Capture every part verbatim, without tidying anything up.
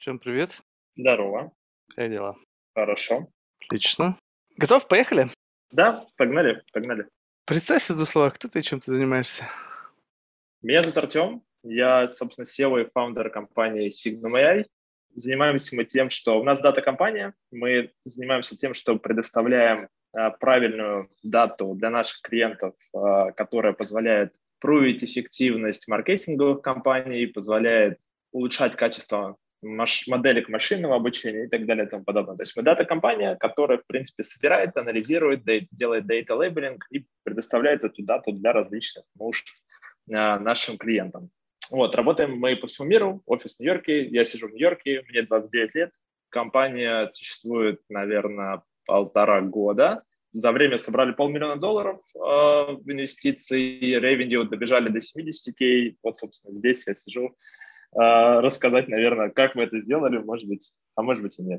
Всем привет. Здорово. Как дела? Хорошо. Отлично. Готов? Поехали? Да, погнали, погнали. Представься в двух словах, кто ты и чем ты занимаешься. Меня зовут Артем. Я, собственно, си и о и фаундер компании Signum эй ай. Занимаемся мы тем, что у нас дата-компания. Мы занимаемся тем, что предоставляем а, правильную дату для наших клиентов, а, которая позволяет провить эффективность маркетинговых компаний, позволяет улучшать качество маш- моделек машинного обучения и так далее и тому подобное. То есть мы дата-компания, которая, в принципе, собирает, анализирует, дей- делает data labeling и предоставляет эту дату для различных нужд а, нашим клиентам. Вот, работаем мы по всему миру, офис в Нью-Йорке, я сижу в Нью-Йорке, мне двадцать девять лет, компания существует, наверное, полтора года. За время собрали полмиллиона долларов э, в инвестиции, ревенью добежали до семьдесят кей. Вот, собственно, здесь я сижу. Э, рассказать, наверное, как мы это сделали, может быть, а может быть и нет.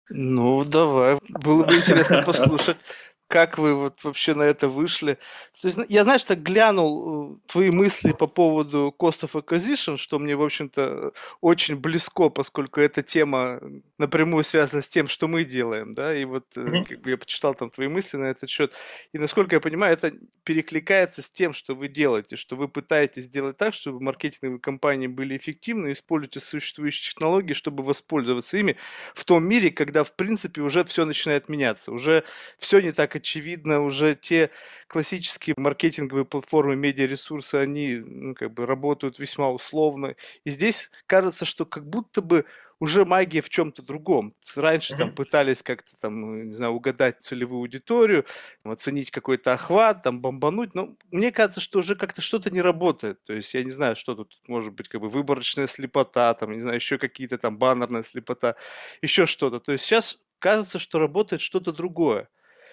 Ну, давай. Было бы интересно послушать, как вы вот вообще на это вышли. То есть, ну, я, знаешь, так глянул э, твои мысли по поводу cost of acquisition, что мне, в общем-то, очень близко, поскольку эта тема напрямую связана с тем, что мы делаем, да, и вот э, Мгм. как бы я почитал там твои мысли на этот счет, и насколько я понимаю, это перекликается с тем, что вы делаете, что вы пытаетесь сделать так, чтобы маркетинговые компании были эффективны, используйте существующие технологии, чтобы воспользоваться ими, в том мире, когда, в принципе, уже все начинает меняться, уже все не так очевидно, уже те классические маркетинговые платформы, медиаресурсы, они, ну, как бы работают весьма условно. И здесь кажется, что как будто бы уже магия в чем-то другом. Раньше там Мгм. пытались как-то там, не знаю, угадать целевую аудиторию, оценить какой-то охват, там бомбануть, но мне кажется, что уже как-то что-то не работает. То есть я не знаю, что тут может быть, как бы выборочная слепота, там, не знаю, еще какие-то там баннерная слепота, еще что-то. То есть сейчас кажется, что работает что-то другое.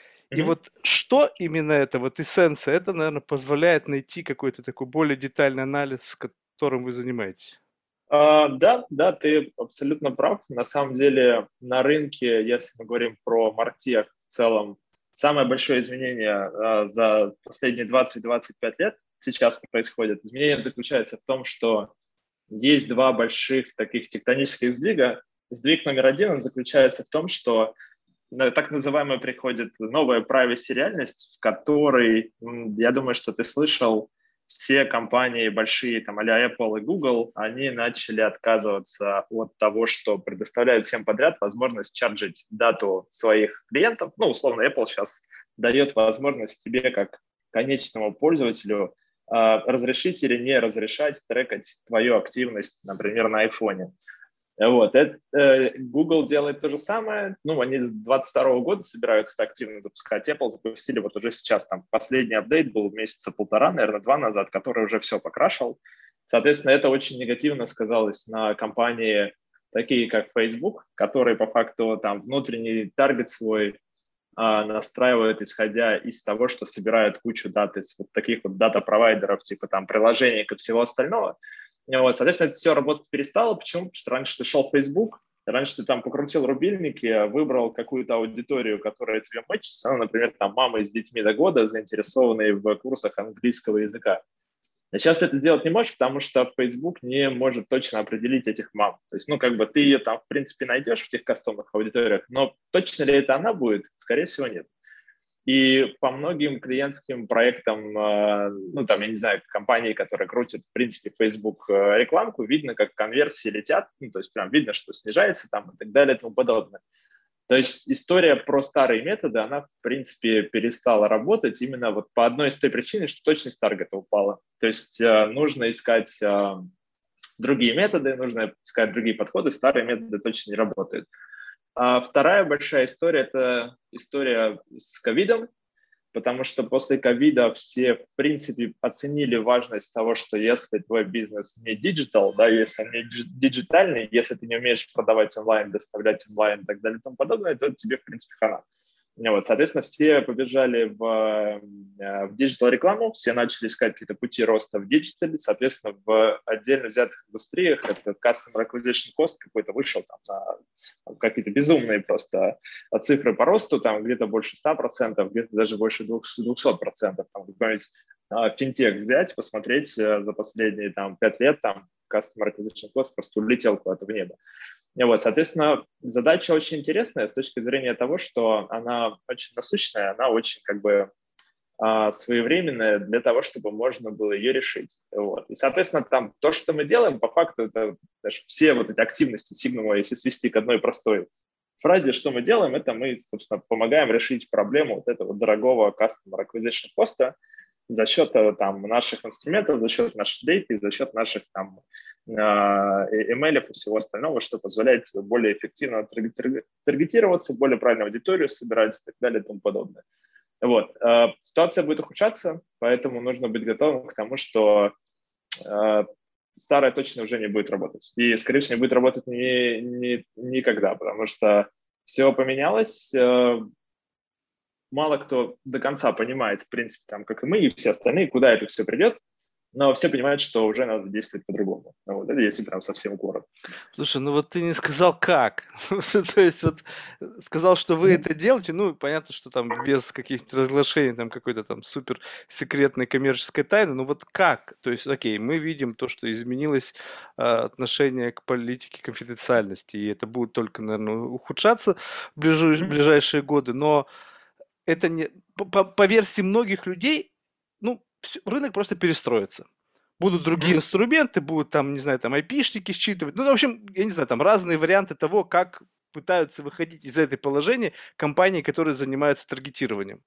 И Мгм. вот что именно это, вот эссенция, это, наверное, позволяет найти какой-то такой более детальный анализ, которым вы занимаетесь. А, да, да, ты абсолютно прав. На самом деле на рынке, если мы говорим про Мартех в целом, самое большое изменение а, за последние двадцать-двадцать пять лет сейчас происходит. Изменение заключается в том, что есть два больших таких тектонических сдвига. Сдвиг номер один, он заключается в том, что на- так называемая приходит новая privacy реальность, в которой, м, я думаю, что ты слышал, все компании большие, там, а-ля Apple и Google, они начали отказываться от того, что предоставляют всем подряд возможность чарджить дату своих клиентов. Ну, условно, Apple сейчас дает возможность тебе, как конечному пользователю, а, разрешить или не разрешать трекать твою активность, например, на iPhone. Вот. Это, э, Google делает то же самое. Ну, они с двадцать второго года собираются это активно запускать. Apple запустили вот уже сейчас. Там последний апдейт был месяца полтора, наверное, два назад, который уже все покрашил. Соответственно, это очень негативно сказалось на компании, такие как Facebook, которые по факту там внутренний таргет свой а, настраивают, исходя из того, что собирают кучу дат из вот таких вот дата-провайдеров, типа там приложений и всего остального. Вот, соответственно, это все работать перестало. Почему? Потому что раньше ты шел в Facebook, раньше ты там покрутил рубильники, выбрал какую-то аудиторию, которая тебе мэчится, ну, например, там мамы с детьми до года, заинтересованные в курсах английского языка. А сейчас ты это сделать не можешь, потому что Facebook не может точно определить этих мам. То есть, ну, как бы ты ее там, в принципе, найдешь в тех кастомных аудиториях, но точно ли это она будет? Скорее всего, нет. И по многим клиентским проектам, э, ну, там, я не знаю, компании, которые крутят, в принципе, Facebook э, рекламку, видно, как конверсии летят, ну, то есть прям видно, что снижается там и так далее и тому подобное. То есть история про старые методы, она, в принципе, перестала работать именно вот по одной из той причины, что точность таргета упала. То есть э, нужно искать э, другие методы, нужно искать другие подходы, старые методы точно не работают. А вторая большая история – это история с ковидом, потому что после ковида все, в принципе, оценили важность того, что если твой бизнес не диджитал, да, если он не диджитальный, если ты не умеешь продавать онлайн, доставлять онлайн и так далее и тому подобное, то тебе, в принципе, хана. Вот, соответственно, все побежали в, э, в диджитал-рекламу, все начали искать какие-то пути роста в диджитале, соответственно, в отдельно взятых индустриях этот customer acquisition cost какой-то вышел там, на там, какие-то безумные просто цифры по росту, там где-то больше ста процентов, где-то даже больше двухсот процентов. Там какой-нибудь а, финтех взять, посмотреть а, за последние там пять лет, там customer acquisition cost просто улетел куда-то в небо. Вот, соответственно, задача очень интересная с точки зрения того, что она очень насущная, она очень как бы а, своевременная для того, чтобы можно было ее решить. Вот. И, соответственно, там то, что мы делаем, по факту, это даже все вот эти активности Signum, если свести к одной простой фразе, что мы делаем, это мы, собственно, помогаем решить проблему вот этого дорогого Customer Acquisition Cost за счет там, наших инструментов, за счет нашей дейты, за счет наших там, email и всего остального, что позволяет тебе более эффективно таргетироваться, более правильную аудиторию собирать и так далее и тому подобное. Вот. Ситуация будет ухудшаться, поэтому нужно быть готовым к тому, что старая точно уже не будет работать. И, скорее всего, не будет работать ни, ни, никогда, потому что все поменялось. Мало кто до конца понимает, в принципе, там, как и мы, и все остальные, куда это все придет, но все понимают, что уже надо действовать по-другому. Вот, это если прям совсем коротко. Слушай, ну вот ты не сказал как. То есть вот сказал, что вы это делаете, ну, понятно, что там без каких-то разглашений, там какой-то там супер секретной коммерческой тайны, но вот как? То есть, окей, мы видим то, что изменилось э, отношение к политике конфиденциальности, и это будет только, наверное, ухудшаться в ближай- ближайшие годы, но это не... По, по- по версии многих людей, ну, всё- рынок просто перестроится. Будут другие инструменты, будут там, не знаю, там айпишники считывать. Ну, в общем, я не знаю, там разные варианты того, как пытаются выходить из этой положения компании, которые занимаются таргетированием.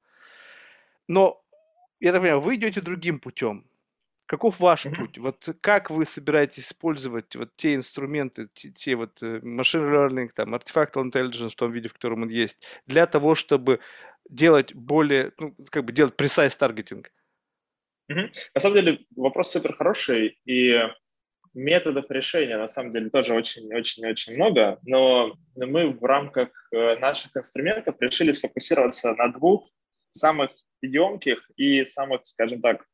Но, я так понимаю, вы идете другим путем. Каков ваш путь? Вот как вы собираетесь использовать вот те инструменты, те, те вот э, machine learning, там, artificial intelligence в том виде, в котором он есть, для того, чтобы делать более, ну, как бы делать precise таргетинг? Мгм. На самом деле вопрос супер хороший, и методов решения на самом деле тоже очень-очень-очень много, но мы в рамках э, наших инструментов решили сфокусироваться на двух самых емких и самых, скажем так,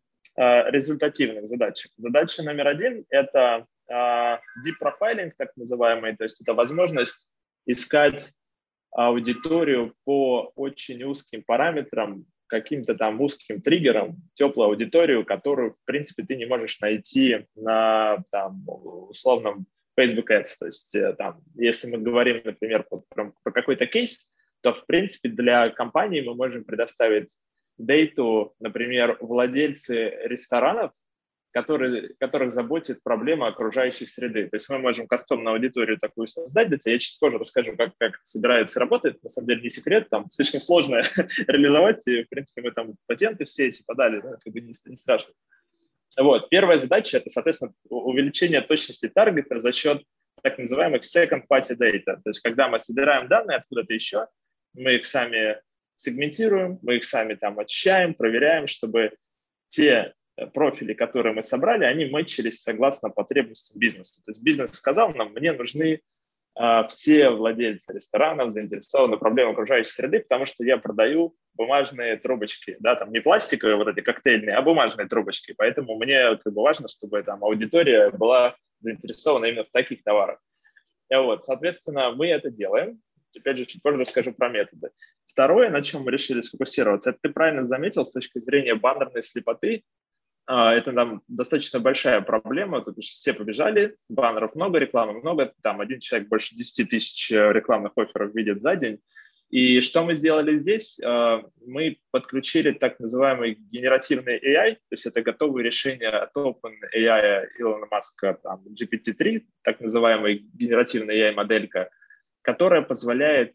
э, результативных задачах. Задача номер один – это э, deep profiling, так называемый, то есть это возможность искать аудиторию по очень узким параметрам, каким-то там узким триггером, теплую аудиторию, которую, в принципе, ты не можешь найти на там, условном Facebook Ads. То есть э, там, если мы говорим, например, про, про какой-то кейс, то, в принципе, для компании мы можем предоставить дейту, например, владельцы ресторанов, которые, которых заботит проблема окружающей среды. То есть мы можем кастомную аудиторию такую создать. Я чуть позже расскажу, как, как это собирается и работает. На самом деле не секрет, там слишком сложно реализовать. И, в принципе, мы там патенты все эти подали, да, как бы не, не страшно. Вот. Первая задача – это, соответственно, увеличение точности таргета за счет так называемых second party data. То есть когда мы собираем данные откуда-то еще, мы их сами сегментируем, мы их сами там очищаем, проверяем, чтобы те профили, которые мы собрали, они мэчились согласно потребностям бизнеса. То есть бизнес сказал нам, мне нужны а, все владельцы ресторанов заинтересованы в проблеме окружающей среды, потому что я продаю бумажные трубочки, да, там не пластиковые вот эти коктейльные, а бумажные трубочки. Поэтому мне как бы важно, чтобы там аудитория была заинтересована именно в таких товарах. И вот, соответственно, мы это делаем. Опять же, чуть позже расскажу про методы. Второе, на чем мы решили сфокусироваться, это ты правильно заметил с точки зрения баннерной слепоты. Это там достаточно большая проблема, тут все побежали, баннеров много, рекламы много, там один человек больше десять тысяч рекламных офферов видит за день. И что мы сделали здесь? Мы подключили так называемый генеративный эй ай, то есть это готовые решения от OpenAI Илона Маска, там, джи пи ти три, так называемая генеративная эй ай-моделька, которая позволяет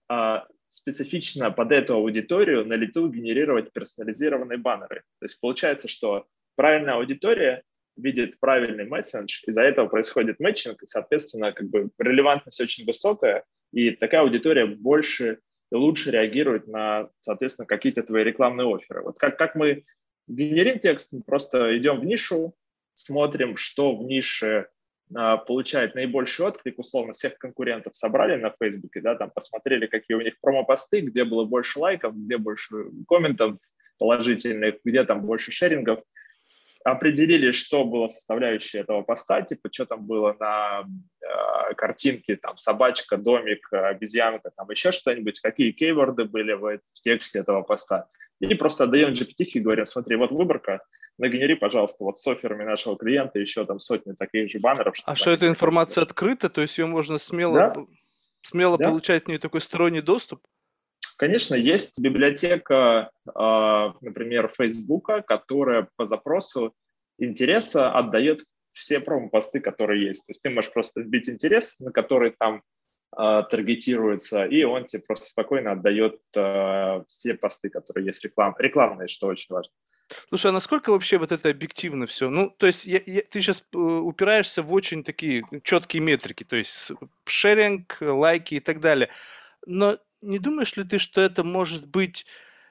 специфично под эту аудиторию на лету генерировать персонализированные баннеры. То есть получается, что правильная аудитория видит правильный месседж, из-за этого происходит мэтчинг, и, соответственно, как бы релевантность очень высокая, и такая аудитория больше и лучше реагирует на, соответственно, какие-то твои рекламные офферы. Вот как, как мы генерим текст, мы просто идем в нишу, смотрим, что в нише а, получает наибольший отклик, условно, всех конкурентов собрали на Фейсбуке, да, там посмотрели, какие у них промо-посты, где было больше лайков, где больше комментов положительных, где там больше шерингов, определили, что было составляющей этого поста, типа, что там было на э, картинке, там, собачка, домик, обезьянка, там, еще что-нибудь, какие кейворды были в, в тексте этого поста. и просто отдаем джи пи ти и говорим, смотри, вот выборка, нагенери, пожалуйста, вот с офферами нашего клиента еще там сотни таких же баннеров, А чтобы что они эта приходили. информация открыта, то есть ее можно смело, Да, п- смело да. получать в нее такой сторонний доступ? Конечно, есть библиотека, а, например, Фейсбука, которая по запросу интереса отдает все промо-посты, которые есть. То есть ты можешь просто вбить интерес, на который там а, таргетируется, и он тебе просто спокойно отдает а, все посты, которые есть реклам, рекламные, что очень важно. Слушай, а насколько вообще вот это объективно все? Ну, то есть я- я- ты сейчас упираешься в очень такие четкие метрики, то есть с- шеринг, лайки и так далее. Но не думаешь ли ты, что это может быть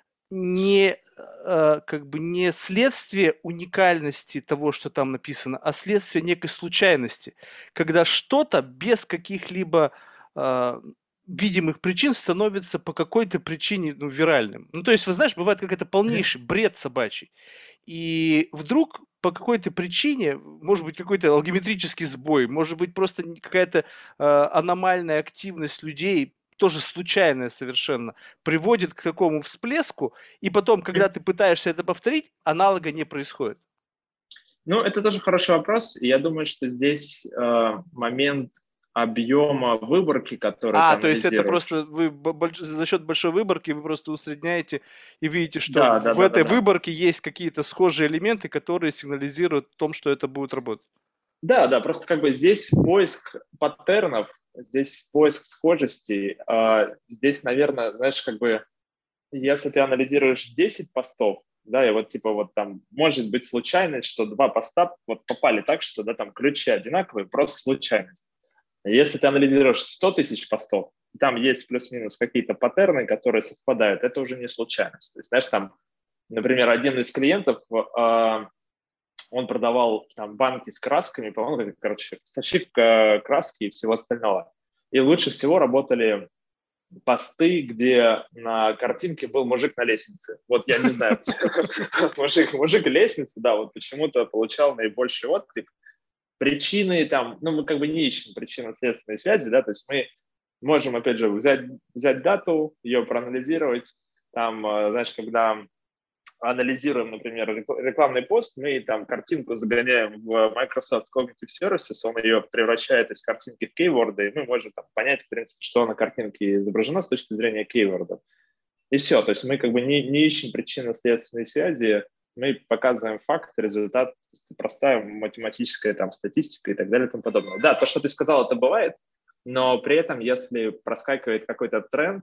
не, э, как бы не следствие уникальности того, что там написано, а следствие некой случайности, когда что-то без каких-либо а, видимых причин становится по какой-то причине, ну, виральным. Ну, то есть, вы знаешь, бывает как это полнейший бред собачий. И вдруг по какой-то причине, может быть, какой-то алгометрический сбой, может быть, просто н- какая-то а, аномальная активность людей, тоже случайная совершенно, приводит к такому всплеску, и потом, когда ты пытаешься это повторить, аналога не происходит. Ну, это тоже хороший вопрос. И я думаю, что здесь э, момент объема выборки, который ты А, то есть это анализируешь. просто вы бо- больш- за счет большой выборки вы просто усредняете и видите, что Да, да, в да, да, этой да. выборке есть какие-то схожие элементы, которые сигнализируют о том, что это будет работать. Да, да, просто как бы здесь поиск паттернов, здесь поиск схожестей. А здесь, наверное, знаешь, как бы если ты анализируешь десять постов, да, и вот типа вот там может быть случайность, что два поста вот попали так, что да, там ключи одинаковые, просто случайность. Если ты анализируешь сто тысяч постов, там есть плюс-минус какие-то паттерны, которые совпадают, это уже не случайность. То есть, знаешь, там, например, один из клиентов, э, он продавал там банки с красками, по-моему, это, короче, поставщик э, краски и всего остального. И лучше всего работали посты, где на картинке был мужик на лестнице. Вот я не знаю, мужик, мужик лестницы, да, вот почему-то получал наибольший отклик. Причины там, ну, мы как бы не ищем причинно-следственной связи, да, то есть мы можем, опять же, взять, взять дату, ее проанализировать, там, э, знаешь, когда анализируем, например, рекламный пост, мы там картинку загоняем в Microsoft Cognitive Services, он ее превращает из картинки в кейворды, и мы можем там понять, в принципе, что на картинке изображено с точки зрения кейвордов. И все, то есть мы как бы не, не ищем причинно-следственной связи, мы показываем факт, результат, то есть простая математическая там статистика и так далее и тому подобное. Да, то, что ты сказал, это бывает, но при этом, если проскакивает какой-то тренд,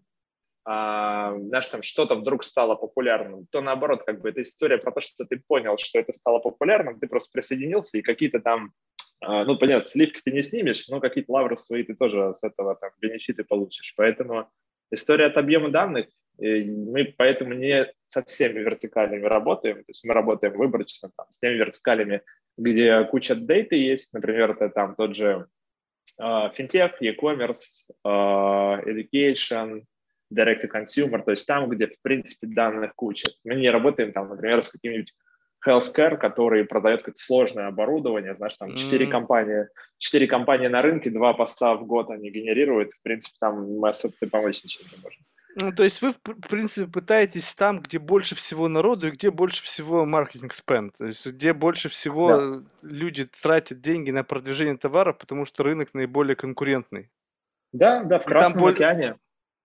а, знаешь, там что-то вдруг стало популярным, то наоборот, как бы эта история про то, что ты понял, что это стало популярным, ты просто присоединился, и какие-то там, а, ну, понятно, сливки ты не снимешь, но какие-то лавры свои ты тоже с этого там бенефиты получишь. Поэтому история от объема данных, и мы поэтому не со всеми вертикалями работаем, то есть мы работаем выборочно там, с теми вертикалями, где куча дейты есть, например, это там тот же финтех, e-commerce, education, direct-to-consumer, то есть там, где, в принципе, данных куча. Мы не работаем там, например, с каким-нибудь healthcare, который продает какое-то сложное оборудование, знаешь, там четыре М, компании, четыре компании на рынке, два поста в год они генерируют, в принципе, там мы особо помочь ничем не можем. Ну, то есть вы, в пр- принципе, пытаетесь там, где больше всего народу и где больше всего маркетинг спенд, то есть где больше всего Да, э, люди тратят деньги на продвижение товаров, потому что рынок наиболее конкурентный. да, да, в И там Красном боль... океане.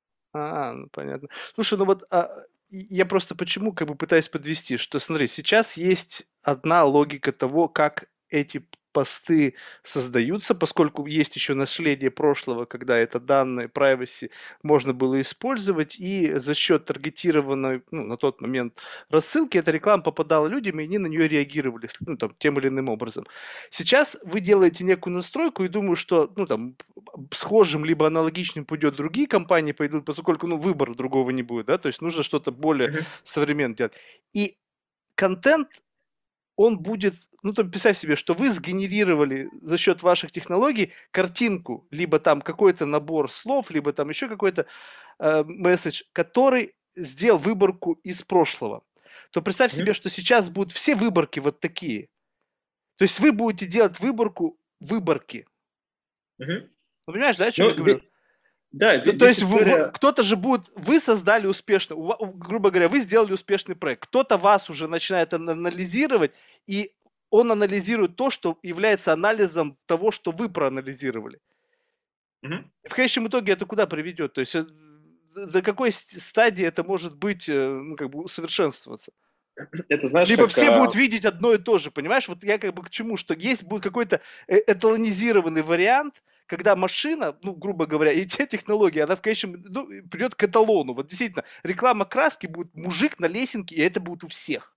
А, ну понятно. Слушай, ну вот а, и- я просто почему как бы пытаюсь подвести, что смотри, сейчас есть одна логика того, как эти посты создаются, поскольку есть еще наследие прошлого, когда это данные privacy можно было использовать, и за счет таргетированной, ну, на тот момент рассылки эта реклама попадала людям, и они на нее реагировали, ну, там, тем или иным образом. Сейчас вы делаете некую настройку и думаю, что, ну, там, схожим либо аналогичным пойдет другие компании пойдут, поскольку, ну, выбора другого не будет, да, то есть нужно что-то более Мгм, современное делать. И контент, он будет, ну, там, представь себе, что вы сгенерировали за счет ваших технологий картинку, либо там какой-то набор слов, либо там еще какой-то э, месседж, который сделал выборку из прошлого. То представь мгм, себе, что сейчас будут все выборки вот такие. То есть вы будете делать выборку выборки. мгм. Ну, понимаешь, да, о чем я Ну, говорю? здесь, Да, То, здесь, то здесь есть вы- вы- история. кто-то же будет, вы создали успешно, у ва- грубо говоря, вы сделали успешный проект, кто-то вас уже начинает ан- анализировать, и он анализирует то, что является анализом того, что вы проанализировали. Мгм. В конечном итоге это куда приведет? То есть э, за за какой ст- стадии это может быть, э, ну, как бы усовершенствоваться? Это знаешь, Либо как все а, будут видеть одно и то же, понимаешь? Вот я как бы к чему, что есть будет какой-то э- эталонизированный вариант, когда машина, ну, грубо говоря, и те технологии, она в конечном, ну, придет к эталону. Вот действительно, реклама краски будет мужик на лесенке, и это будет у всех.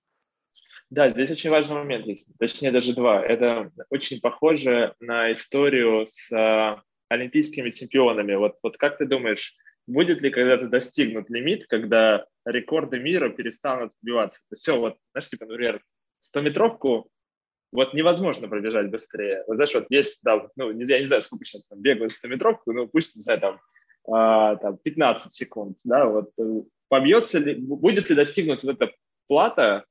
да, здесь очень важный момент есть, точнее даже два. Это очень похоже на историю с а, олимпийскими чемпионами. Вот, вот как ты думаешь, будет ли когда-то достигнут лимит, когда рекорды мира перестанут вбиваться? То есть все, вот, знаешь, типа, например, стометровку вот невозможно пробежать быстрее. Вот знаешь, вот есть там, ну, не, я не знаю, сколько сейчас там бегают стометровку, ну, пусть, не знаю, там, а, там пятнадцать секунд, да, вот э, побьется ли, будет ли достигнуть вот эта плата,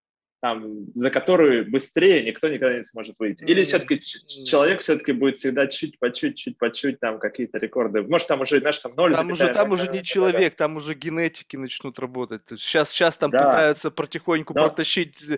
там, за которую быстрее никто никогда не сможет выйти. Или М, все-таки ч- м. человек все-таки будет всегда чуть по чуть, чуть по чуть, там какие-то рекорды. Может, там уже, знаешь, там Там уже, там уже не ноль целых ноль ноль. человек, там уже генетики начнут работать. Сейчас, сейчас там Да, пытаются потихоньку но, протащить э,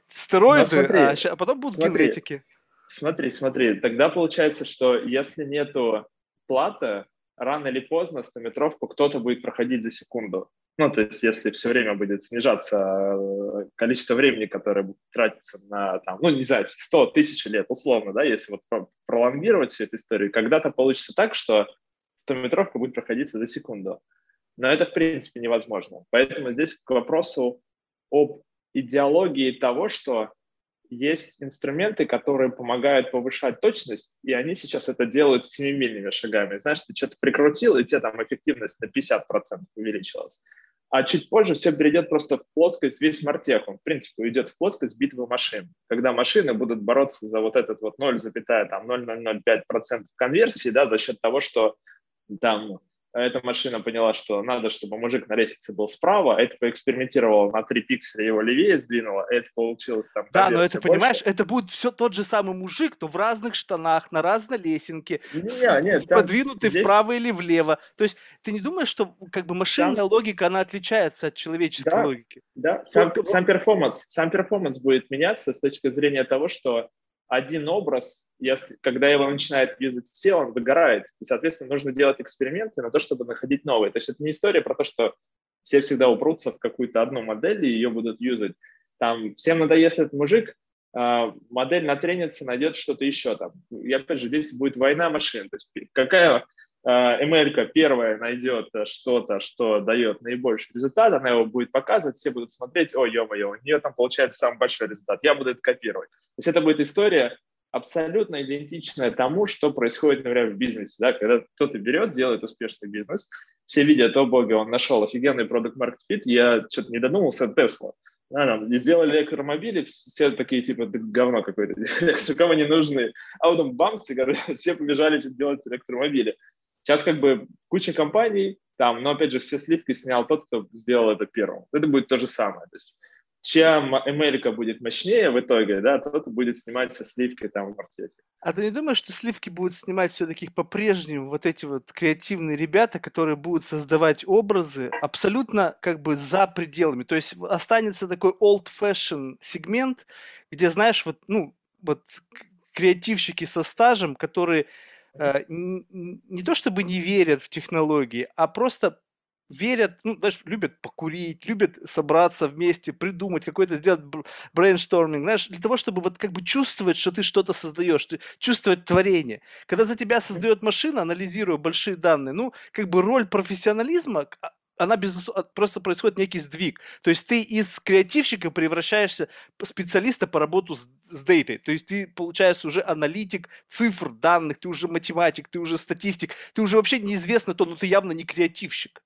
но стероиды, а, смотри, ща- а потом будут смотри, генетики. смотри, смотри. Тогда получается, что если нету плата, рано или поздно стометровку кто-то будет проходить за секунду. Ну, то есть, если все время будет снижаться э, количество времени, которое будет тратиться на, там, ну, не знаю, сто тысяч лет, условно, да, если вот про- пролонгировать всю эту историю, когда-то получится так, что стометровка будет проходиться за секунду. Но это, в принципе, невозможно. Поэтому здесь к вопросу об идеологии того, что есть инструменты, которые помогают повышать точность, и они сейчас это делают семимильными шагами. Знаешь, ты что-то прикрутил, и тебе там эффективность на пятьдесят процентов увеличилась. А чуть позже все перейдет просто в плоскость, весь Мартех, он, в принципе, уйдет в плоскость битвы машин, когда машины будут бороться за вот этот вот ноль целых ноль ноль ноль пять процентов конверсии, да, за счет того, что там эта машина поняла, что надо, чтобы мужик на лестнице был справа, это поэкспериментировала на три пикселя, его левее сдвинула, это получилось там Да, но это, конверсия больше. понимаешь, это будет все тот же самый мужик, но в разных штанах, на разной лесенке, с- Не, нет, там подвинутый здесь вправо или влево. То есть ты не думаешь, что как бы машинная сам, логика, она отличается от человеческой да, логики? да, Ну, сам, сам перформанс, сам перформанс будет меняться с точки зрения того, что один образ, если, когда его начинают юзать все, он выгорает. И, соответственно, нужно делать эксперименты на то, чтобы находить новые. То есть это не история про то, что все всегда упрутся в какую-то одну модель и ее будут юзать. Там всем надоест этот мужик, а, модель натренится, найдет что-то еще там. И опять же, здесь будет война машин. То есть какая эм эль первая найдет что-то, что дает наибольший результат, она его будет показывать, все будут смотреть, о, ё-моё, у нее там получается самый большой результат, я буду это копировать. То есть это будет история абсолютно идентичная тому, что происходит, например, в бизнесе. Да? Когда кто-то берет, делает успешный бизнес, все видят, о боги, он нашел офигенный продукт market fit, я что-то не додумался, Tesla. Да, там, и сделали электромобили, все такие, типа, да говно какое-то, кому не нужны. А потом бамс, и все побежали делать электромобили. Сейчас как бы куча компаний, там, но опять же все сливки снял тот, кто сделал это первым. Это будет то же самое. То есть чем эм эль будет мощнее в итоге, да, тот будет снимать все сливки там в Артеке. а ты не думаешь, что сливки будут снимать все-таки по-прежнему вот эти вот креативные ребята, которые будут создавать образы абсолютно как бы за пределами? То есть в- останется такой old-fashion сегмент, где, знаешь, вот, ну, вот к- креативщики со стажем, которые э, н- н- не то чтобы не верят в технологии, а просто верят, ну, знаешь, любят покурить, любят собраться вместе, придумать какой-то, сделать бр- брейншторминг, знаешь, для того, чтобы вот как бы чувствовать, что ты что-то создаешь, ты- чувствовать творение. Когда за тебя создает машина, анализируя большие данные, ну, как бы роль профессионализма, к- а- она безусловно, просто происходит некий сдвиг. То есть ты из креативщика превращаешься в специалиста по работу с, с дейтой. То есть ты получаешься уже аналитик цифр, данных, ты уже математик, ты уже статистик, ты уже вообще неизвестно то, но ты явно не креативщик.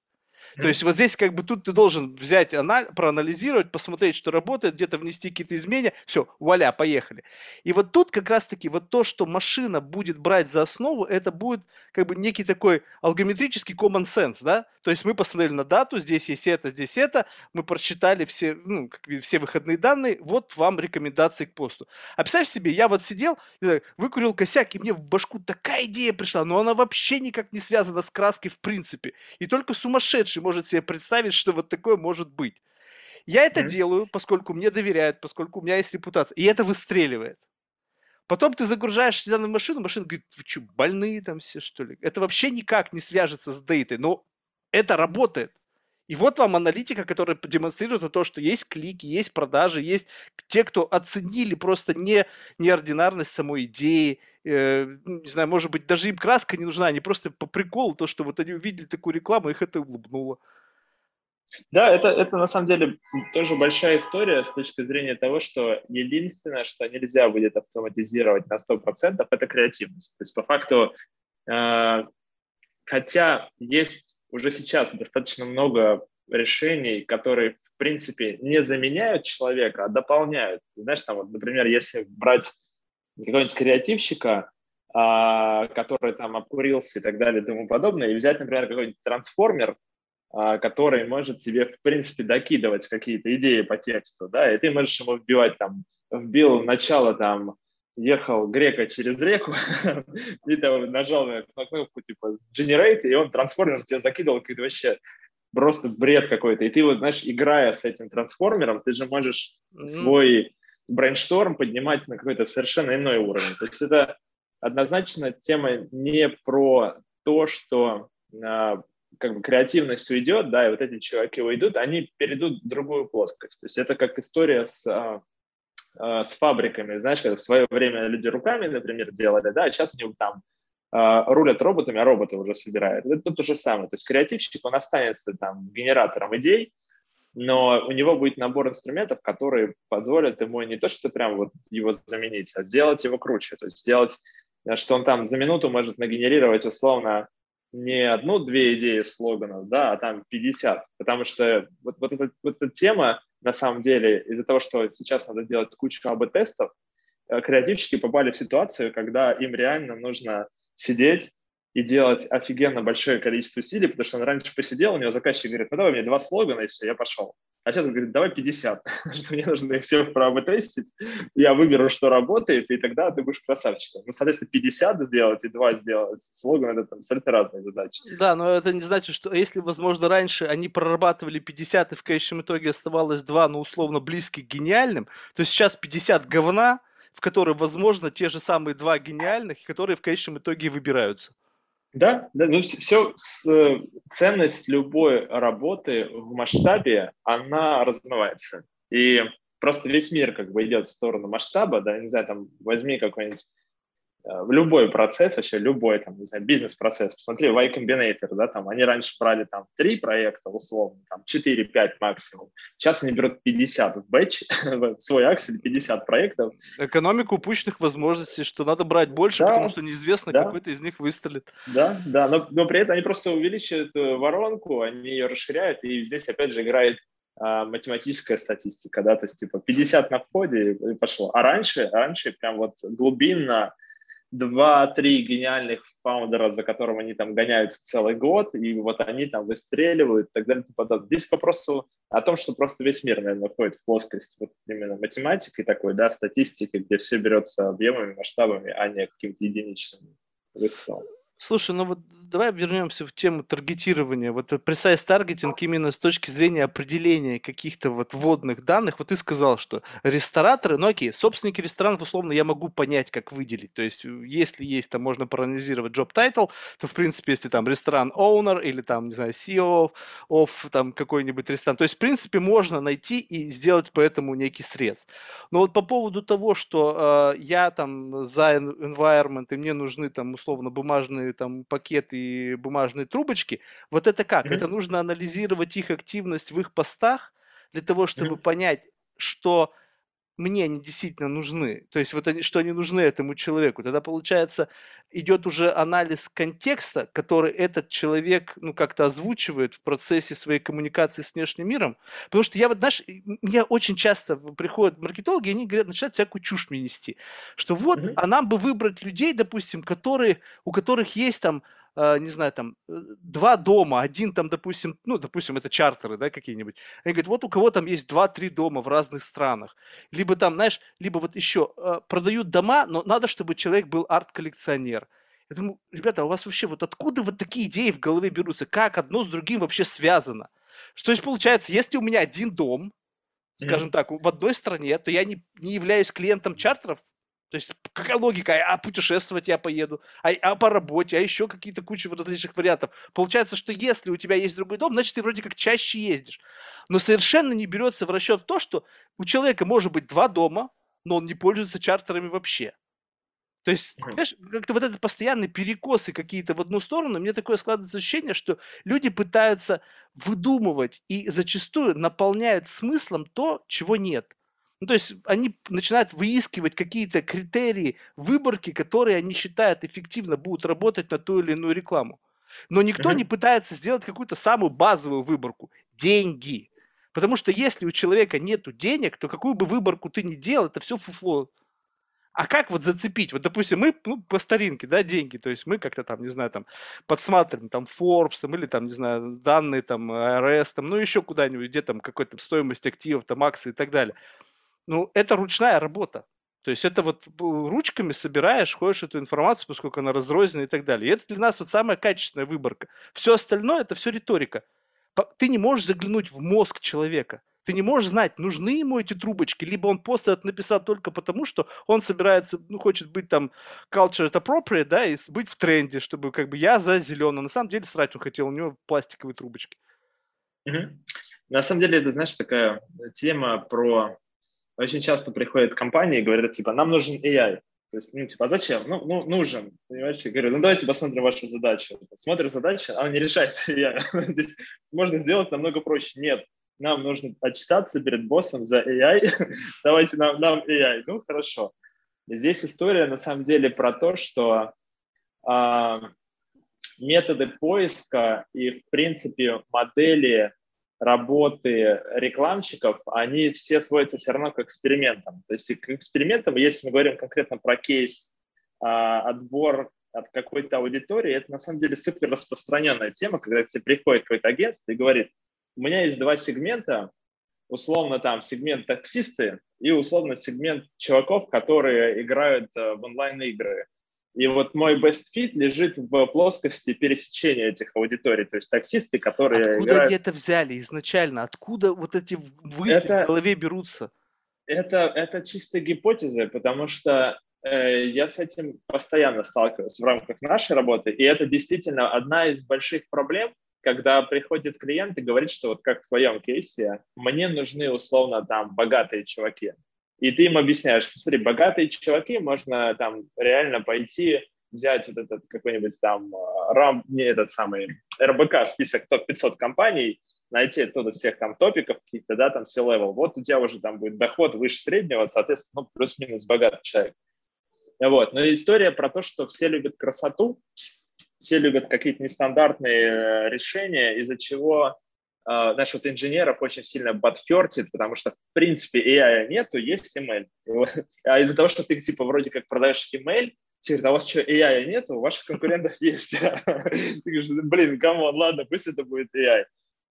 То есть вот здесь как бы тут ты должен взять, ана- проанализировать, посмотреть, что работает, где-то внести какие-то изменения, все, вуаля, поехали. И вот тут как раз-таки вот то, что машина будет брать за основу, это будет как бы некий такой алгометрический common sense, да? То есть мы посмотрели на дату, здесь есть это, здесь это, мы прочитали все, ну, как бы все выходные данные, вот вам рекомендации к посту. А представь себе, я вот сидел, не знаю, выкурил косяк, и мне в башку такая идея пришла, но она вообще никак не связана с краской в принципе. И только сумасшедший может себе представить, что вот такое может быть. Я это Мгм. делаю, поскольку мне доверяют, поскольку у меня есть репутация, и это выстреливает. Потом ты загружаешь себя на машину, машина говорит, вы что, больные там все, что ли? Это вообще никак не свяжется с дейтой, но это работает. И вот вам аналитика, которая демонстрирует то, что есть клики, есть продажи, есть те, кто оценили просто не неординарность самой идеи, э, ну, не знаю, может быть, даже им краска не нужна, они просто по приколу, то, что вот они увидели такую рекламу, их это улыбнуло. Да, это, это на самом деле тоже большая история с точки зрения того, что единственное, что нельзя будет автоматизировать на сто процентов, это креативность. То есть по факту, э, хотя есть уже сейчас достаточно много решений, которые, в принципе, не заменяют человека, а дополняют. Знаешь, там вот, например, если брать какого-нибудь креативщика, а, который там обкурился и так далее и тому подобное, и взять, например, какой-нибудь трансформер, а, который может тебе, в принципе, докидывать какие-то идеи по тексту, да, и ты можешь ему вбивать там, вбил начало там, ехал грека через реку, и там нажал на кнопку типа generate, и он трансформер тебе закидывал какой-то вообще просто бред какой-то. И ты вот, знаешь, играя с этим трансформером, ты же можешь Мгм. свой брейншторм поднимать на какой-то совершенно иной уровень. То есть это однозначно тема не про то, что а, как бы креативность уйдет, да, и вот эти чуваки уйдут, они перейдут в другую плоскость. То есть это как история с, а, а, с фабриками, знаешь, когда в свое время люди руками, например, делали, да, а сейчас они там а, рулят роботами, а роботы уже собирают. Это то же самое. То есть креативщик, он останется там генератором идей, но у него будет набор инструментов, которые позволят ему не то, что прям вот его заменить, а сделать его круче. То есть сделать, э, что он там за минуту может нагенерировать условно не одну-две идеи слоганов, да, а там пятьдесят. Потому что вот, вот, эта, вот эта тема, на самом деле, из-за того, что сейчас надо делать кучу эй би-тестов, креативщики попали в ситуацию, когда им реально нужно сидеть и делать офигенно большое количество усилий, потому что он раньше посидел, у него заказчик говорит, ну давай мне два слогана, и все, я пошел. А сейчас он говорит, давай пятьдесят, что мне нужно их всех проба-тестить, я выберу, что работает, и тогда ты будешь красавчиком. Ну, соответственно, пятьдесят сделать и два сделать слоган – это там абсолютно разные задачи. Да, но это не значит, что если, возможно, раньше они прорабатывали пятьдесят, и в конечном итоге оставалось два, ну, условно, близких к гениальным, то сейчас пятьдесят говна, в которые, возможно, те же самые два гениальных, которые в конечном итоге выбираются. Да, да, ну все, с, ценность любой работы в масштабе, она размывается. И просто весь мир как бы идет в сторону масштаба, да, не знаю, там возьми какой-нибудь э, любой процесс, вообще любой, там, не знаю, бизнес-процесс. Посмотри, Y Combinator, да, там, они раньше брали там три проекта, условно, там, четыре-пять максимум. Сейчас они берут пятьдесят в бэч, в свой аксель, пятьдесят проектов. Экономика упущенных возможностей, что надо брать больше, потому Да, что неизвестно, да, какой-то из них выстрелит. да, да, но, но при этом они просто увеличивают э, воронку, они ее расширяют, и здесь опять же играет а, математическая статистика, да, то есть типа пятьдесят на входе и пошло. А раньше, раньше прям вот глубинно два-три гениальных фаундера, за которым они там гоняются целый год, и вот они там выстреливают и так далее. И подобное. Здесь вопрос о том, что просто весь мир, наверное, входит в плоскость вот именно математики такой, да, статистики, где все берется объемами, масштабами, а не какими-то единичными выстрелами. Слушай, ну вот давай вернемся в тему таргетирования. Вот э, precise таргетинг именно с точки зрения определения каких-то вот вводных данных. Вот ты сказал, что рестораторы, ну окей, собственники ресторанов, условно, я могу понять, как выделить. То есть, э, если есть, там можно проанализировать job title, то, в принципе, если там ресторан owner или там, не знаю, си и о of там какой-нибудь ресторан, то есть, в принципе, можно найти и сделать по этому некий срез. Но вот по поводу того, что э, я там за en- environment, и мне нужны там условно бумажные там пакеты и бумажные трубочки, вот это как? Это Мгм. нужно анализировать их активность в их постах для того, чтобы Мгм. понять, что мне они действительно нужны, то есть вот они, что они нужны этому человеку. Тогда, получается, идет уже анализ контекста, который этот человек, ну, как-то озвучивает в процессе своей коммуникации с внешним миром. Потому что я вот, знаешь, и м мне очень часто приходят маркетологи, и они говорят, начинают всякую чушь мне нести, что вот, Мгм. а нам бы выбрать людей, допустим, которые у которых есть там, э, не знаю, там, э, два дома, один там, допустим, ну, допустим, это чартеры, да, какие-нибудь. Они говорят, вот у кого там есть два-три дома в разных странах. Либо там, знаешь, либо вот еще, э, продают дома, но надо, чтобы человек был арт-коллекционер. Я думаю, ребята, а у вас вообще вот откуда вот такие идеи в голове берутся? Как одно с другим вообще связано? Что есть получается, если у меня один дом, скажем Мгм. так, в одной стране, то я не, не являюсь клиентом чартеров. То есть какая логика? А путешествовать я поеду, а, а по работе, а еще какие-то куча различных вариантов. Получается, что если у тебя есть другой дом, значит, ты вроде как чаще ездишь. Но совершенно не берется в расчет то, что у человека может быть два дома, но он не пользуется чартерами вообще. То есть, Мгм. понимаешь, как-то вот этот постоянный перекосы какие-то в одну сторону, мне такое складывается ощущение, что люди пытаются выдумывать и зачастую наполняют смыслом то, чего нет. Ну, то есть они начинают выискивать какие-то критерии выборки, которые они считают эффективно будут работать на ту или иную рекламу. Но никто не Мгм. пытается сделать какую-то самую базовую выборку – деньги. Потому что если у человека нет денег, то какую бы выборку ты ни делал, это все фуфло. А как вот зацепить? Вот, допустим, мы, ну, по старинке, да, деньги, то есть мы как-то там, не знаю, там, подсматриваем там Forbes, там, или там, не знаю, данные там эй ар эс, там, ну, еще куда-нибудь, где там какой-то стоимость активов, там, акции и так далее. Ну, это ручная работа. То есть это вот бу- ручками собираешь, ходишь эту информацию, поскольку она разрознена и так далее. И это для нас вот самая качественная выборка. Все остальное – это все риторика. По- Ты не можешь заглянуть в мозг человека. Ты не можешь знать, нужны ему эти трубочки, либо он пост этот написал только потому, что он собирается, ну, хочет быть там culture appropriate, да, и с- быть в тренде, чтобы как бы я за зеленый. На самом деле срать он хотел, у него пластиковые трубочки. Мгм. На самом деле, это, знаешь, такая тема про... Очень часто приходят компании и говорят, типа, нам нужен эй ай. То есть, ну, типа, а зачем? Ну, ну, нужен. Понимаешь, я говорю, ну, давайте посмотрим вашу задачу. Смотришь задачу, а он не решается эй ай. Здесь можно сделать намного проще. Нет, нам нужно отчитаться перед боссом за эй ай. Давайте нам, нам эй ай. Ну, хорошо. И здесь история, на самом деле, про то, что а, методы поиска и, в принципе, модели работы рекламщиков, они все сводятся все равно к экспериментам. То есть к экспериментам, если мы говорим конкретно про кейс, а, отбор от какой-то аудитории, это на самом деле супер распространенная тема, когда к тебе приходит какое-то агентство и говорит, у меня есть два сегмента, условно там сегмент таксисты и условно сегмент чуваков, которые играют э, в онлайн-игры. И вот мой best fit лежит в плоскости пересечения этих аудиторий. То есть таксисты, которые Откуда они играют... это взяли изначально? Откуда вот эти в- мысли в Это, голове берутся? это, это чисто гипотезы, потому что э, я с этим постоянно сталкиваюсь в рамках нашей работы. И это действительно одна из больших проблем, когда приходит клиент и говорит, что вот как в твоем кейсе, мне нужны условно там богатые чуваки. И ты им объясняешь, что, смотри, богатые чуваки, можно там реально пойти взять вот этот какой-нибудь там э, рам, не этот самый эр бэ ка, список топ пятьсот компаний, найти оттуда всех там топиков каких-то, да, там все левел. Вот у тебя уже там будет доход выше среднего, соответственно, ну, плюс-минус богатый человек. Вот. Но история про то, что все любят красоту, все любят какие-то нестандартные э, решения, из-за чего э, знаешь, вот инженеров очень сильно бадхертит, потому что, в принципе, эй ай нету, есть email. А из-за того, что ты, типа, вроде как продаешь email, все говорят, а у вас что, эй ай нету? У ваших конкурентов есть. Ты говоришь, блин, камон, ладно, пусть это будет эй ай.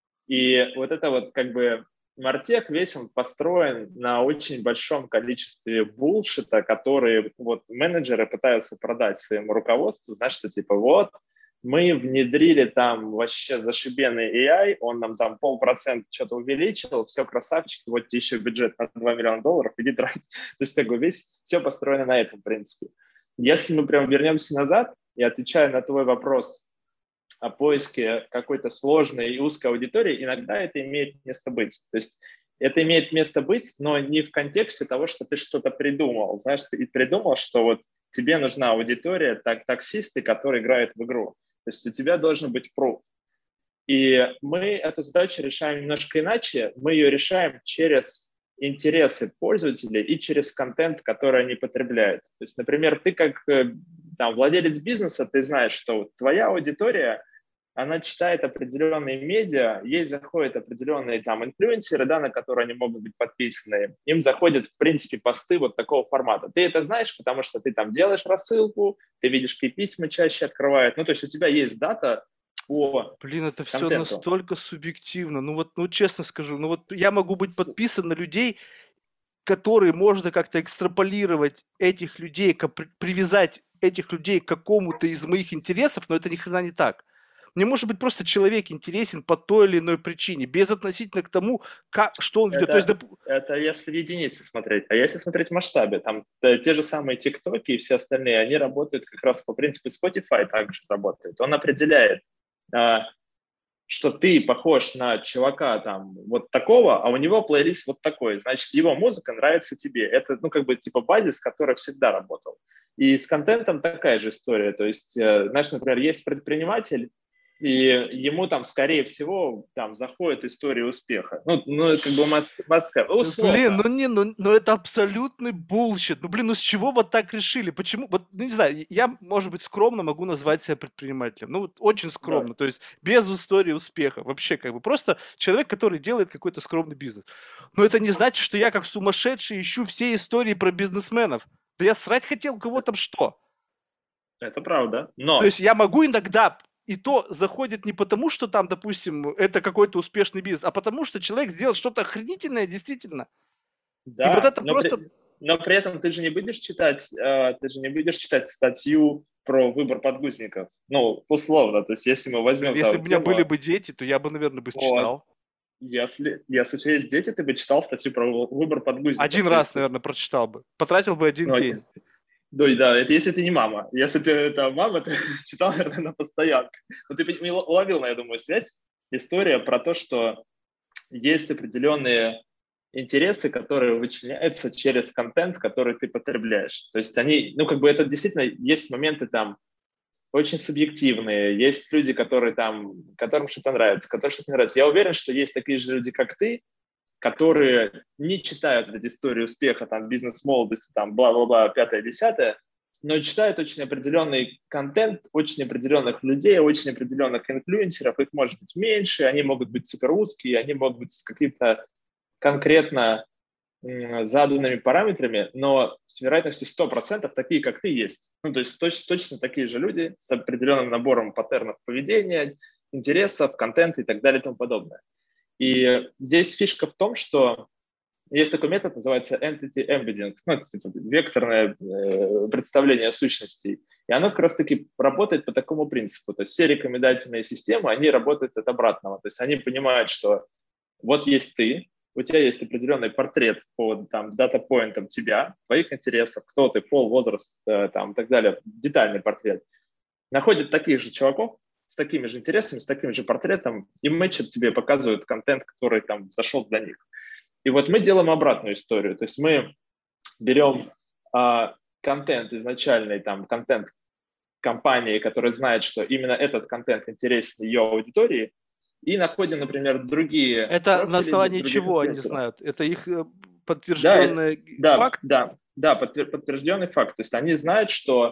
И вот это вот как бы Мартех весь он построен на очень большом количестве булшита, которые вот менеджеры пытаются продать своему руководству, знаешь, что типа вот мы внедрили там вообще зашибенный эй ай, он нам там полпроцента что-то увеличил, все, красавчик, вот тебе еще бюджет на два миллиона долларов, иди тратить. То есть такой весь, все построено на этом принципе. Если мы прям вернемся назад и отвечая на твой вопрос, о поиске какой-то сложной и узкой аудитории, иногда это имеет место быть. То есть это имеет место быть, но не в контексте того, что ты что-то придумал. Знаешь, ты придумал, что вот тебе нужна аудитория, так, таксисты, которые играют в игру. То есть у тебя должен быть пруф. И мы эту задачу решаем немножко иначе. Мы ее решаем через интересы пользователей и через контент, который они потребляют. То есть, например, ты как там, владелец бизнеса, ты знаешь, что твоя аудитория, она читает определенные медиа, ей заходят определенные там инфлюенсеры, да, на которые они могут быть подписаны, им заходят, в принципе, посты вот такого формата. Ты это знаешь, потому что ты там делаешь рассылку, ты видишь, какие письма чаще открывают. Ну, то есть у тебя есть дата по Блин, это все контенту. настолько субъективно. Ну вот, ну честно скажу, ну вот я могу быть подписан на людей, которые можно как-то экстраполировать этих людей, привязать этих людей к какому-то из моих интересов, но это ни хрена не так. Мне может быть просто человек интересен по той или иной причине, без относительно к тому, как, что он ведет. То есть, Это, доп... это если в единице смотреть. А если смотреть в масштабе, там те же самые ТикТоки и все остальные, они работают как раз по принципу Spotify также работает. Он определяет, что ты похож на чувака там вот такого, а у него плейлист вот такой, значит, его музыка нравится тебе. Это, ну, как бы, типа базис, который всегда работал. И с контентом такая же история. То есть, знаешь, например, есть предприниматель, и ему там, скорее всего, там заходит история успеха. Ну, ну как бы must, must have. Блин, Условно. ну не, ну, ну это абсолютный булщит. Ну блин, ну с чего вот так решили? Почему? Вот, ну не знаю, я, может быть, скромно могу назвать себя предпринимателем. Ну вот очень скромно, Да. то есть без истории успеха. Вообще как бы просто человек, который делает какой-то скромный бизнес. Но это не значит, что я как сумасшедший ищу все истории про бизнесменов. Да я срать хотел, у кого там что. Это правда. То Но есть я могу иногда, и то заходит не потому, что там, допустим, это какой-то успешный бизнес, а потому что человек сделал что-то охренительное действительно. И вот да, это но просто... при, но при этом ты же не будешь читать, э, ты же не будешь читать статью про выбор подгузников. Ну, условно, то есть если мы Блин, возьмем если там бы у меня были тему, бы дети, то я бы, наверное, бы вот, читал. если, если у тебя есть дети, ты бы читал статью про выбор подгузников. Один То раз, есть, наверное, прочитал бы. Потратил бы один ну, день. да, да, это если ты не мама. Если ты это мама, ты читал, наверное, на постоянке. Но ты уловил, я думаю, связь. История про то, что есть определенные интересы, которые вычленяются через контент, который ты потребляешь. То есть они, ну, как бы это действительно есть моменты там очень субъективные, есть люди, которые там, которым что-то нравится, которым что-то не нравится. Я уверен, что есть такие же люди, как ты, которые не читают эти истории успеха, там, бизнес-молодости, там, бла-бла-бла, пятое-десятое, но читают очень определенный контент, очень определенных людей, очень определенных инфлюенсеров, их может быть меньше, они могут быть супер узкие, они могут быть с какими-то конкретно заданными параметрами, но с вероятностью сто процентов такие, как ты, есть. Ну, то есть точно, точно такие же люди с определенным набором паттернов поведения, интересов, контента и так далее и тому подобное. И здесь фишка в том, что есть такой метод, называется entity embedding, ну, это типа векторное э, представление сущностей. И оно как раз-таки работает по такому принципу. То есть все рекомендательные системы, они работают от обратного. То есть они понимают, что вот есть ты, у тебя есть определенный портрет по там, дата-поинтам тебя, твоих интересов, кто ты, пол, возраст, э, там, и так далее, детальный портрет. Находят таких же чуваков, с такими же интересами, с таким же портретом, и мэчат тебе, показывают контент, который там зашел для них. И вот мы делаем обратную историю. То есть мы берем а, контент изначальный, там, контент компании, которая знает, что именно этот контент интересен ее аудитории, и находим, например, другие Это на профили основании других чего они инфлюенсеров. знают? Это их Да, это, подтвержденный да, факт? да, да, подтвержденный факт. То есть они знают, что,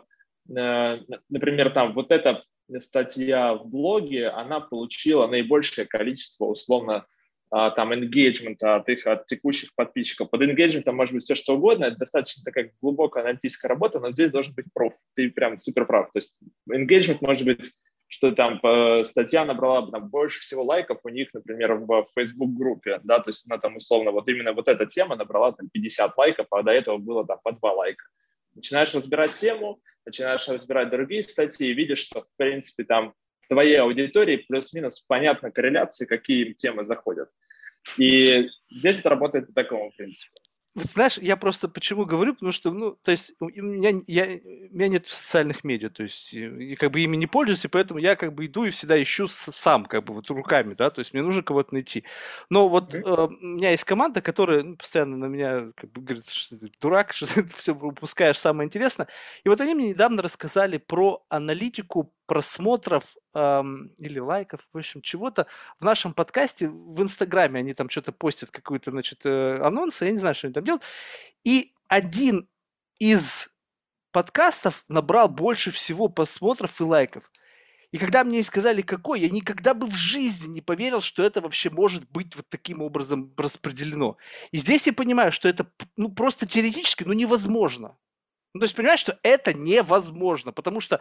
э, например, там вот эта статья в блоге, она получила наибольшее количество, условно, э, там, engagement от их, от текущих подписчиков. Под engagement может быть все что угодно, это достаточно такая глубокая аналитическая работа, но здесь должен быть проф, ты прям супер прав. То есть engagement может быть, что там статья набрала там, больше всего лайков у них, например, в Facebook-группе, да, то есть она там условно, вот именно вот эта тема набрала там пятьдесят лайков, а до этого было там по два лайка. Начинаешь разбирать тему, начинаешь разбирать другие статьи и видишь, что, в принципе, там в твоей аудитории плюс-минус понятна корреляция, какие темы заходят. И здесь это работает по такому принципу. Вот знаешь, я просто почему говорю, потому что, ну, то есть у меня, я, у меня нет социальных медиа, то есть э, и как бы ими не пользуюсь, и поэтому я как бы иду и всегда ищу с- сам, как бы вот руками, да, то есть мне нужно кого-то найти. Но вот э, Мгм. у меня есть команда, которая ну, постоянно на меня как бы говорит, что ты дурак, что ты все упускаешь самое интересное. И вот они мне недавно рассказали про аналитику просмотров ам, или лайков, в общем, чего-то в нашем подкасте в Инстаграме. Они там что-то постят, какую-то, значит, э, анонсы, я не знаю, что они там делают. И один из подкастов набрал больше всего просмотров и лайков. И когда мне сказали, какой, я никогда бы в жизни не поверил, что это вообще может быть вот таким образом распределено. И здесь я понимаю, что это ну, просто теоретически ну, невозможно. Ну, то есть понимаешь, что это невозможно, потому что,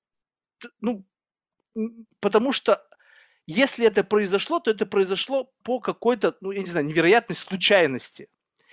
ну, потому что если это произошло, то это произошло по какой-то, ну, я не знаю, невероятной случайности.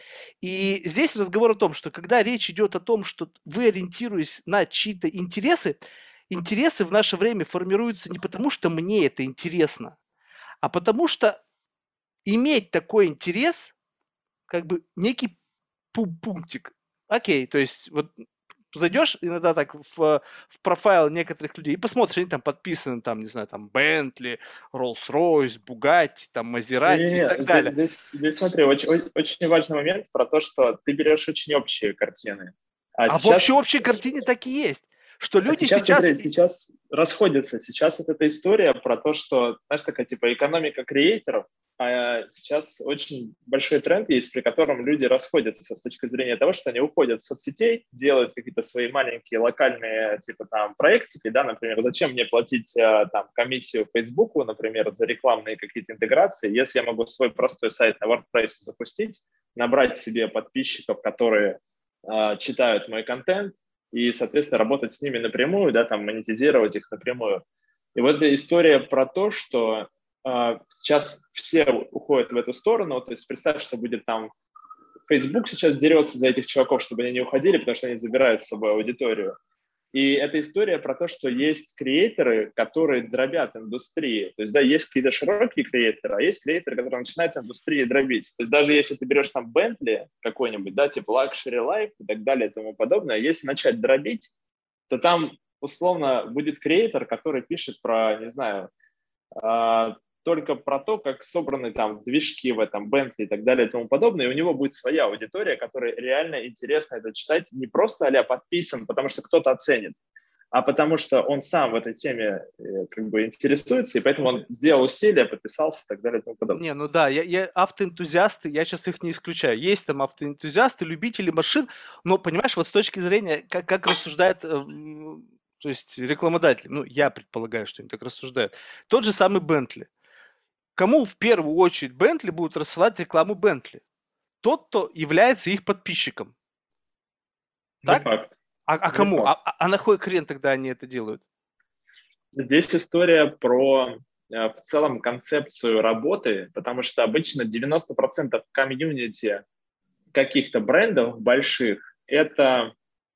И здесь разговор о том, что когда речь идет о том, что вы ориентируетесь на чьи-то интересы, интересы в наше время формируются не потому, что мне это интересно, а потому что иметь такой интерес, как бы некий пунктик. Окей, то есть вот зайдешь иногда так в, в профайл некоторых людей и посмотришь, они там подписаны, там, не знаю, там, Бентли, Роллс-Ройс, Бугатти, там, Мазерати и Не-не-не, так здесь, далее. здесь, здесь смотри, очень, о- очень важный момент про то, что ты берешь очень общие картины. А А в общей сейчас, общей картине так и есть, что а люди сейчас, сейчас... смотри, сейчас расходятся. Сейчас вот эта история про то, что, знаешь, такая типа экономика креаторов, а сейчас очень большой тренд есть, при котором люди расходятся с точки зрения того, что они уходят с соцсетей, делают какие-то свои маленькие локальные типа там проектики, да, например, зачем мне платить э, там комиссию Фейсбуку, например, за рекламные какие-то интеграции, если я могу свой простой сайт на WordPress запустить, набрать себе подписчиков, которые э, читают мой контент, и, соответственно, работать с ними напрямую, да, там, монетизировать их напрямую. И вот эта история про то, что э, сейчас все уходят в эту сторону, то есть представь, что будет там Facebook сейчас дерется за этих чуваков, чтобы они не уходили, потому что они забирают с собой аудиторию. И это история про то, что есть креаторы, которые дробят индустрии. То есть, да, есть какие-то широкие креаторы, а есть креаторы, которые начинают индустрии дробить. То есть, даже если ты берешь там Bentley какой-нибудь, да, типа Luxury Life и так далее и тому подобное, если начать дробить, то там условно будет креатор, который пишет про, не знаю, а, только про то, как собраны там движки в этом Bentley и так далее и тому подобное, и у него будет своя аудитория, которой реально интересно это читать, не просто а подписан, потому что кто-то оценит, а потому что он сам в этой теме э, как бы интересуется, и поэтому он сделал усилия, подписался и так далее и тому подобное. Не, ну да, я, я автоэнтузиасты, я сейчас их не исключаю. Есть там автоэнтузиасты, любители машин, но, понимаешь, вот с точки зрения, как, как рассуждает, э, м, то есть рекламодатель, ну, я предполагаю, что они так рассуждают, тот же самый Бентли. Кому в первую очередь Бентли будут рассылать рекламу Бентли? Тот, кто является их подписчиком. Не Так? факт, А, а не кому? А, факт. а, а на кой хрен тогда они это делают? Здесь история про э, в целом концепцию работы, потому что обычно девяносто процентов комьюнити каких-то брендов больших – это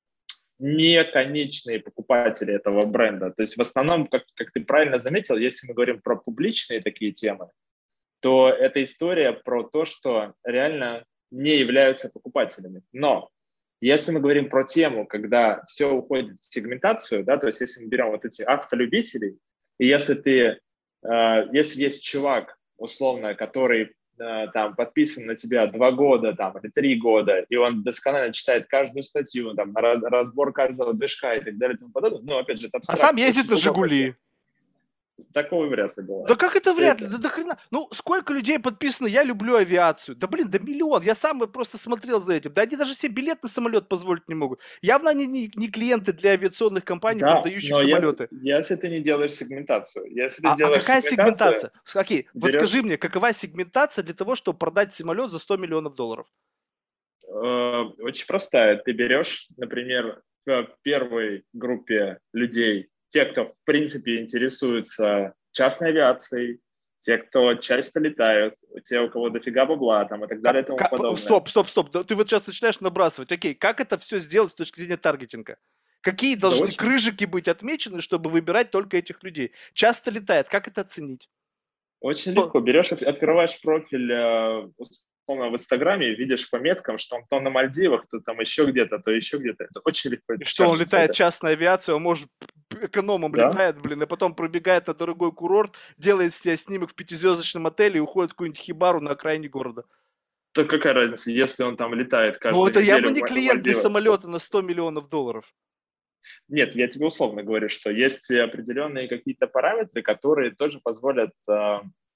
не конечные покупатели этого бренда. То есть в основном, как, как ты правильно заметил, если мы говорим про публичные такие темы, то это история про то, что реально не являются покупателями. Но если мы говорим про тему, когда все уходит в сегментацию, да, то есть если мы берем вот эти автолюбителей, и если ты, э, если есть чувак, условно, который э, там подписан на тебя два года там, или три года, и он досконально читает каждую статью, там, разбор каждого движка и так далее и тому подобное, ну, опять же, это А сам абстракт, ездит очень на глубокая тема. «Жигули». Такого вряд ли Да бывает. как это Все вряд ли? это Да, до хрена. Ну, сколько людей подписано «Я люблю авиацию»? Да блин, да миллион. Я сам просто смотрел за этим. Да они даже себе билет на самолет позволить не могут. Явно они не, не клиенты для авиационных компаний, да, продающих но если, самолеты. если ты не делаешь сегментацию, если ты А, а делаешь какая сегментацию, сегментация? С- Окей, вот скажи берешь мне, какова сегментация для того, чтобы продать самолет за сто миллионов долларов? э, очень простая. Ты берешь, например, в первой группе людей, те, кто в принципе интересуется частной авиацией, те, кто часто летают, те, у кого дофига бабла там, и так далее Ка- и тому ка- п- подобное. стоп, стоп, стоп. Да ты вот сейчас начинаешь набрасывать. Окей, как это все сделать с точки зрения таргетинга? Какие Да должны очень, крыжики быть отмечены, чтобы выбирать только этих людей? Часто летает, как это оценить? очень Кто? легко. Берешь, от- открываешь профиль, э, условно, в Инстаграме, видишь по меткам, что он то на Мальдивах, то там еще где-то, то еще где-то. Это очень легко И что, он чаржится. летает Это, частной авиацией, он может п- экономом да, летает, блин, и потом пробегает на дорогой курорт, делает себе снимок в пятизвездочном отеле и уходит в какую-нибудь хибару на окраине города. то какая разница, если он там летает Ну, каждую это явно неделю в не Ма- в клиент для Мальдивах? самолета на сто миллионов долларов. Нет, я тебе условно говорю, что есть определенные какие-то параметры, которые тоже позволят э,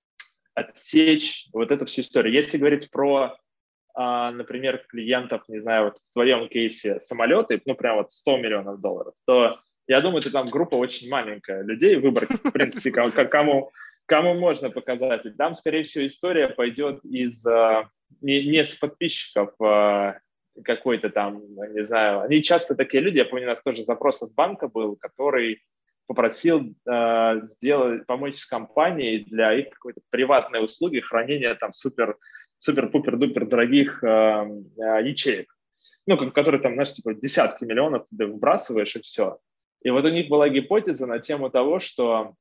отсечь вот эту всю историю. Если говорить про, э, например, клиентов, не знаю, вот в твоем кейсе самолеты, ну, прям вот сто миллионов долларов, то я думаю, что там группа очень маленькая людей, выбор, в принципе, кому, кому, кому можно показать. И там, скорее всего, история пойдет из э, не, не с подписчиков э, какой-то там, не знаю, они часто такие люди, я помню, у нас тоже запрос от банка был, который попросил э, сделать, помочь с компанией для их какой-то приватной услуги хранения там супер, супер-пупер-дупер дорогих э, э, ячеек. Ну, которые там, знаешь, типа десятки миллионов ты выбрасываешь и все. И вот у них была гипотеза на тему того, что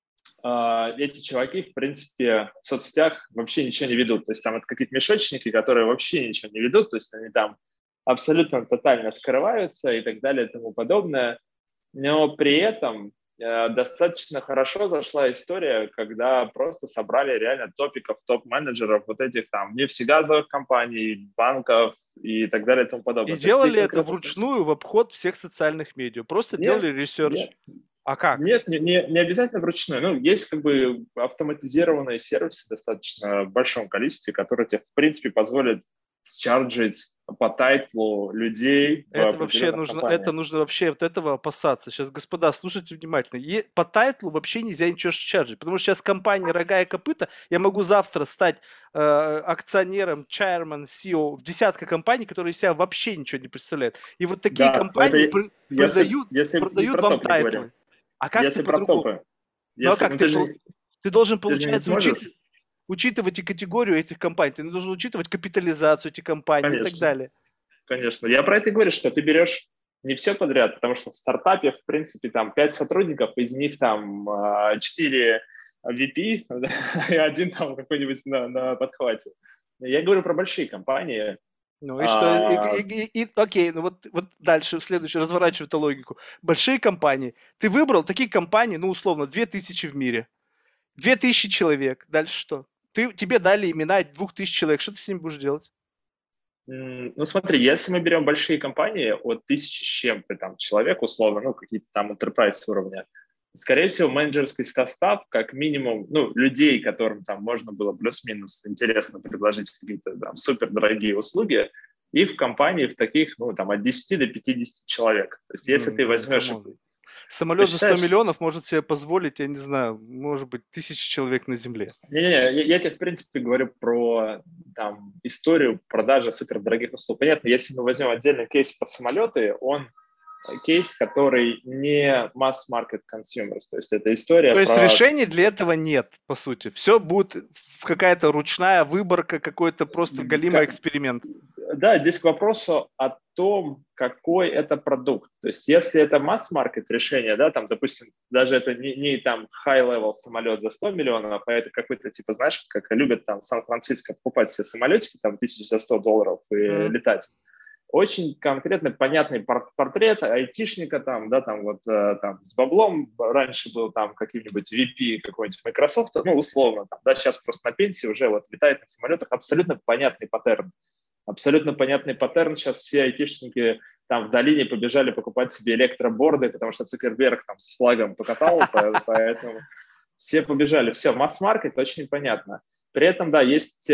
э, эти чуваки, в принципе, в соцсетях вообще ничего не ведут. То есть там это какие-то мешочники, которые вообще ничего не ведут, то есть они там абсолютно тотально скрываются и так далее и тому подобное. Но при этом э, достаточно хорошо зашла история, когда просто собрали реально топиков, топ-менеджеров вот этих там нефтегазовых компаний, банков и так далее и тому И подобное. То есть ты делали это конкретно... вручную в обход всех социальных медиа. Просто Нет, делали ресерч. нет, А как? нет, не, не, не обязательно вручную. Ну, есть как бы автоматизированные сервисы в достаточно большом количестве, которые тебе, в принципе, позволят счарджить по тайтлу людей в Это вообще определенных нужно, это компаниях. нужно вообще вот этого опасаться. Сейчас, господа, слушайте внимательно. Е- по тайтлу вообще нельзя ничего чарджить, потому что сейчас компания «Рога и копыта», я могу завтра стать э, акционером, chairman, си и о в десятка компаний, которые из себя вообще ничего не представляют. И вот такие Да, это компании пр- если, продают, если не продают про вам топ не говорим. тайтлы. А как ты Если про по-другому? топы. Ну а Если, как ну ты, ты же, пол- не- ты должен, ты же не получается, сможешь. учит- учитывать и категорию этих компаний, ты должен учитывать капитализацию этих компаний и так Конечно, далее. конечно. Я про это и говорю, что ты берешь не все подряд, потому что в стартапе, в принципе, там пять сотрудников, из них там четыре ви пи и один там какой-нибудь на, на подхвате. Я говорю про большие компании. Ну и что? И, А, и- и- и- окей, ну вот, вот дальше, следующий, разворачивай эту логику. Большие компании. Ты выбрал такие компании, ну, условно, две тысячи в мире. Две тысячи человек. Дальше что? Ты, тебе дали имена двух тысяч человек. Что ты с ними будешь делать? м, ну смотри, если мы берем большие компании от тысячи с чем-то там человек, условно, ну какие-то там enterprise уровня, скорее всего, менеджерский состав, как минимум, ну, людей, которым там можно было плюс-минус интересно предложить какие-то там супердорогие услуги, их в компании в таких, ну, там, от десяти до пятидесяти человек. То есть, если Ну, ты блин, возьмешь и камон. Самолет за сто посчитаешь, миллионов может себе позволить, я не знаю, может быть, тысячи человек на земле. не-не-не, я, я тебе, в принципе, говорю про там, историю продажи супердорогих услуг. Понятно, если мы возьмем отдельный кейс про самолеты, он кейс, который не масс-маркет consumers, то есть это история То есть про... решений для этого нет, по сути. Все будет в какая-то ручная выборка, какой-то просто галимый эксперимент. Да, здесь к вопросу о том, какой это продукт. То есть если это масс-маркет решение, да, там, допустим, даже это не, не там high-level самолет за сто миллионов, а это какой-то, типа, знаешь, как любят там в Сан-Франциско покупать себе самолетики, там, тысяч за сто долларов и Мгм. летать. Очень конкретно понятный портрет айтишника там, да, там вот э, там с баблом, раньше был там каким-нибудь ви пи какой-нибудь Microsoft, ну, условно, там, да, сейчас просто на пенсии уже вот летает на самолетах, абсолютно понятный паттерн. Абсолютно понятный паттерн. Сейчас все айтишники там в долине побежали покупать себе электроборды, потому что Цукерберг там с флагом покатал, поэтому все побежали. Все, масс-маркет очень понятно. При этом, да, есть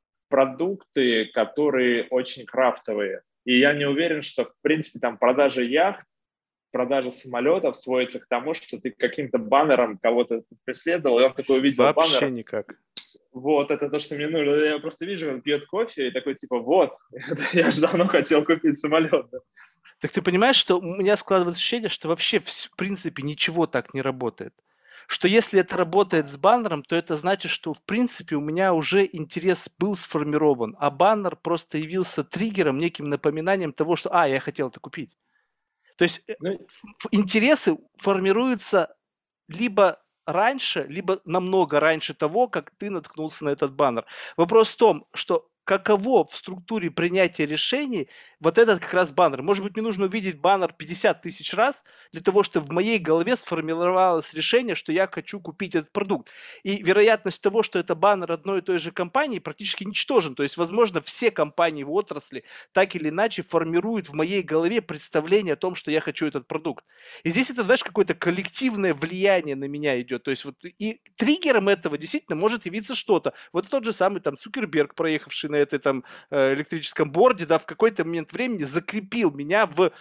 продукты, которые очень крафтовые. И я не уверен, что, в принципе, там продажа яхт, продажа самолетов сводится к тому, что ты каким-то баннером кого-то преследовал, и он такой увидел Вообще баннер, никак. вот, это то, что мне нужно. Я просто вижу, он пьет кофе и такой, типа, вот, я же давно хотел купить самолет. Да. Так ты понимаешь, что у меня складывается ощущение, что вообще в принципе ничего так не работает. Что если это работает с баннером, то это значит, что в принципе у меня уже интерес был сформирован, а баннер просто явился триггером, неким напоминанием того, что «а, я хотел это купить». То есть э, Ну, ф- интересы формируются либо раньше, либо намного раньше того, как ты наткнулся на этот баннер. Вопрос в том, что каково в структуре принятия решений вот этот как раз баннер. Может быть, мне нужно увидеть баннер пятьдесят тысяч раз для того, чтобы в моей голове сформировалось решение, что я хочу купить этот продукт. И вероятность того, что это баннер одной и той же компании, практически ничтожен. То есть, возможно, все компании в отрасли так или иначе формируют в моей голове представление о том, что я хочу этот продукт. И здесь это, знаешь, какое-то коллективное влияние на меня идет. То есть вот и триггером этого действительно может явиться что-то. Вот тот же самый там Цукерберг, проехавший на этой там э, электрическом борде, да, в какой-то момент времени закрепил меня в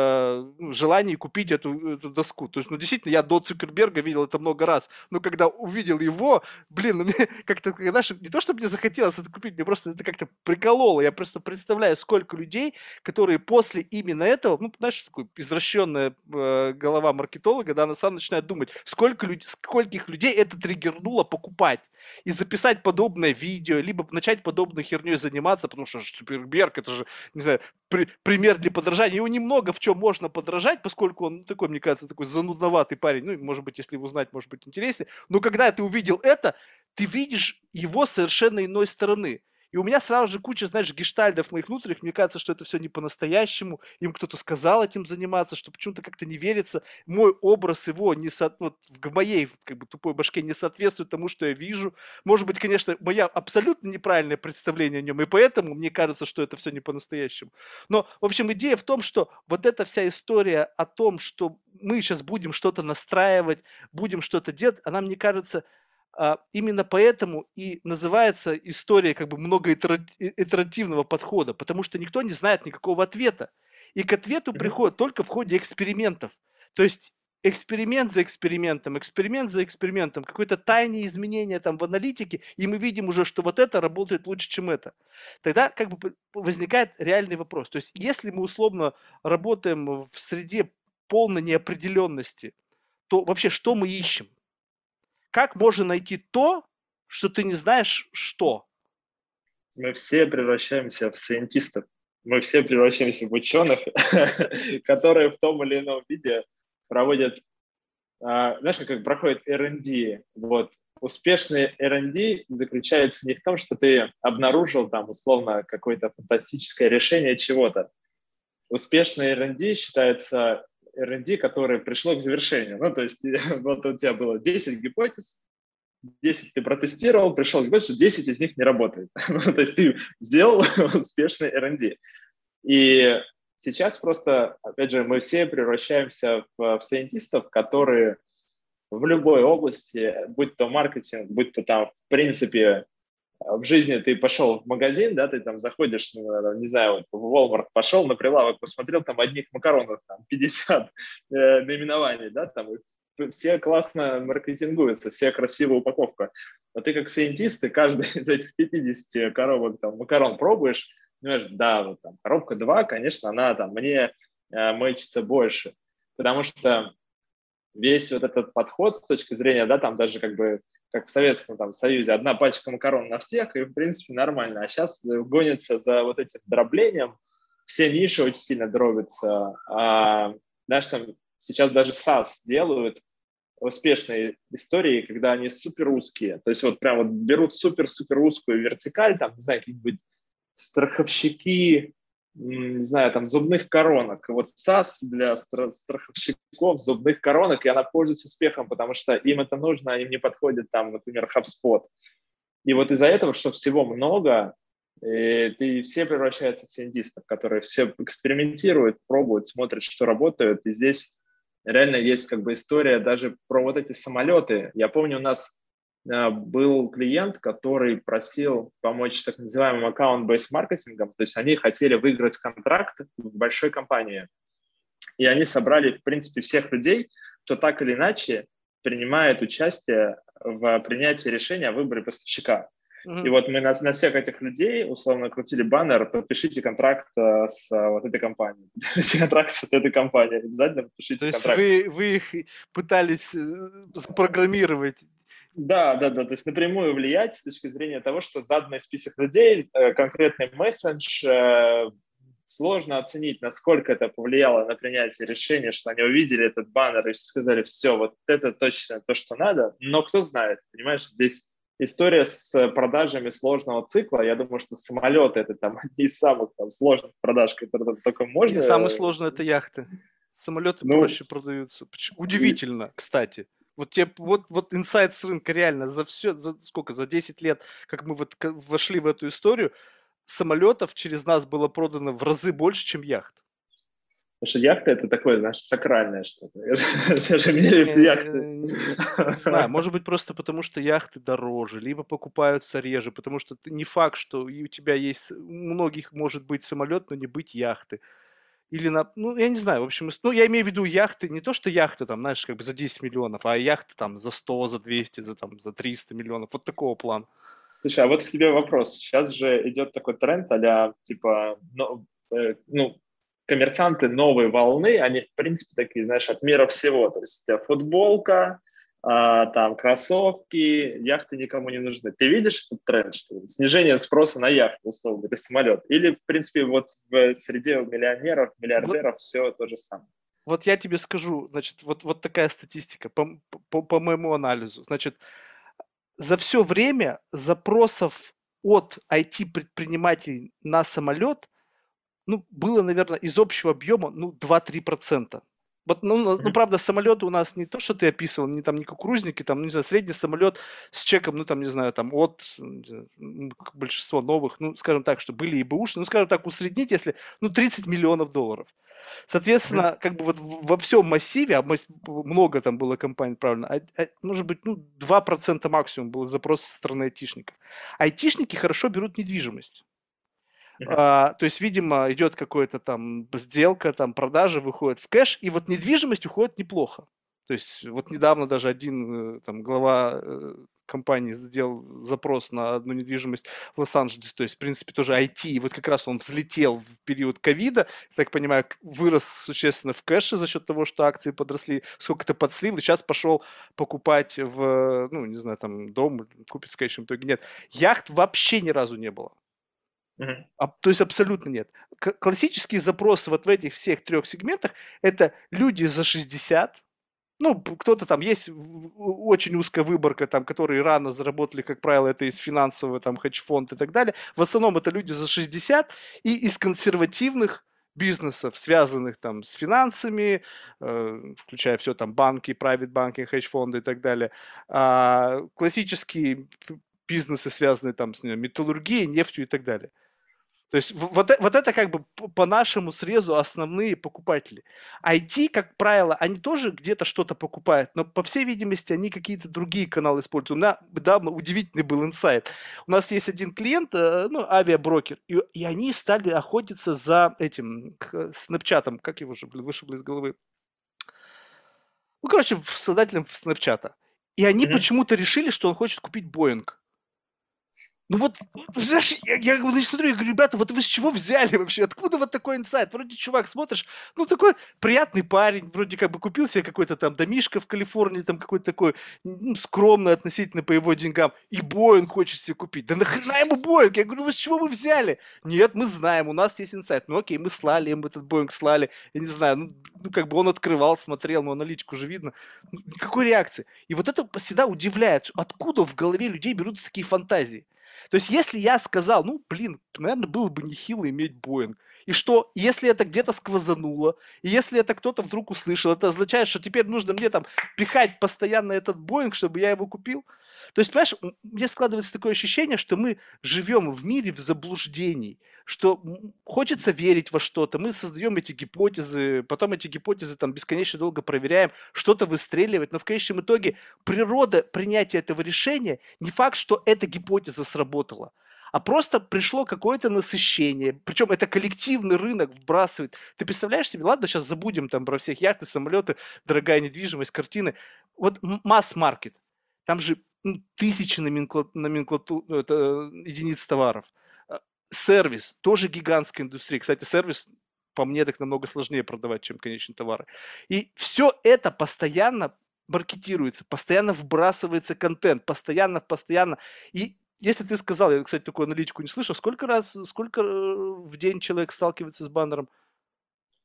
э, ну, желании купить эту, эту доску. То есть, ну, действительно, я до Цукерберга видел это много раз, но когда увидел его, блин, ну, мне как-то, знаешь, не то, чтобы мне захотелось это купить, мне просто это как-то прикололо. Я просто представляю, сколько людей, которые после именно этого, ну, знаешь, такой извращенная э, голова маркетолога, да, она сам начинает думать, сколько людей, скольких людей это триггернуло покупать. И записать подобное видео, либо начать подобной херней заниматься, потому что Цукерберг, это же, не знаю, при, пример для подражания. Его немного в чем можно подражать, поскольку он такой, мне кажется, такой занудноватый парень. Ну, может быть, если его знать, может быть, интереснее. Но когда ты увидел это, ты видишь его совершенно иной стороны. И у меня сразу же куча, знаешь, гештальдов моих внутренних. Мне кажется, что это все не по-настоящему. Им кто-то сказал этим заниматься, что почему-то как-то не верится. Мой образ его не со... вот, в моей как бы, тупой башке не соответствует тому, что я вижу. Может быть, конечно, моя абсолютно неправильное представление о нем, и поэтому мне кажется, что это все не по-настоящему. Но, в общем, идея в том, что вот эта вся история о том, что мы сейчас будем что-то настраивать, будем что-то делать, она, мне кажется, а, именно поэтому и называется история как бы многоитеративного подхода, потому что никто не знает никакого ответа. И к ответу приходят только в ходе экспериментов. То есть эксперимент за экспериментом, эксперимент за экспериментом, какое-то тайное изменение там в аналитике, и мы видим уже, что вот это работает лучше, чем это. Тогда как бы возникает реальный вопрос. То есть если мы условно работаем в среде полной неопределенности, то вообще что мы ищем? Как можно найти то, что ты не знаешь, что? Мы все превращаемся в сайентистов. Мы все превращаемся в ученых, которые в том или ином виде проводят, знаешь, как проходит эр энд ди. Вот. Успешный эр энд ди заключается не в том, что ты обнаружил там условно какое-то фантастическое решение чего-то. Успешный эр энд ди считается эр энд ди, которое пришло к завершению. Ну, то есть вот у тебя было десять гипотез, десять ты протестировал, пришел к гипотезе, что десять из них не работает. То есть ты сделал успешный эр энд ди. И сейчас просто, опять же, мы все превращаемся в, в сайентистов, которые в любой области, будь то маркетинг, будь то там, в принципе, в жизни ты пошел в магазин, да, ты там заходишь, не знаю, в Walmart пошел, на прилавок посмотрел, там одних макаронов, там пятьдесят э, наименований, да, там все классно маркетингуются, все красивая упаковка. Но ты как сайентист, ты каждый из этих пятидесяти коробок там, макарон пробуешь, понимаешь, да, вот там коробка два, конечно, она там мне э, мэчится больше, потому что весь вот этот подход с точки зрения, да, там даже как бы как в Советском там, Союзе, одна пачка макарон на всех, и, в принципе, нормально. А сейчас гонится за вот этим дроблением, все ниши очень сильно дробятся. А, знаешь, там сейчас даже сас делают успешные истории, когда они супер узкие. То есть вот прям вот берут супер-супер узкую вертикаль, там, не знаю, какие-нибудь страховщики, не знаю, там, зубных коронок. И вот сас для страховщиков зубных коронок, и она пользуется успехом, потому что им это нужно, а им не подходит, там, например, HubSpot. И вот из-за этого, что всего много, и ты все превращаются в сайентистов, которые все экспериментируют, пробуют, смотрят, что работает. И здесь реально есть как бы история даже про вот эти самолеты. Я помню, у нас был клиент, который просил помочь так называемым аккаунт-based маркетингом, то есть они хотели выиграть контракт в большой компании, и они собрали, в принципе, всех людей, кто так или иначе принимает участие в принятии решения о выборе поставщика. Mm-hmm. И вот мы на, на всех этих людей условно крутили баннер: подпишите контракт uh, с uh, вот этой компанией. Подпишите контракт с этой компанией. Обязательно подпишите То контракт. То есть вы, вы их пытались запрограммировать? Да, да, да, то есть напрямую влиять с точки зрения того, что заданный список людей, конкретный месседж, сложно оценить, насколько это повлияло на принятие решения, что они увидели этот баннер и сказали: все, вот это точно то, что надо, но кто знает, понимаешь, здесь история с продажами сложного цикла, я думаю, что самолеты это там одни из самых там, сложных продаж, которые только Не, самое можно. сложное это яхты. Самолеты Ну, проще продаются. Поч- и, Удивительно, кстати. Вот тебе, вот, вот инсайт с рынка реально за все, за сколько, за десять лет, как мы вот к- вошли в эту историю, самолетов через нас было продано в разы больше, чем яхт. потому что яхта это такое, знаешь, сакральное что-то. Все же Не, меряются яхты. не- не знаю, может быть просто потому, что яхты дороже, либо покупаются реже, потому что ты, не факт, что и у тебя есть, у многих может быть самолет, но не быть яхты. Или на, ну, я не знаю, в общем, ис- ну, я имею в виду яхты, не то, что яхты там, знаешь, как бы за десять миллионов, а яхты там за сто, за двести, за там, за триста миллионов, вот такого плана. Слушай, а вот к тебе вопрос. Сейчас же идет такой тренд а типа, ну, э, ну, коммерсанты новой волны, они, в принципе, такие, знаешь, от мира всего. То есть у тебя футболка, а, там, кроссовки, яхты никому не нужны. Ты видишь этот тренд, что снижение спроса на яхту, условно, или самолет? Или, в принципе, вот в среде миллионеров, Вот, миллиардеров все то же самое? вот я тебе скажу, значит, вот, вот такая статистика по, м- по, по моему анализу. Значит, за все время запросов от I T-предпринимателей на самолет, ну, было, наверное, из общего объема, ну, два-три процента. Вот, ну, ну, ну, Мгм. правда, самолеты у нас не то, что ты описывал, не там не кукурузники, там, ну, не знаю, средний самолет с чеком, ну, там, не знаю, там, от м, м, к- большинство новых, ну, скажем так, что были и бэушные, ну, скажем так, усреднить, если, ну, тридцать миллионов долларов. Мгм. Соответственно, как бы вот в- во всем массиве, а мас- много там было компаний, правильно, а- а, может быть, ну, два процента максимум был запрос со стороны айтишников. Айтишники хорошо берут недвижимость. Мгм. А, то есть, видимо, идет какая-то там сделка, там продажа выходит в кэш, и вот недвижимость уходит неплохо. То есть вот недавно даже один э, там глава э, компании сделал запрос на одну недвижимость в Лос-Анджелесе, то есть, в принципе, тоже I T, и вот как раз он взлетел в период ковида, я так понимаю, к- вырос существенно в кэше за счет того, что акции подросли, сколько-то подслил, и сейчас пошел покупать в, ну, не знаю, там, дом, купит в конечном итоге, нет. Яхт вообще ни разу не было. Мгм. А, то есть абсолютно нет. К- классические запросы вот в этих всех трех сегментах это люди за шестьдесят, ну, п- кто-то там есть в- в- очень узкая выборка, там, которые рано заработали, как правило, это из финансового, там, хедж-фонд и так далее. В основном это люди за шестьдесят и из консервативных бизнесов, связанных там с финансами, э, включая все там банки, private банки, хедж-фонды и так далее. А, классические п- бизнесы, связанные там с не знаю, металлургией, нефтью и так далее. То есть в- вот, э- вот это как бы п- по нашему срезу основные покупатели. I T, как правило, они тоже где-то что-то покупают, но по всей видимости они какие-то другие каналы используют. У меня недавно удивительный был инсайт. У нас есть один клиент, э, ну, авиаброкер, и, и они стали охотиться за этим к- снэпчатом, как его же, блин, вышибло из головы. Ну, короче, в- создателем снэпчата. И они Мгм. почему-то решили, что он хочет купить Боинг. Ну вот, знаешь, я, я говорю, смотрю, я говорю, ребята, вот вы с чего взяли вообще? Откуда вот такой инсайт? Вроде чувак, смотришь, ну такой приятный парень, вроде как бы купил себе какой-то там домишко в Калифорнии, там какой-то такой ну, скромный относительно по его деньгам, и Боинг хочет себе купить. Да нахрена ему Боинг? Я говорю, ну с чего вы взяли? Нет, мы знаем, у нас есть инсайт. Ну окей, мы слали, им этот Боинг слали, я не знаю, ну, ну как бы он открывал, смотрел, но аналитику же видно. Ну, никакой реакции. И вот это всегда удивляет, откуда в голове людей берутся такие фантазии. То есть, если я сказал, ну, блин, наверное, было бы нехило иметь Боинг. И что, если это где-то сквозануло, и если это кто-то вдруг услышал, это означает, что теперь нужно мне там пихать постоянно этот Боинг, чтобы я его купил? То есть, понимаешь, м, мне складывается такое ощущение, что мы живем в мире в заблуждении, что м, хочется верить во что-то, мы создаем эти гипотезы, потом эти гипотезы там бесконечно долго проверяем, что-то выстреливает, но в конечном итоге природа принятия этого решения не факт, что эта гипотеза сработала, а просто пришло какое-то насыщение. Причем это коллективный рынок вбрасывает. Ты представляешь себе, ладно, сейчас забудем там про всех яхты, самолеты, дорогая недвижимость, картины. Вот масс-маркет, там же ну, тысячи номенклату, номенклату, ну, это, э, единиц товаров. А, Сервис, тоже гигантская индустрия. Кстати, сервис по мне так намного сложнее продавать, чем конечные товары. И все это постоянно маркетируется, постоянно вбрасывается контент, постоянно, постоянно. И если ты сказал, я, кстати, такую аналитику не слышал, сколько раз, сколько э, в день человек сталкивается с баннером?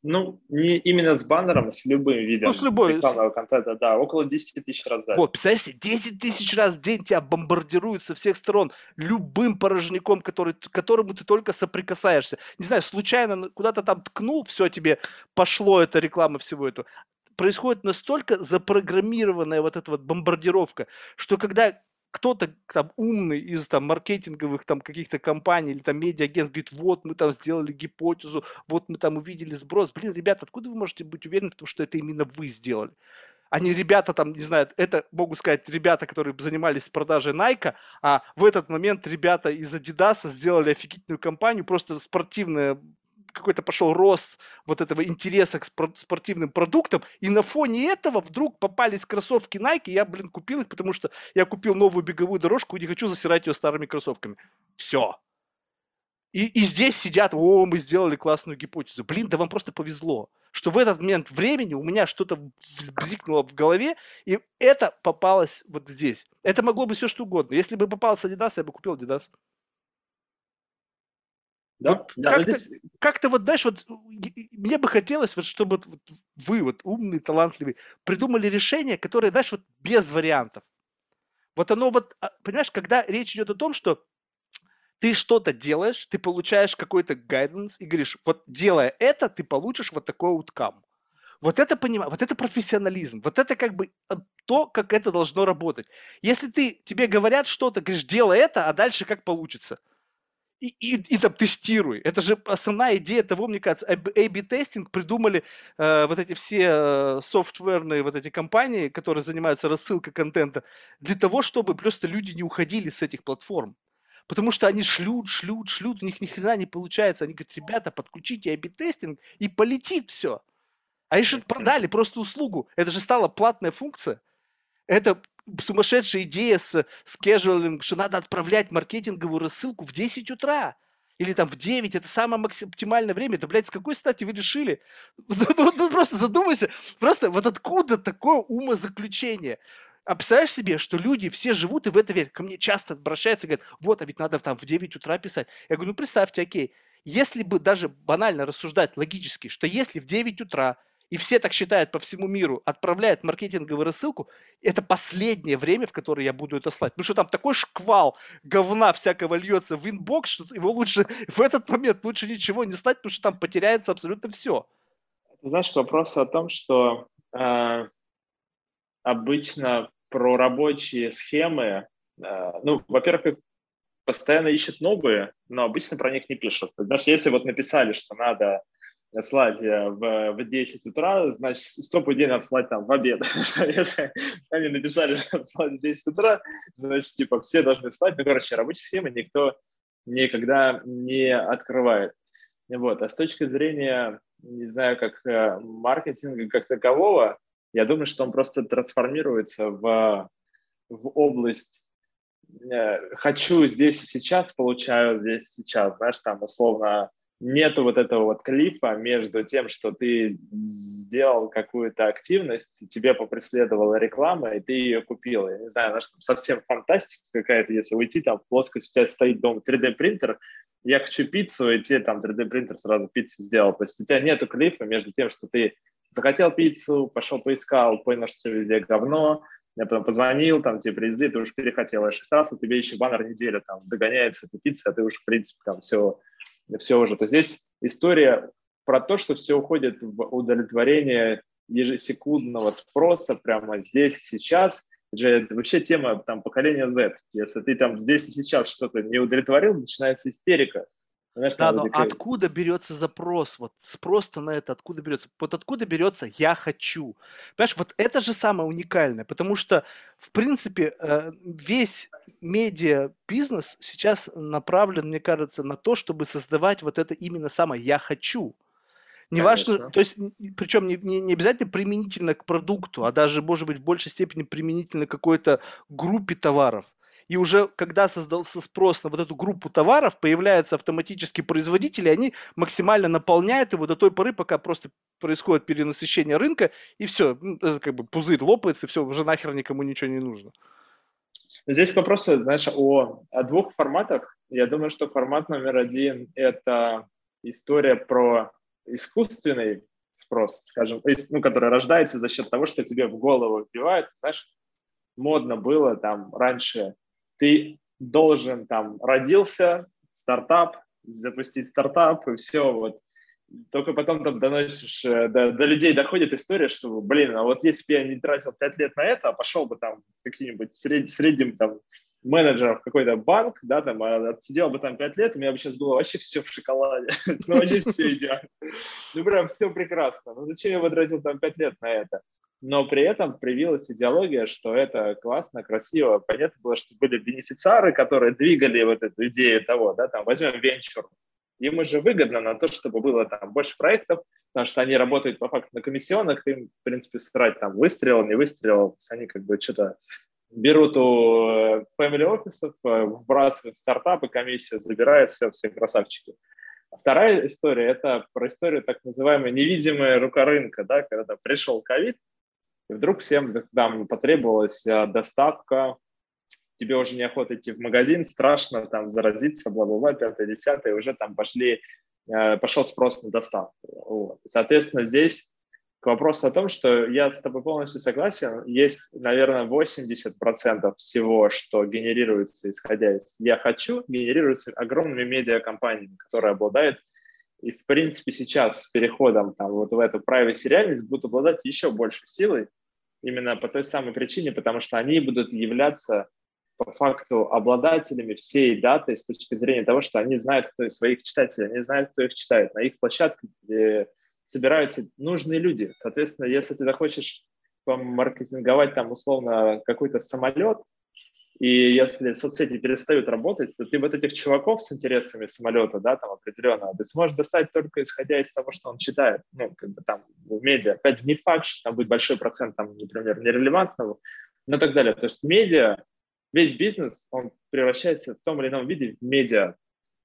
Ну, не именно с баннером, с любым Ну, с видом любой... рекламного контента, да, около десять тысяч раз за Вот, день. представляешь себе, десять тысяч раз в день тебя бомбардируют со всех сторон любым порожняком, который, к которому ты только соприкасаешься. Не знаю, случайно куда-то там ткнул, все, тебе пошло эта реклама всего этого. Происходит настолько запрограммированная вот эта вот бомбардировка, что когда кто-то там умный из там маркетинговых там каких-то компаний или там медиа-агентств говорит, вот мы там сделали гипотезу, вот мы там увидели сброс. Блин, ребята, откуда вы можете быть уверены в том, что это именно вы сделали? Они ребята там, не знаю, это могу сказать ребята, которые занимались продажей Nike, а в этот момент ребята из Adidas сделали офигительную кампанию, просто спортивная, какой-то пошел рост вот этого интереса к спортивным продуктам, и на фоне этого вдруг попались кроссовки Nike, я, блин, купил их, потому что я купил новую беговую дорожку и не хочу засирать ее старыми кроссовками. Все. И, и здесь сидят, о, мы сделали классную гипотезу. Блин, да вам просто повезло, что в этот момент времени у меня что-то бзикнуло в голове, и это попалось вот здесь. Это могло быть все что угодно. Если бы попалось Adidas, я бы купил Adidas. Да, Вот да, но как-то, здесь как-то вот, знаешь, вот мне бы хотелось, вот, чтобы вот вы, вот умные, талантливые, придумали решение, которое, знаешь, вот без вариантов. Вот оно вот, а, понимаешь, когда речь идет о том, что ты что-то делаешь, ты получаешь какой-то guidance и говоришь, вот делая это, ты получишь вот такой outcome. Вот это понимаю, вот это профессионализм, вот это как бы э, то, как это должно работать. Если ты, тебе говорят что-то, говоришь, делай это, а дальше как получится. И, и, и там тестируй. Это же основная идея того, мне кажется, эй би-тестинг придумали э, вот эти все э, софтверные вот эти компании, которые занимаются рассылкой контента, для того, чтобы просто люди не уходили с этих платформ. Потому что они шлют, шлют, шлют, у них ни хрена не получается. Они говорят, ребята, подключите эй би-тестинг, и полетит все. А они же продали просто услугу. Это же стала платная функция. Это сумасшедшая идея с скеджулинг, что надо отправлять маркетинговую рассылку в десять утра. Или там в девять, это самое максим, оптимальное время. Это, блядь, с какой стати вы решили? Ну, ну, ну, просто задумайся. Просто вот откуда такое умозаключение? А представляешь себе, что люди все живут и в это верят. Ко мне часто обращаются и говорят, вот, а ведь надо там в девять утра писать. Я говорю, ну представьте, окей, если бы даже банально рассуждать логически, что если в девять утра и все так считают по всему миру, отправляют маркетинговую рассылку, это последнее время, в которое я буду это слать. Потому что там такой шквал говна всякого льется в инбокс, что его лучше в этот момент лучше ничего не слать, потому что там потеряется абсолютно все. ты знаешь, вопрос о том, что э, обычно про рабочие схемы, э, ну, во-первых, их постоянно ищут новые, но обычно про них не пишут. Знаешь, если вот написали, что надо слать в, в десять утра, значит, стопудово день надо слать там в обед. Если они написали, что надо слать в десять утра, значит, типа, все должны слать. Ну, короче, рабочие схемы никто никогда не открывает. Вот. А с точки зрения, не знаю, как маркетинга как такового, я думаю, что он просто трансформируется в, в область хочу здесь и сейчас, получаю здесь и сейчас. Знаешь, там условно нету вот этого вот клифа между тем, что ты сделал какую-то активность, тебе попреследовала реклама, и ты ее купил. Я не знаю, знаешь, там совсем фантастика какая-то, если уйти, там в плоскость у тебя стоит дома три дэ-принтер, я хочу пиццу, и тебе там три дэ-принтер сразу пиццу сделал. То есть у тебя нету клифа между тем, что ты захотел пиццу, пошел поискал, понял, что все везде говно, я потом позвонил, там тебе привезли, ты уже перехотел шесть раз, а тебе еще баннер неделю там догоняется эта пицца, а ты уже, в принципе, там все, все уже. То есть здесь история про то, что все уходит в удовлетворение ежесекундного спроса прямо здесь, сейчас. Это вообще тема там поколения Z. Если ты там здесь и сейчас что-то не удовлетворил, начинается истерика. Знаешь, да, но эти... откуда берется запрос? Вот спрос-то на это откуда берется? Вот откуда берется «я хочу»? Понимаешь, вот это же самое уникальное, потому что, в принципе, весь медиа-бизнес сейчас направлен, мне кажется, на то, чтобы создавать вот это именно самое «я хочу». Неважно, то есть, причем не, не, не обязательно применительно к продукту, а даже, может быть, в большей степени применительно к какой-то группе товаров. И уже когда создался спрос на вот эту группу товаров, появляются автоматически производители, они максимально наполняют его до той поры, пока просто происходит перенасыщение рынка, и все, это как бы пузырь лопается, и все, уже нахер никому ничего не нужно. Здесь вопрос, знаешь, о, о двух форматах. Я думаю, что формат номер один – это история про искусственный спрос, скажем, ну, который рождается за счет того, что тебе в голову вбивают, знаешь, модно было там раньше, ты должен там родился, стартап, запустить стартап, и все, вот. Только потом там доносишь, до, до людей доходит история, что, блин, а вот если бы я не тратил пять лет на это, а пошел бы там каким-нибудь сред, средним там менеджером в какой-то банк, да, там, а отсидел бы там пять лет, у меня бы сейчас было вообще все в шоколаде, ну, вообще все идеально. Ну, прям все прекрасно. Ну, зачем я потратил там пять лет на это? Но при этом привилась идеология, что это классно, красиво. Понятно было, что были бенефициары, которые двигали вот эту идею того, да, там, возьмем венчур. Им уже выгодно на то, чтобы было там больше проектов, потому что они работают по факту на комиссионных, им, в принципе, срать там выстрелил, не выстрелил, они как бы что-то берут у family офисов, вбрасывают в стартапы, комиссия забирает, все, все красавчики. А вторая история – это про историю так называемой невидимая рука рынка, да, когда пришел ковид, и вдруг всем там потребовалась доставка, тебе уже неохота идти в магазин, страшно там заразиться, бла-бла-бла, пятое, десятое, уже там пошли, э, пошел спрос на доставку. Вот. Соответственно, здесь к вопросу о том, что я с тобой полностью согласен, есть, наверное, восемьдесят процентов всего, что генерируется, исходя из «я хочу», генерируется огромными медиакомпаниями, которые обладают, и, в принципе, сейчас с переходом там, вот в эту privacy реальность будут обладать еще большей силой, именно по той самой причине, потому что они будут являться по факту обладателями всей даты с точки зрения того, что они знают, кто из своих читателей, они знают, кто их читает. На их площадках собираются нужные люди. Соответственно, если ты захочешь маркетинговать там условно какой-то самолет, и если соцсети перестают работать, то ты вот этих чуваков с интересами самолета, да, там определенно, ты сможешь достать только исходя из того, что он читает, ну, как бы там в медиа. Опять не факт, что там будет большой процент, там, например, нерелевантного, но так далее. То есть медиа, весь бизнес, он превращается в том или ином виде в медиа,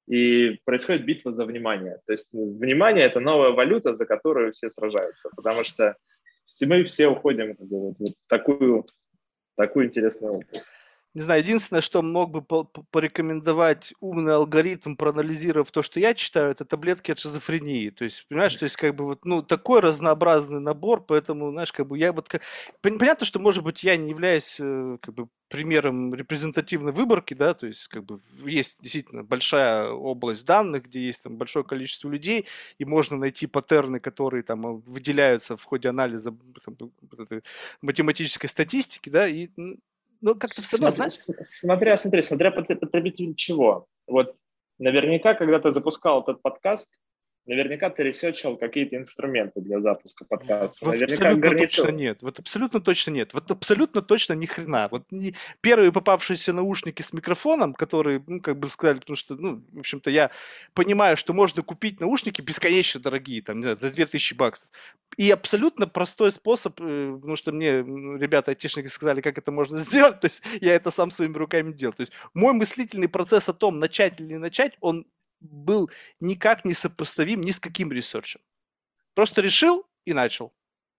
и происходит битва за внимание. То есть внимание – это новая валюта, за которую все сражаются, потому что мы все уходим как бы, вот, вот в такую, такую интересную область. Не знаю, единственное, что мог бы порекомендовать умный алгоритм, проанализировав то, что я читаю, это таблетки от шизофрении. То есть, понимаешь, то есть, как бы вот, ну, такой разнообразный набор, поэтому, знаешь, как бы я вот... Как... Понятно, что, может быть, я не являюсь, как бы, примером репрезентативной выборки, да, то есть, как бы, есть действительно большая область данных, где есть там большое количество людей, и можно найти паттерны, которые там выделяются в ходе анализа там, математической статистики, да, и ну, как-то все равно, знаешь... Смотря, смотри, смотря потребитель чего. Вот наверняка, когда ты запускал этот подкаст, наверняка ты ресерчил какие-то инструменты для запуска подкаста. Вот наверняка абсолютно гарнитур. точно нет. Вот абсолютно точно нет. Вот абсолютно точно ни хрена. Вот не... первые попавшиеся наушники с микрофоном, которые, ну, как бы сказали, потому что, ну, в общем-то, я понимаю, что можно купить наушники бесконечно дорогие, там, не знаю, за две тысячи баксов. И абсолютно простой способ, потому что мне ребята, айтишники, сказали, как это можно сделать, то есть я это сам своими руками делал. То есть мой мыслительный процесс о том, начать или не начать, он был никак не сопоставим ни с каким ресерчем. Просто решил и начал.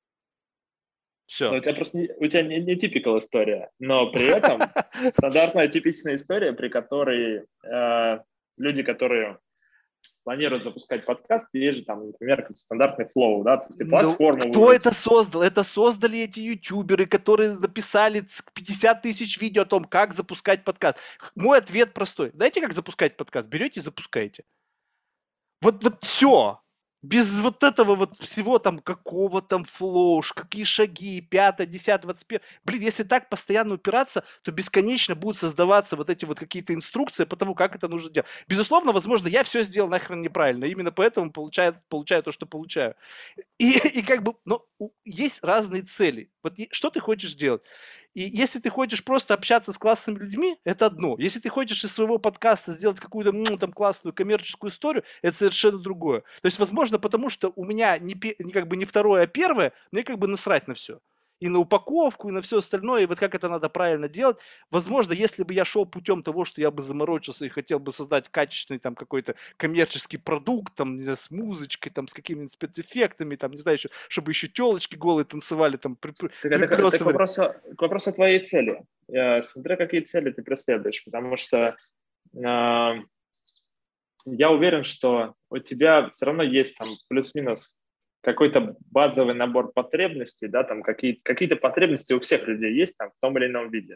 Все. Но у тебя просто не, у тебя не, не typical история, но при этом стандартная типичная история, при которой э, люди, которые планируют запускать подкаст, есть же там, например, как стандартный флоу, да, то есть ты платформу ну, кто выбрать. Это создал? Это создали эти ютуберы, которые написали пятьдесят тысяч видео о том, как запускать подкаст. Мой ответ простой. Знаете, как запускать подкаст? Берете и запускаете. Вот, вот все. Без вот этого вот всего там, какого там флоу, какие шаги, пятое, десятое, двадцать первое. Блин, если так постоянно упираться, то бесконечно будут создаваться вот эти вот какие-то инструкции по тому, как это нужно делать. Безусловно, возможно, я все сделал нахрен неправильно. Именно поэтому получаю, получаю то, что получаю. И, и как бы, но есть разные цели. Вот что ты хочешь делать? И если ты хочешь просто общаться с классными людьми, это одно. Если ты хочешь из своего подкаста сделать какую-то ну, там классную коммерческую историю, это совершенно другое. То есть, возможно, потому что у меня не, не как бы не второе, а первое, мне как бы насрать на все. И на упаковку, и на все остальное, и вот как это надо правильно делать. Возможно, если бы я шел путем того, что я бы заморочился и хотел бы создать качественный там какой-то коммерческий продукт, там, не знаю, с музычкой, там, с какими-нибудь спецэффектами, там, не знаю, еще, чтобы еще телочки голые танцевали, там, при, так, так, так к, вопросу, к вопросу о твоей цели. Я, смотря какие цели ты преследуешь, потому что э, я уверен, что у тебя все равно есть там плюс-минус какой-то базовый набор потребностей, да, там какие, какие-то потребности у всех людей есть там в том или ином виде.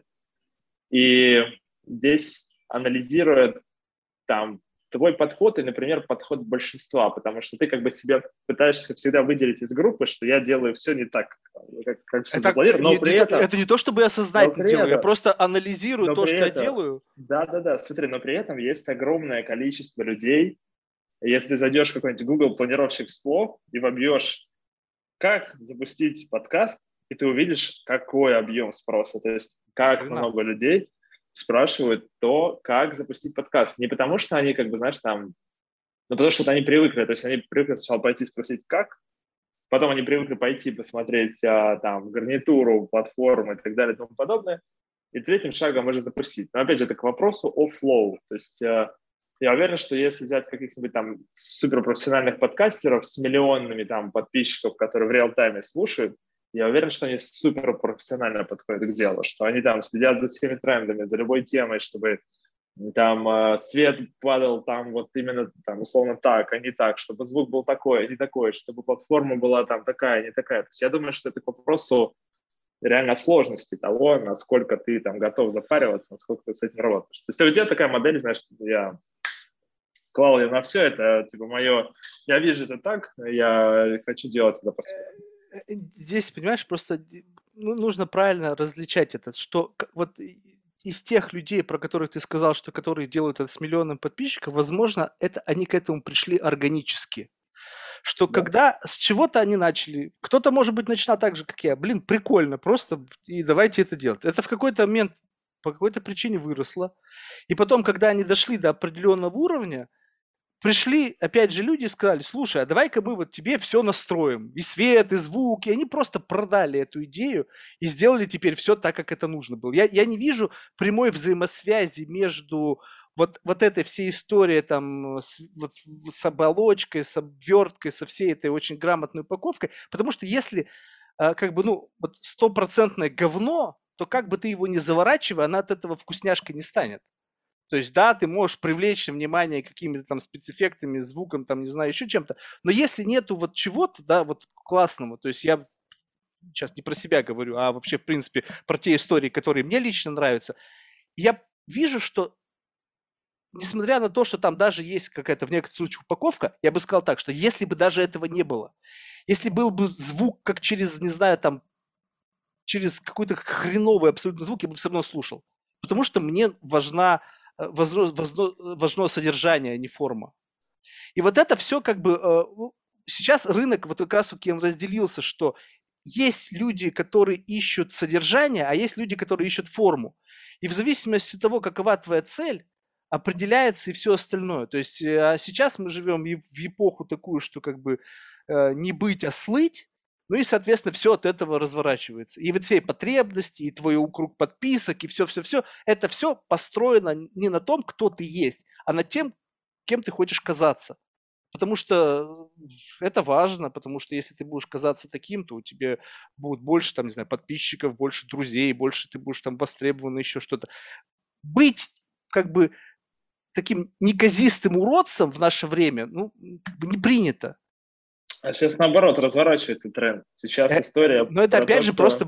И здесь анализируя там твой подход и, например, подход большинства, потому что ты как бы себя пытаешься всегда выделить из группы, что я делаю все не так, как, как все Это запланировано, не, но при не то, этом, это не то, чтобы я но сознательно при делаю, я этом, просто анализирую но то, при что я этом, делаю. да-да-да, смотри, но при этом есть огромное количество людей. Если ты зайдешь в какой-нибудь Google планировщик слов и вобьешь, как запустить подкаст, и ты увидишь, какой объем спроса, то есть Ни как хрена. много людей спрашивают то, как запустить подкаст. Не потому, что они, как бы, знаешь, там, но потому что они привыкли, то есть они привыкли сначала пойти спросить, как, потом они привыкли пойти посмотреть а, там гарнитуру, платформу и так далее и тому подобное, и третьим шагом уже запустить. Но опять же, это к вопросу о флоу. То есть э, я уверен, что если взять каких-нибудь там суперпрофессиональных подкастеров с миллионами там подписчиков, которые в реал-тайме слушают, я уверен, что они суперпрофессионально подходят к делу, что они там следят за всеми трендами, за любой темой, чтобы там э, свет падал там вот именно там условно так, а не так, чтобы звук был такой, а не такой, чтобы платформа была там такая, а не такая. То есть я думаю, что это к вопросу реально сложности того, насколько ты там готов запариваться, насколько ты с этим работаешь. То есть у тебя такая модель, знаешь, я клал ее на все, это типа мое, я вижу это так, я хочу делать это по-своему. Э, э, Здесь, понимаешь, просто ну, нужно правильно различать это, что к- вот и- из тех людей, про которых ты сказал, что которые делают это с миллионом подписчиков, возможно, это они к этому пришли органически. Что Да? когда с чего-то они начали, кто-то, может быть, начинал так же, как я, блин, прикольно, просто и давайте это делать. Это в какой-то момент по какой-то причине выросло. И потом, когда они дошли до определенного уровня, пришли, опять же, люди и сказали, слушай, а давай-ка мы вот тебе все настроим, и свет, и звук, и они просто продали эту идею и сделали теперь все так, как это нужно было. Я, я не вижу прямой взаимосвязи между вот, вот этой всей историей там с, вот, с оболочкой, с обверткой, со всей этой очень грамотной упаковкой, потому что если а, как бы, ну, вот стопроцентное говно, то как бы ты его не заворачивай, она от этого вкусняшкой не станет. То есть, да, ты можешь привлечь внимание какими-то там спецэффектами, звуком, там, не знаю, еще чем-то. Но если нету вот чего-то, да, вот классного, то есть я сейчас не про себя говорю, а вообще, в принципе, про те истории, которые мне лично нравятся, я вижу, что несмотря на то, что там даже есть какая-то в некоторых случаях упаковка, я бы сказал так, что если бы даже этого не было, если был бы звук как через, не знаю, там, через какой-то хреновый абсолютно звук, я бы все равно слушал. Потому что мне важна, э, возро- возно- важно содержание, а не форма. И вот это все как бы э, ну, сейчас рынок вот как раз таки он разделился, что есть люди, которые ищут содержание, а есть люди, которые ищут форму. И в зависимости от того, какова твоя цель, определяется и все остальное. То есть э, а сейчас мы живем и в эпоху такую, что как бы э, не быть, а слыть, ну и, соответственно, все от этого разворачивается. И вот все потребности, и твой круг подписок, и все-все-все, это все построено не на том, кто ты есть, а на тем, кем ты хочешь казаться. Потому что это важно, потому что если ты будешь казаться таким, то у тебя будет больше, там, не знаю, подписчиков, больше друзей, больше ты будешь там востребован, еще что-то. Быть как бы таким неказистым уродцем в наше время, ну, как бы не принято. А сейчас наоборот разворачивается тренд. Сейчас Э, э, история Но это про опять то, же что просто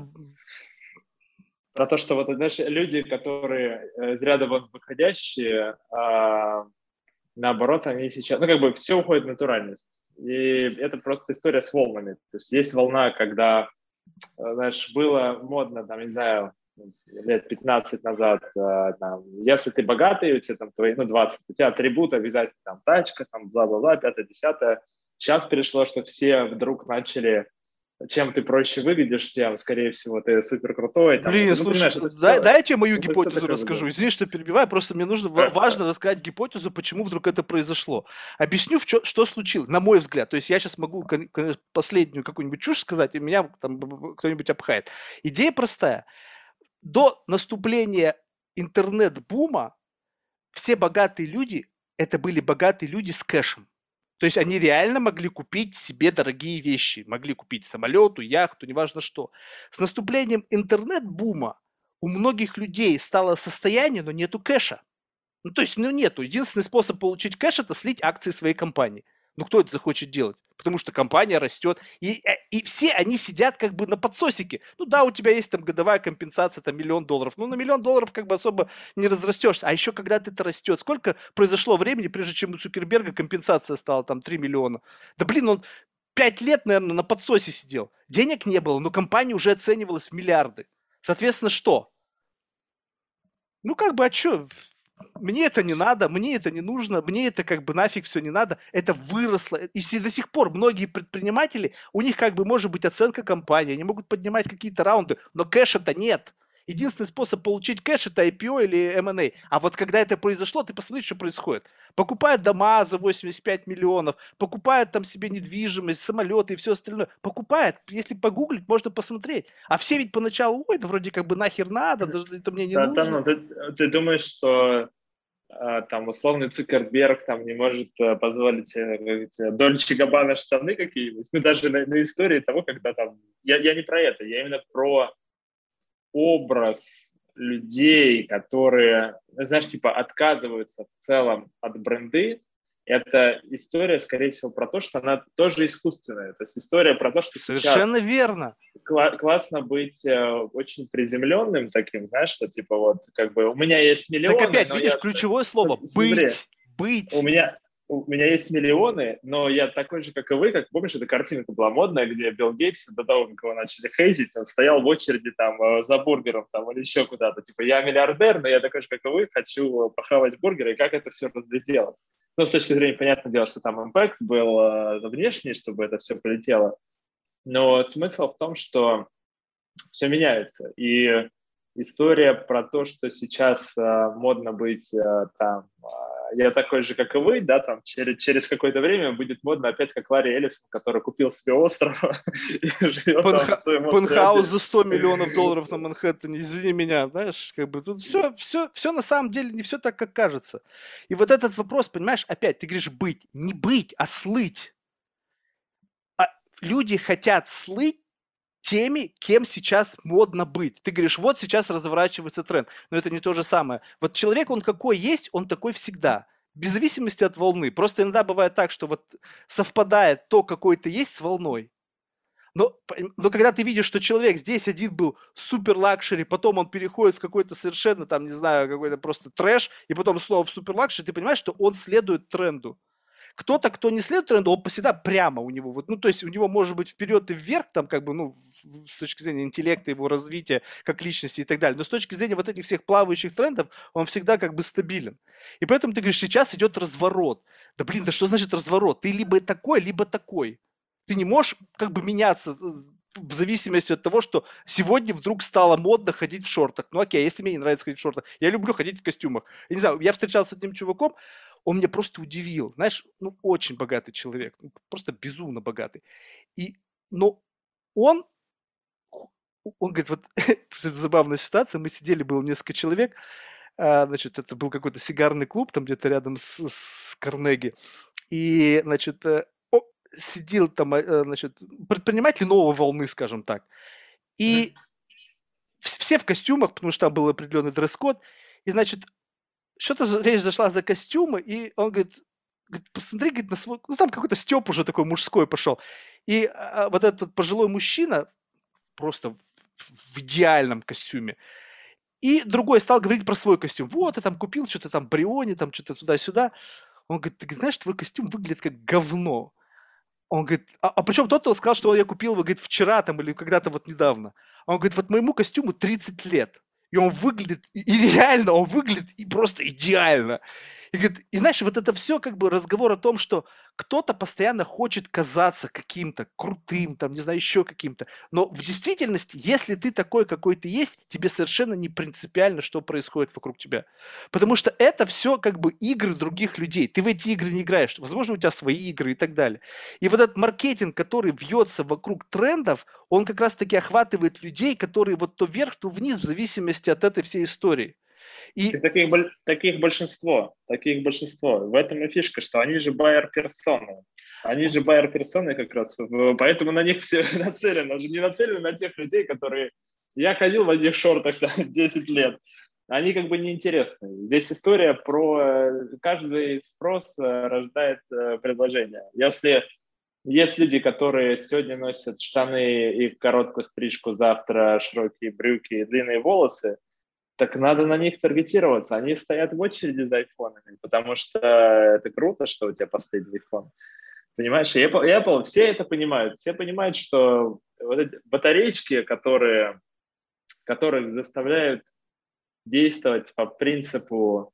про то, что вот, знаешь, люди, которые э, из ряда вон выходящие, а, наоборот, они сейчас, ну, как бы все уходит в натуральность. И это просто история с волнами. То есть есть волна, когда, э, знаешь, было модно, там, не знаю, лет пятнадцать назад, э, там, если ты богатый, у тебя там твои, ну, двадцать, у тебя атрибут обязательно, там, тачка, там, бла-бла-бла, пятое, десятое. Сейчас перешло, что все вдруг начали, чем ты проще выглядишь, тем, скорее всего, ты супер крутой, там, Блин, ну, ты слушай, понимаешь, это дай, все, дай я тебе мою это все гипотезу такое расскажу. выглядит. Извини, что перебиваю, просто мне нужно ва- важно рассказать гипотезу, почему вдруг это произошло. Объясню, в чё- что случилось, на мой взгляд. То есть я сейчас могу кон- конечно, последнюю какую-нибудь чушь сказать, и меня там б- б- кто-нибудь обхает. Идея простая. До наступления интернет-бума все богатые люди – это были богатые люди с кэшем. То есть они реально могли купить себе дорогие вещи, могли купить самолету, яхту, неважно что. С наступлением интернет-бума у многих людей стало состояние, но нету кэша. Ну, то есть, ну, нету. Единственный способ получить кэш – это слить акции своей компании. Ну, кто это захочет делать? Потому что компания растет, и, э, и все они сидят как бы на подсосике. Ну да, у тебя есть там годовая компенсация, там миллион долларов. Ну, на миллион долларов как бы особо не разрастешь. А еще когда это растет, сколько произошло времени, прежде чем у Цукерберга компенсация стала там три миллиона? Да блин, он пять лет, наверное, на подсосе сидел. Денег не было, но компания уже оценивалась в миллиарды. Соответственно, что? Ну, как бы, а что? Мне это не надо, мне это не нужно, мне это как бы нафиг все не надо. Это выросло. И си- до сих пор многие предприниматели, у них как бы может быть оценка компании, они могут поднимать какие-то раунды, но кэша-то нет. Единственный способ получить кэш – это ай пи о или эм энд эй. А вот когда это произошло, ты посмотри, что происходит. Покупают дома за восемьдесят пять миллионов, покупают там себе недвижимость, самолеты и все остальное. Покупают. Если погуглить, можно посмотреть. А все ведь поначалу, ой, это вроде как бы нахер надо, даже это мне не Да, там, нужно. ну, ты, ты думаешь, что э, там условный Цукерберг там не может э, позволить себе, как говорится, Дольче Габбана штаны какие-нибудь? Ну, даже на, на истории того, когда там... Я, я не про это, я именно про образ людей, которые, знаешь, типа отказываются в целом от бренды. Это история, скорее всего, про то, что она тоже искусственная. То есть история про то, что сейчас Совершенно верно. кла- классно быть э, очень приземленным таким, знаешь, что типа вот как бы у меня есть Так миллионы, опять, но видишь, я... ключевое слово Смотри, «быть», у «быть». меня, у меня есть миллионы, но я такой же, как и вы. Как помнишь, эта картинка была модная, где Билл Гейтс, до того, как его начали хейтить, он стоял в очереди там э, за бургером там, или еще куда-то. Типа, я миллиардер, но я такой же, как и вы, хочу похавать бургеры, и как это все разлетелось. Ну, с точки зрения, понятное дело, что там импакт был э, внешний, чтобы это все полетело. Но смысл в том, что все меняется. И история про то, что сейчас э, модно быть э, там, э, я такой же, как и вы, да, там через, через какое-то время будет модно опять как Ларри Эллисон, который купил себе остров и живет там на Пентха- своем Пентхаус острове. за сто миллионов долларов на Манхэттене, извини меня, знаешь, как бы тут все, все, все на самом деле не все так, как кажется. И вот этот вопрос, понимаешь, опять, ты говоришь быть, не быть, а слыть. А люди хотят слыть теми, кем сейчас модно быть. Ты говоришь, вот сейчас разворачивается тренд, но это не то же самое. Вот человек, он какой есть, он такой всегда. Без зависимости от волны. Просто иногда бывает так, что вот совпадает то, какой ты есть, с волной. Но, но когда ты видишь, что человек здесь один был супер лакшери, потом он переходит в какой-то совершенно, там, не знаю, какой-то просто трэш, и потом снова в супер лакшери, ты понимаешь, что он следует тренду. Кто-то, кто не следует тренду, он всегда прямо у него. Вот, ну, то есть у него может быть вперед и вверх, там, как бы, ну, с точки зрения интеллекта, его развития как личности и так далее. Но с точки зрения вот этих всех плавающих трендов, он всегда как бы стабилен. И поэтому ты говоришь, сейчас идет разворот. Да блин, да что значит разворот? Ты либо такой, либо такой. Ты не можешь как бы меняться в зависимости от того, что сегодня вдруг стало модно ходить в шортах. Ну окей, если мне не нравится ходить в шортах, я люблю ходить в костюмах. Я не знаю, я встречался с одним чуваком, он меня просто удивил. Знаешь, ну очень богатый человек, ну, просто безумно богатый. И, но он, он говорит, вот забавная ситуация, мы сидели, было несколько человек, а, значит, это был какой-то сигарный клуб там где-то рядом с, с Карнеги, и, значит, э, о, сидел там, э, значит, предприниматель новой волны, скажем так, и все в костюмах, потому что там был определенный дресс-код, и, значит, что-то речь зашла за костюмы, и он говорит, говорит, посмотри, говорит, на свой, ну там какой-то стёб уже такой мужской пошел, и а, вот этот пожилой мужчина просто в, в идеальном костюме, и другой стал говорить про свой костюм, вот, я там купил что-то там Бриони, там что-то туда-сюда, он говорит, ты знаешь, твой костюм выглядит как говно, он говорит, а, а причем тот, кто сказал, что я купил его, говорит, вчера там или когда-то вот недавно. Он говорит, вот моему костюму тридцать лет. И он выглядит, и и реально он выглядит и просто идеально. И, говорит, и знаешь, вот это все как бы разговор о том, что кто-то постоянно хочет казаться каким-то крутым, там, не знаю, еще каким-то. Но в действительности, если ты такой, какой ты есть, тебе совершенно не принципиально, что происходит вокруг тебя. Потому что это все как бы игры других людей. Ты в эти игры не играешь. Возможно, у тебя свои игры и так далее. И вот этот маркетинг, который вьется вокруг трендов, он как раз-таки охватывает людей, которые вот то вверх, то вниз, в зависимости от этой всей истории. И И таких, таких большинство, таких большинство. В этом и фишка, что они же байер-персоны. Они же байер-персоны как раз, поэтому на них все нацелены. Не нацелены на тех людей, которые... Я ходил в одних шортах там, десять лет. они как бы неинтересны. Здесь история про э, каждый спрос э, рождает э, предложение. Если есть люди, которые сегодня носят штаны и короткую стрижку, завтра широкие брюки и длинные волосы, так надо на них таргетироваться. Они стоят в очереди за айфонами, потому что это круто, что у тебя последний iPhone. Понимаешь, и Apple, и Apple, все это понимают. Все понимают, что вот эти батареечки, которые, которые заставляют действовать по принципу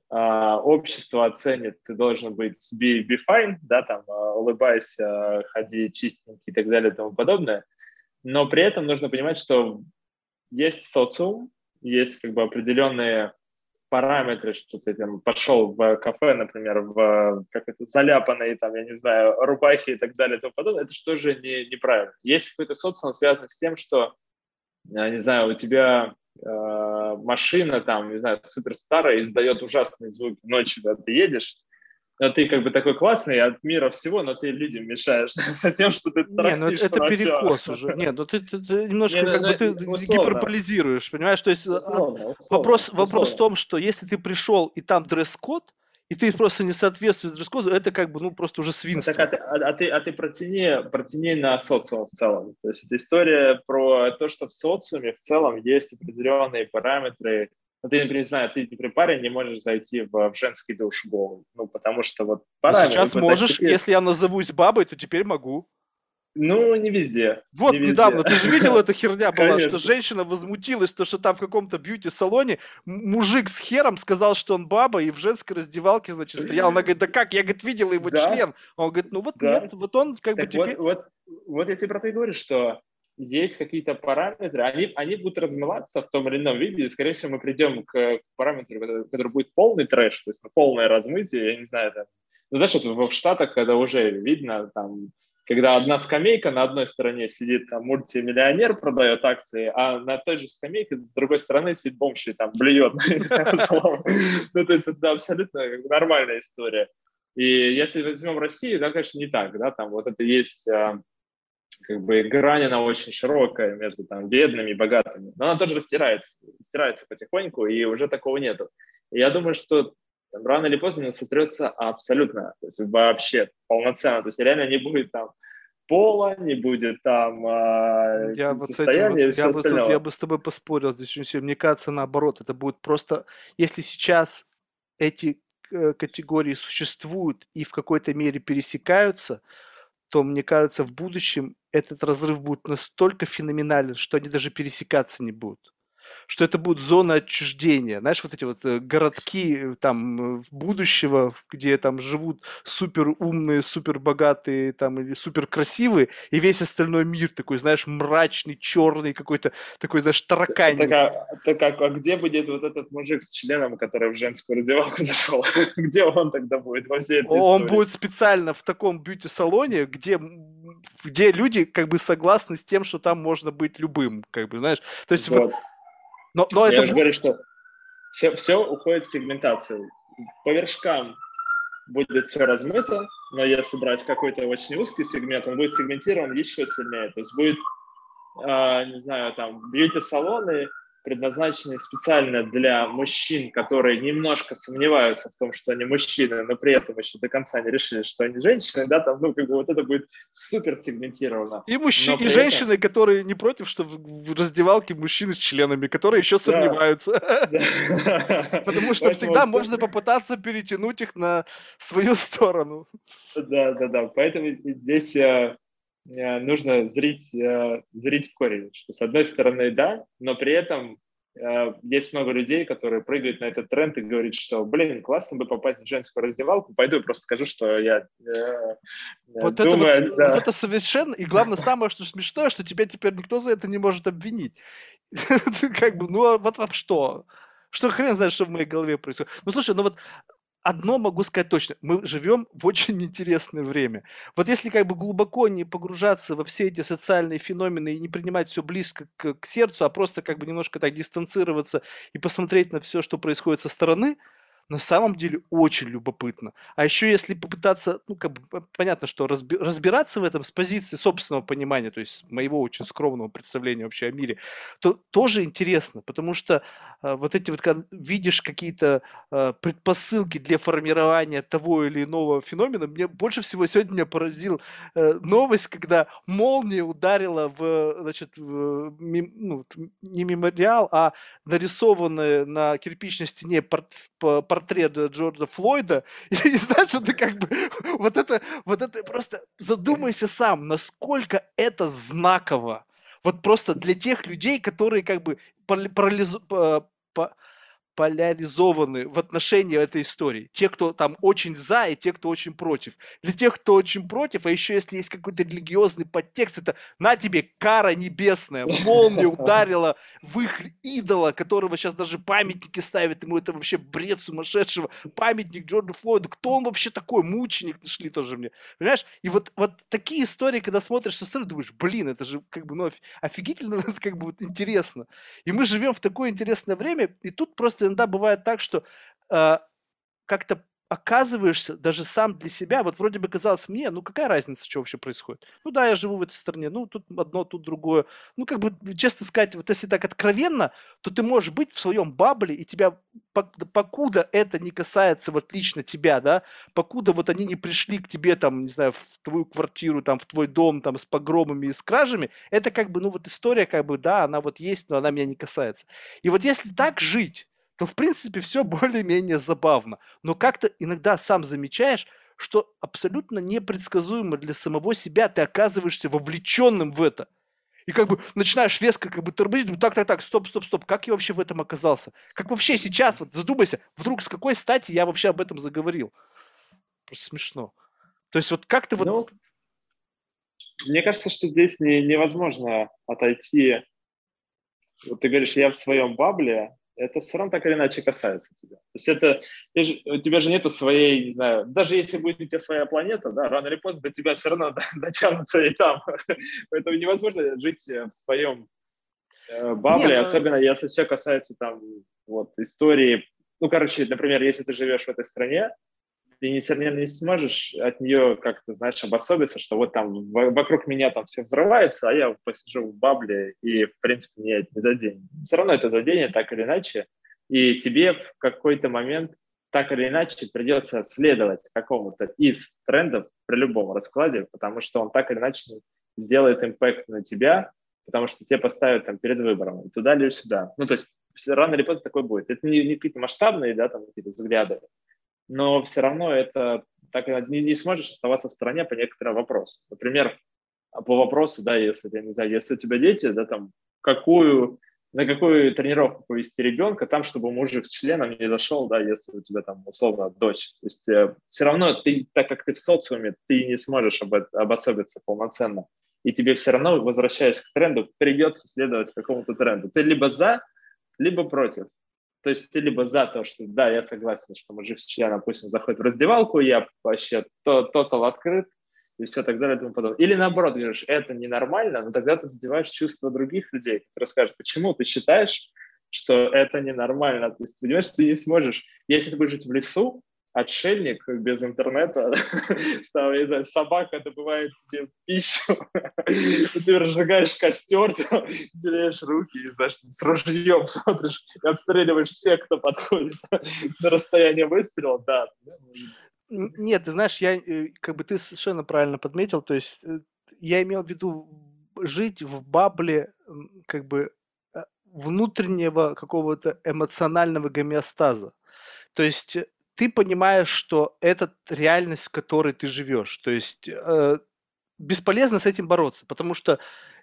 а, общество оценит, ты должен быть be, be fine, да, там, а, улыбайся, ходи чистенький и так далее и тому подобное. Но при этом нужно понимать, что есть социум, есть как бы определенные параметры, что ты там пошел в кафе, например, в как это, заляпанные, там, я не знаю, рубахи и так далее и тому подобное, это что же не, неправильно. Есть какой-то социум, связанный с тем, что, я не знаю, у тебя э, машина там, не знаю, супер старая, издает ужасный звук ночью, когда ты едешь, но ты как бы такой классный от мира всего, но ты людям мешаешь за тем, что ты Не, ну это, тарахтишь по это ночам. перекос уже. Не, ну ты, ты- ты Не, немножко ну, как бы ты ну, условно, гиперболизируешь, понимаешь? То есть а, условно, условно, вопрос, вопрос в условно. том, что если ты пришел и там дресс-код, и ты просто не соответствуешь дресс-коду, это как бы, ну, просто уже Ну, так, а, свинство. ты, а, а ты, а ты протяни, протяни на социум в целом. То есть это история про то, что в социуме в целом есть определенные параметры. Ну, ты, например, не знаю, ты, например, парень не можешь зайти в, в женский душ голым. Ну, потому что вот Но параметры, сейчас вот так, можешь, такие, если я назовусь бабой, то теперь могу. ну, не везде, не Вот везде. недавно, ты же видел, эта херня была, что Конечно. женщина возмутилась, то, что там в каком-то бьюти-салоне м- мужик с хером сказал, что он баба, и в женской раздевалке, значит, стоял. Она говорит, да как, я, говорит, видела его Да, член. Он говорит, ну вот нет, да. вот он как бы Так вот, теперь... вот, вот я тебе про это и говорю, что есть какие-то параметры, они, они будут размываться в том или ином виде, и, скорее всего, мы придем к, к параметру, который, который будет полный трэш, то есть ну, полное размытие, я не знаю, там, ну, знаешь, вот в Штатах, когда уже видно, там, когда одна скамейка, на одной стороне сидит там мультимиллионер, продает акции, а на той же скамейке с другой стороны сидит бомж и там блюет, ну, то есть это абсолютно нормальная история. И если возьмем Россию, да, конечно, не так, да, там вот это есть а, как бы грань, она очень широкая между там бедными и богатыми, но она тоже растирается, растирается потихоньку, и уже такого нету. И я думаю, что там, рано или поздно она сотрется абсолютно, то есть вообще полноценно, то есть реально не будет там пола, не будет там а, Я вот с этим вот, состояния и я все бы тут, я остального. бы с тобой поспорил здесь очень сильно. Мне кажется, наоборот, это будет просто, если сейчас эти э, категории существуют и в какой-то мере пересекаются, то, мне кажется, в будущем этот разрыв будет настолько феноменален, что они даже пересекаться не будут. Что это будет зона отчуждения. Знаешь, вот эти вот э, городки э, там э, будущего, где там живут супер умные, супер богатые там или супер красивые, и весь остальной мир такой, знаешь, мрачный, черный какой-то, такой, знаешь, Так, тараканник. а, так а, а где будет вот этот мужик с членом, который в женскую раздевалку зашел? Где он тогда будет во всей этой Он истории? будет специально в таком бьюти-салоне, где, м, где люди как бы согласны с тем, что там можно быть любым, как бы, знаешь. То есть вот, Вот. но, но это Я уже будет... говорю, что все, все уходит в сегментацию. По вершкам будет все размыто, но если брать какой-то очень узкий сегмент, он будет сегментирован еще сильнее. То есть будет, э, не знаю, там, бьюти-салоны, предназначенные специально для мужчин, которые немножко сомневаются в том, что они мужчины, но при этом еще до конца не решили, что они женщины, да, там, ну, как бы вот это будет супер сегментировано. И, мужчи... Но и при этом, женщины, которые не против, что в, в раздевалке мужчины с членами, которые еще да, сомневаются. да. Потому что Поэтому всегда можно попытаться перетянуть их на свою сторону. да, да, да. Поэтому здесь э, э, нужно зрить, э, зрить в корень, что с одной стороны, да, но при этом э, есть много людей, которые прыгают на этот тренд и говорят, что, блин, классно бы попасть в женскую раздевалку, пойду и просто скажу, что я э, э, Вот это вот, думаю, вот да, это совершенно, и главное, самое что смешное, что тебя теперь никто за это не может обвинить. Ты как бы, ну а вот об что? Что хрен знает, что в моей голове происходит. Ну слушай, ну вот одно могу сказать точно, мы живем в очень интересное время. Вот если как бы глубоко не погружаться во все эти социальные феномены и не принимать все близко к, к сердцу, а просто как бы немножко так дистанцироваться и посмотреть на все, что происходит со стороны, на самом деле очень любопытно. А еще если попытаться, ну, как бы, понятно, что разби- разбираться в этом с позиции собственного понимания, то есть моего очень скромного представления вообще о мире, то тоже интересно, потому что а, вот эти вот, когда видишь какие-то а, предпосылки для формирования того или иного феномена, мне больше всего сегодня меня поразил э, новость, когда молния ударила в, значит, в, мем- ну, не мемориал, а нарисованный на кирпичной стене порт- п- портрет Джорджа Флойда, и, и знаешь, это как бы, вот это, вот это просто задумайся сам, насколько это знаково. Вот просто для тех людей, которые как бы парализу- по- по- поляризованы в отношении этой истории. Те, кто там очень за, и те, кто очень против. Для тех, кто очень против, а еще если есть какой-то религиозный подтекст, это на тебе кара небесная, молния ударила в их идола, которого сейчас даже памятники ставят, ему это вообще бред сумасшедшего. Памятник Джорджу Флойду, кто он вообще такой? Мученик нашли тоже мне. Понимаешь? И вот, вот такие истории, когда смотришь со стороны, думаешь, блин, это же как бы, ну, офигительно, это как бы вот интересно. И мы живем в такое интересное время, и тут просто иногда бывает так, что э, как-то оказываешься даже сам для себя, вот вроде бы казалось мне, ну какая разница, что вообще происходит? Ну да, я живу в этой стране, ну тут одно, тут другое. Ну как бы, честно сказать, вот если так откровенно, то ты можешь быть в своем бабле, и тебя, покуда это не касается вот лично тебя, да, покуда вот они не пришли к тебе там, не знаю, в твою квартиру, там, в твой дом, там, с погромами и с кражами, это как бы, ну вот история, как бы, да, она вот есть, но она меня не касается. И вот если так жить, то, в принципе, все более-менее забавно. Но как-то иногда сам замечаешь, что абсолютно непредсказуемо для самого себя ты оказываешься вовлеченным в это. И как бы начинаешь резко как бы тормозить, ну так, так, так, стоп, стоп, стоп, как я вообще в этом оказался? Как вообще сейчас, вот задумайся, вдруг с какой стати я вообще об этом заговорил? Просто смешно. То есть вот как ты вот... Ну, мне кажется, что здесь не, невозможно отойти. Вот ты говоришь, я в своем бабле, это все равно так или иначе касается тебя. То есть это, ты же, у тебя же нету своей, не знаю, даже если будет у тебя своя планета, да, рано или поздно до тебя все равно дотянутся и там. Поэтому невозможно жить в своем э, Не, бабле, ну, особенно если все касается там вот истории. Ну, короче, например, если ты живешь в этой стране, ты, несомненно, не сможешь от нее как-то, знаешь, обособиться, что вот там вокруг меня там все взрывается, а я посижу в бабле, и, в принципе, меня это не заденет. Все равно это заденет так или иначе, и тебе в какой-то момент так или иначе придется следовать какому-то из трендов при любом раскладе, потому что он так или иначе сделает импакт на тебя, потому что тебе поставят там перед выбором, туда или сюда. Ну, то есть рано или поздно такое будет. Это не, не какие-то масштабные, да, там какие-то взгляды, но все равно это так не, не сможешь оставаться в стороне по некоторым вопросам. Например, по вопросу, да, если, я не знаю, если у тебя дети, да, там, какую, на какую тренировку повести ребенка, там, чтобы мужик с членом не зашел, да, если у тебя там, условно, дочь. То есть э, все равно ты, так как ты в социуме, ты не сможешь об, обособиться полноценно. И тебе все равно, возвращаясь к тренду, придется следовать какому-то тренду. Ты либо за, либо против. То есть ты либо за то, что да, я согласен, что мужик с членом, допустим, заходит в раздевалку, я вообще то, тотал открыт, и все так далее и тому подобное. Или наоборот, говоришь, это ненормально, но тогда ты задеваешь чувства других людей, которые скажут, почему ты считаешь, что это ненормально. То есть, понимаешь, ты не сможешь. Если ты будешь жить в лесу, отшельник без интернета, там, я не знаю, собака добывает тебе пищу, ты разжигаешь костер, берешь руки и, знаешь, с ружьем смотришь и отстреливаешь всех, кто подходит на расстояние выстрела, да. нет, ты знаешь, я, э, как бы ты совершенно правильно подметил, то есть э, я имел в виду жить в бабле, м, как бы э, внутреннего какого-то эмоционального гомеостаза. То есть э, ты понимаешь, что это реальность, в которой ты живешь. То есть э, бесполезно с этим бороться, потому что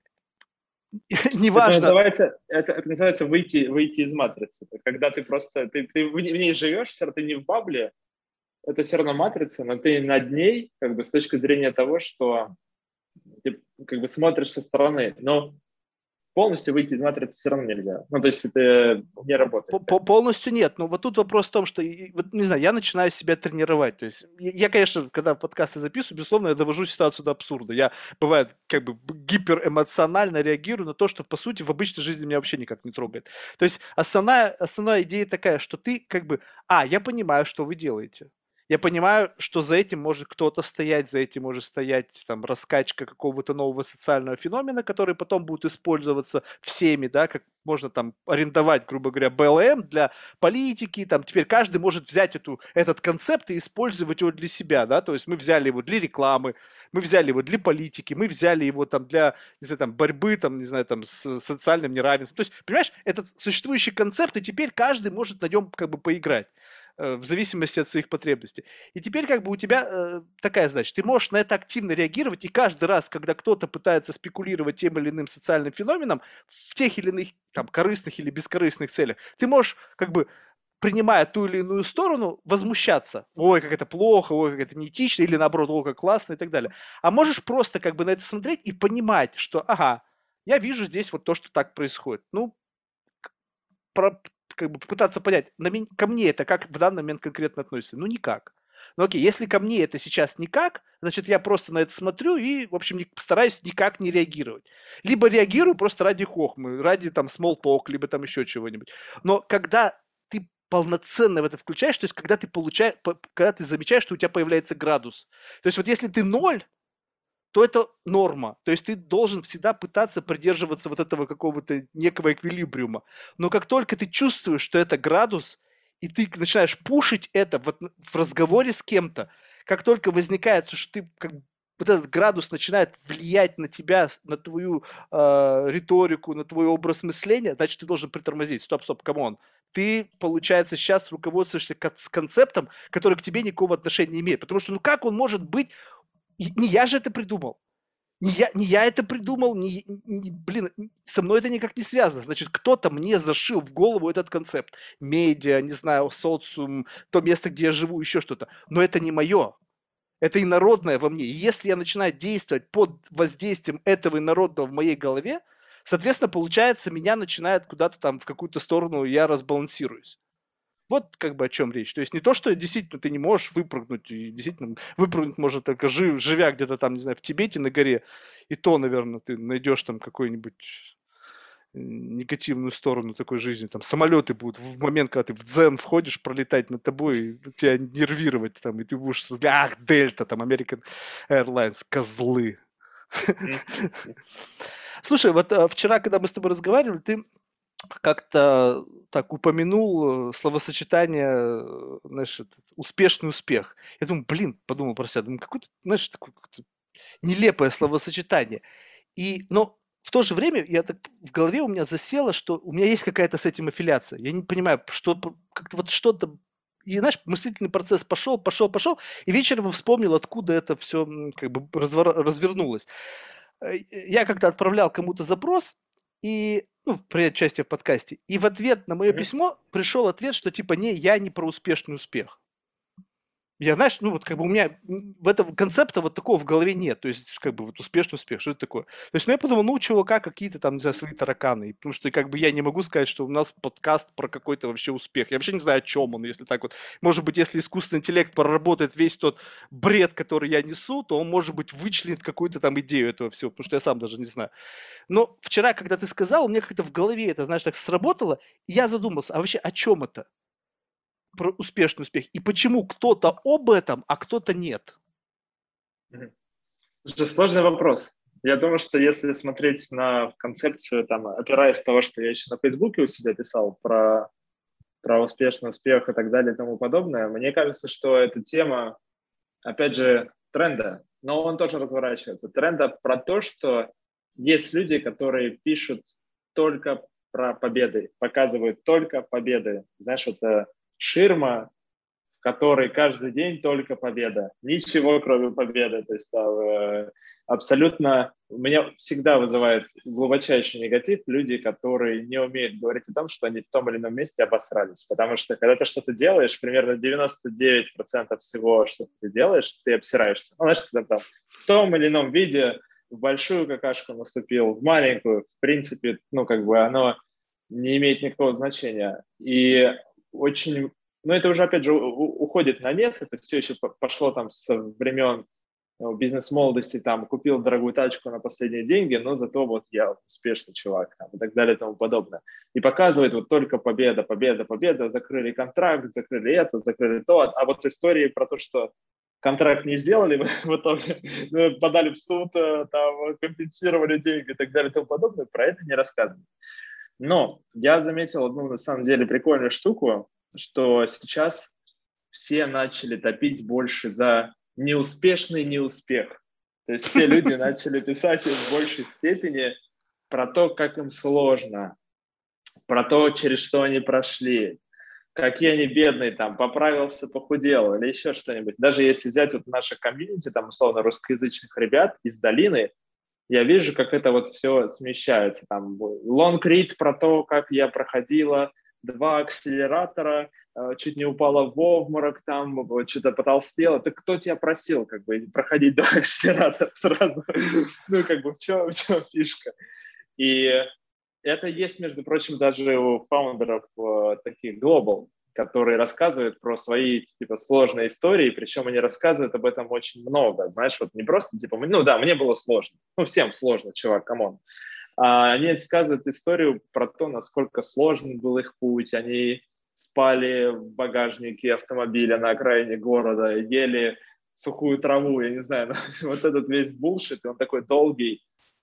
Это неважно, называется, это, это называется выйти, выйти из матрицы. Это когда ты просто, ты, ты в ней в ней живешь, все равно ты не в бабле, это все равно матрица, но ты над ней, как бы с точки зрения того, что ты как бы смотришь со стороны. Но полностью выйти из матрицы все равно нельзя. Ну, то есть это не работает. Полностью нет. Но вот тут вопрос в том, что, вот, не знаю, я начинаю себя тренировать. То есть я, конечно, когда подкасты записываю, безусловно, я довожу ситуацию до абсурда. Я, бывает, как бы гиперэмоционально реагирую на то, что, по сути, в обычной жизни меня вообще никак не трогает. То есть основная, основная идея такая, что ты как бы, а, я понимаю, что вы делаете. Я понимаю, что за этим может кто-то стоять, за этим может стоять там раскачка какого-то нового социального феномена, который потом будет использоваться всеми, да, как можно там арендовать, грубо говоря, бэ эл эм для политики, там теперь каждый может взять эту, этот концепт и использовать его для себя, да, то есть мы взяли его для рекламы, мы взяли его для политики, мы взяли его там для, не знаю, там борьбы, там, не знаю, там с социальным неравенством, то есть, понимаешь, этот существующий концепт, и теперь каждый может на нем как бы поиграть в зависимости от своих потребностей. И теперь как бы у тебя э, такая задача. Ты можешь на это активно реагировать, и каждый раз, когда кто-то пытается спекулировать тем или иным социальным феноменом в тех или иных там корыстных или бескорыстных целях, ты можешь как бы принимая ту или иную сторону, возмущаться. Ой, как это плохо, ой, как это неэтично, или наоборот, ой, как классно и так далее. А можешь просто как бы на это смотреть и понимать, что, ага, я вижу здесь вот то, что так происходит. Ну, про, как бы пытаться понять, на меня, ко мне это как в данный момент конкретно относится? Ну, никак. Ну, окей, если ко мне это сейчас никак, значит, я просто на это смотрю и, в общем, не, стараюсь никак не реагировать. Либо реагирую просто ради хохмы, ради там small talk, либо там еще чего-нибудь. Но когда ты полноценно в это включаешь, то есть когда ты получаешь, когда ты замечаешь, что у тебя появляется градус. То есть вот если ты ноль, то это норма. То есть ты должен всегда пытаться придерживаться вот этого какого-то некого эквилибриума. Но как только ты чувствуешь, что это градус, и ты начинаешь пушить это вот в разговоре с кем-то, как только возникает, что ты как вот этот градус начинает влиять на тебя, на твою э, риторику, на твой образ мышления, значит, ты должен притормозить. Стоп, стоп, камон. Ты, получается, сейчас руководствуешься концептом, который к тебе никакого отношения не имеет. Потому что, ну как он может быть. И не я же это придумал. Не я, не я это придумал, не, не, блин, со мной это никак не связано. Значит, кто-то мне зашил в голову этот концепт. Медиа, не знаю, социум, то место, где я живу, еще что-то. Но это не мое. Это инородное во мне. И если я начинаю действовать под воздействием этого инородного в моей голове, соответственно, получается, меня начинает куда-то там в какую-то сторону, я разбалансируюсь. Вот как бы о чем речь. То есть не то, что действительно ты не можешь выпрыгнуть, и действительно выпрыгнуть можно только жив, живя где-то там, не знаю, в Тибете на горе, и то, наверное, ты найдешь там какой-нибудь негативную сторону такой жизни. Там самолеты будут в момент, когда ты в дзен входишь, пролетать над тобой, и тебя нервировать там, и ты будешь, ах, Дельта, там, American Airlines, козлы. Слушай, вот вчера, когда мы с тобой разговаривали, ты как-то так упомянул словосочетание, знаешь, этот, успешный успех. Я думаю, блин, подумал про себя, думаю, какое-то, знаешь, такое нелепое словосочетание. И, но в то же время я так в голове у меня засело, что у меня есть какая-то с этим аффилиация. Я не понимаю, что как-то вот что-то. И, знаешь, мыслительный процесс пошел, пошел, пошел, и вечером вспомнил, откуда это все как бы развор... развернулось. Я как-то отправлял кому-то запрос, и, ну, принять участие в подкасте, и в ответ на мое mm-hmm. письмо пришел ответ, что типа не, я не про успешный успех. Я, знаешь, ну вот как бы у меня в этом концепта вот такого в голове нет, то есть как бы вот успешный успех, что это такое? То есть ну, я подумал, ну у чувака какие-то там, не знаю, свои тараканы, потому что как бы я не могу сказать, что у нас подкаст про какой-то вообще успех. Я вообще не знаю, о чем он, если так вот. Может быть, если искусственный интеллект проработает весь тот бред, который я несу, то он, может быть, вычленит какую-то там идею этого всего, потому что я сам даже не знаю. Но вчера, когда ты сказал, у меня как-то в голове это, знаешь, так сработало, и я задумался, а вообще о чем это? Про успешный успех. И почему кто-то об этом, а кто-то нет? Это сложный вопрос. Я думаю, что если смотреть на концепцию, там, опираясь с того, что я еще на Фейсбуке у себя писал про, про успешный успех и так далее и тому подобное, мне кажется, что эта тема, опять же, тренда, но он тоже разворачивается. Тренда про то, что есть люди, которые пишут только про победы, показывают только победы. Знаешь, это ширма, в которой каждый день только победа. Ничего, кроме победы. То есть там, э, абсолютно... Меня всегда вызывает глубочайший негатив люди, которые не умеют говорить о том, что они в том или ином месте обосрались. Потому что когда ты что-то делаешь, примерно девяносто девять процентов всего, что ты делаешь, ты обсираешься. Ну, знаешь, ты там в том или ином виде в большую какашку наступил, в маленькую, в принципе, ну, как бы оно не имеет никакого значения. И очень, ну, это уже, опять же, уходит на нет, это все еще пошло там со времен ну, бизнес-молодости, там, купил дорогую тачку на последние деньги, но зато вот я успешный чувак, там, и так далее, и тому подобное. И показывает вот только победа, победа, победа, закрыли контракт, закрыли это, закрыли то, а вот истории про то, что контракт не сделали в итоге, подали в суд, там, компенсировали деньги и так далее и тому подобное, про это не рассказывают. Но я заметил одну, на самом деле, прикольную штуку, что сейчас все начали топить больше за неуспешный неуспех. То есть все люди начали писать в большей степени про то, как им сложно, про то, через что они прошли, какие они бедные, там, поправился, похудел или еще что-нибудь. Даже если взять вот наше комьюнити, там, условно, русскоязычных ребят из долины, я вижу, как это вот все смещается. Там long read про то, как я проходила, два акселератора, чуть не упала в обморок, там что-то потолстела. Так кто тебя просил как бы проходить два акселератора сразу? Ну, как бы в чем, в чем фишка? И это есть, между прочим, даже у фаундеров таких Global, которые рассказывают про свои типа сложные истории, причем они рассказывают об этом очень много. Знаешь, вот не просто типа, ну да, мне было сложно. Ну, всем сложно, чувак, камон. А они рассказывают историю про то, насколько сложный был их путь. Они спали в багажнике автомобиля на окраине города, ели сухую траву, я не знаю, вот этот весь булшит, он такой долгий.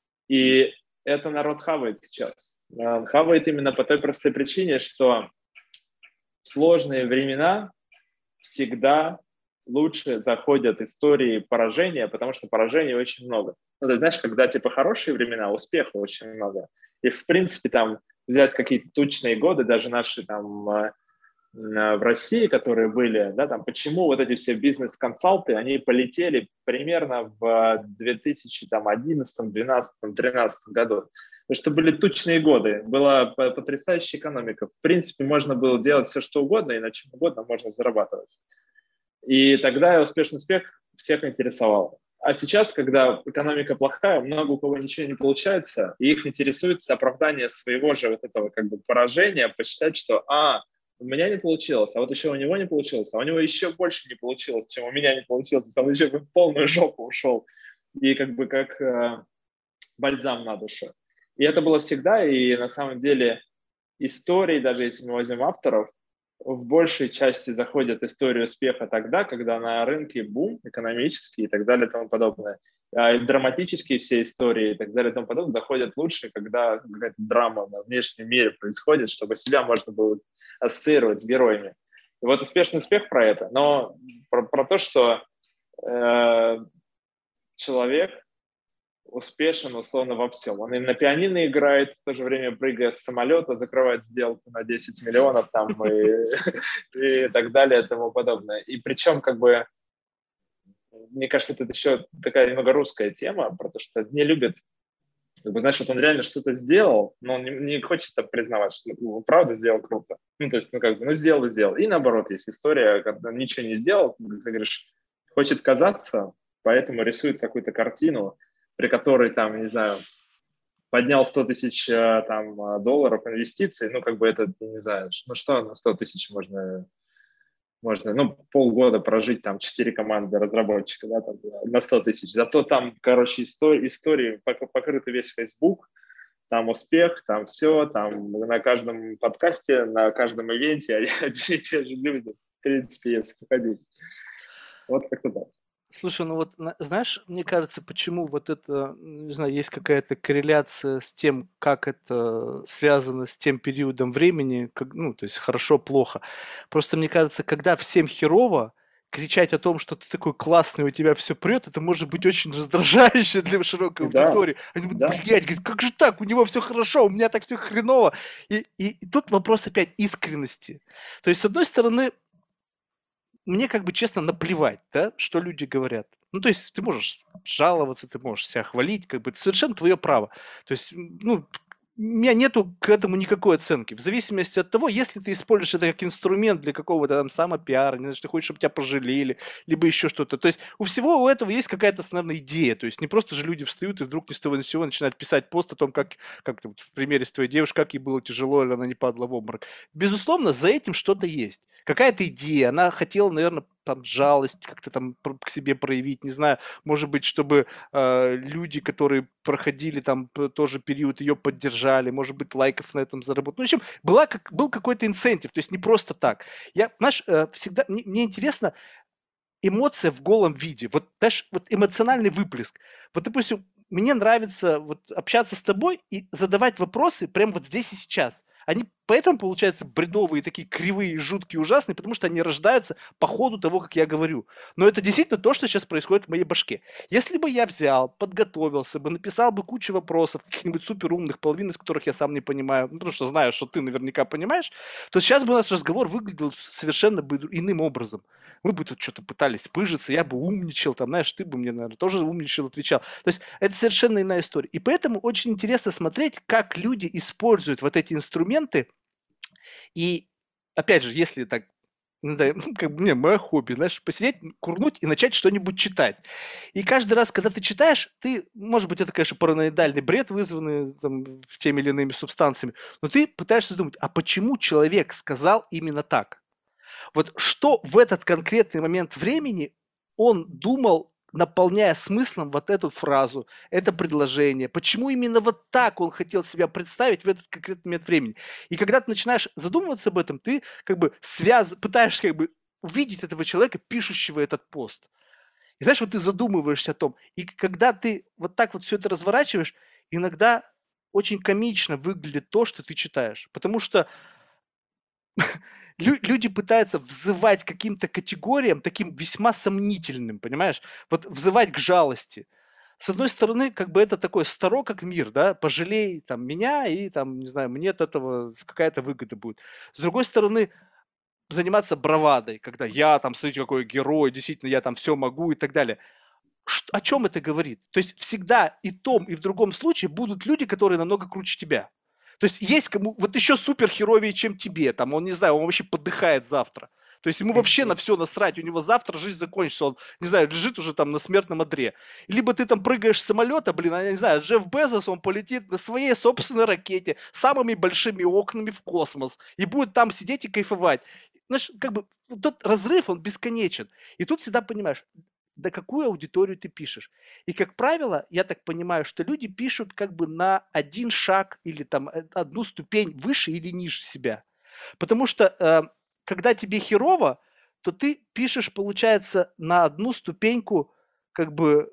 И это народ хавает сейчас. Хавает именно по той простой причине, что в сложные времена всегда лучше заходят истории поражения, потому что поражений очень много. Ну, ты знаешь, когда типа хорошие времена, успеха очень много. И в принципе там взять какие-то тучные годы, даже наши там в России, которые были, да, там, почему вот эти все бизнес-консалты, они полетели примерно в две тысячи одиннадцатом, двенадцатом, тринадцатом году. Потому что были тучные годы, была потрясающая экономика. В принципе, можно было делать все, что угодно, и на чем угодно можно зарабатывать. И тогда успешный успех всех интересовал. А сейчас, когда экономика плохая, много у кого ничего не получается, и их интересует оправдание своего же вот этого как бы поражения, посчитать, что а, у меня не получилось, а вот еще у него не получилось, а у него еще больше не получилось, чем у меня не получилось, он еще в полную жопу ушел. И как бы как э, бальзам на душу. И это было всегда, и на самом деле истории, даже если мы возьмем авторов, в большей части заходят истории успеха тогда, когда на рынке бум экономический и так далее и тому подобное. А драматические все истории и так далее и тому подобное заходят лучше, когда какая-то драма на внешнем мире происходит, чтобы себя можно было ассоциировать с героями. И вот успешный успех про это, но про, про то, что э, человек успешен, условно, во всем. Он и на пианино играет, в то же время прыгая с самолета, закрывает сделку на десять миллионов там и, и так далее и тому подобное. И причем, как бы, мне кажется, это еще такая немного русская тема, потому что не любят, как бы, знаешь, вот он реально что-то сделал, но он не, не хочет это признавать, что ну, правда сделал круто. Ну, то есть, ну, как бы, ну, сделал и сделал. И наоборот, есть история, когда он ничего не сделал, как ты говоришь, хочет казаться, поэтому рисует какую-то картину, при которой, там, не знаю, поднял сто тысяч там, долларов инвестиций, ну, как бы это, не знаю, ну, что на сто тысяч можно, можно, ну, полгода прожить, там, четыре команды разработчика, да, там, на сто тысяч. Зато там, короче, истории, истории покрыты весь Facebook, там успех, там все, там на каждом подкасте, на каждом ивенте одни и те же люди, в принципе, если походить. Вот как-то так. Слушай, ну вот, знаешь, мне кажется, почему вот это, не знаю, есть какая-то корреляция с тем, как это связано с тем периодом времени, как, ну, то есть хорошо-плохо. Просто мне кажется, когда всем херово, кричать о том, что ты такой классный, у тебя все прет, это может быть очень раздражающе для широкой Да, аудитории. Они будут, да. блядь, говорят, как же так, у него все хорошо, у меня так все хреново. И, и, и тут вопрос опять искренности. То есть, с одной стороны, мне как бы честно наплевать, да, что люди говорят. Ну, то есть ты можешь жаловаться, ты можешь себя хвалить, как бы это совершенно твое право. То есть, ну, у меня нету к этому никакой оценки. В зависимости от того, если ты используешь это как инструмент для какого-то там самопиара, не знаю, что ты хочешь, чтобы тебя пожалели, либо еще что-то. То есть у всего у этого есть какая-то основная идея. То есть не просто же люди встают и вдруг ни с того ни с сего начинают писать пост о том, как, как вот в примере с твоей девушкой, как ей было тяжело, или она не падала в обморок. Безусловно, за этим что-то есть. Какая-то идея. Она хотела, наверное, там жалость как-то там к себе проявить, не знаю, может быть, чтобы э, люди, которые проходили там тоже период, ее поддержали, может быть, лайков на этом заработали. Ну, в общем, была как, был какой-то инцентив, то есть не просто так. Я, знаешь, э, всегда, мне, мне интересно, эмоция в голом виде, вот, знаешь, вот эмоциональный выплеск. Вот, допустим, мне нравится вот общаться с тобой и задавать вопросы прямо вот здесь и сейчас. Они поэтому получаются бредовые, такие кривые, жуткие, ужасные, потому что они рождаются по ходу того, как я говорю. Но это действительно то, что сейчас происходит в моей башке. Если бы я взял, подготовился бы, написал бы кучу вопросов, каких-нибудь суперумных, половину из которых я сам не понимаю, ну, потому что знаю, что ты наверняка понимаешь, то сейчас бы наш разговор выглядел совершенно бы иным образом. Мы бы тут что-то пытались пыжиться, я бы умничал, там, знаешь, ты бы мне, наверное, тоже умничал, отвечал. То есть это совершенно иная история. И поэтому очень интересно смотреть, как люди используют вот эти инструменты. И, опять же, если так, да, ну, как бы, не, мое хобби, знаешь, посидеть, курнуть и начать что-нибудь читать. И каждый раз, когда ты читаешь, ты, может быть, это, конечно, параноидальный бред, вызванный там, теми или иными субстанциями, но ты пытаешься думать, а почему человек сказал именно так? Вот что в этот конкретный момент времени он думал, наполняя смыслом вот эту фразу, это предложение? Почему именно вот так он хотел себя представить в этот конкретный момент времени? И когда ты начинаешь задумываться об этом, ты как бы связ... пытаешься как бы увидеть этого человека, пишущего этот пост. И знаешь, вот ты задумываешься о том, и когда ты вот так вот все это разворачиваешь, иногда очень комично выглядит то, что ты читаешь. Потому что Лю- люди пытаются взывать к каким-то категориям, таким весьма сомнительным, понимаешь? Вот взывать к жалости. С одной стороны, как бы это такое старо, как мир, да, пожалей там меня, и там, не знаю, мне от этого какая-то выгода будет. С другой стороны, заниматься бравадой, когда я там, смотрите, какой герой, действительно, я там все могу и так далее. Ш- о чем это говорит? То есть всегда и в том, и в другом случае будут люди, которые намного круче тебя. То есть есть кому вот еще суперхеровее, чем тебе, там, он, не знаю, он вообще подыхает завтра. То есть ему вообще на все насрать, у него завтра жизнь закончится, он, не знаю, лежит уже там на смертном одре. Либо ты там прыгаешь с самолета, блин, а я не знаю, Джефф Безос, он полетит на своей собственной ракете с самыми большими окнами в космос и будет там сидеть и кайфовать. Знаешь, как бы вот тот разрыв, он бесконечен. И тут всегда понимаешь, на какую аудиторию ты пишешь. И, как правило, я так понимаю, что люди пишут как бы на один шаг или там э, одну ступень выше или ниже себя. Потому что э, когда тебе херово, то ты пишешь, получается, на одну ступеньку как бы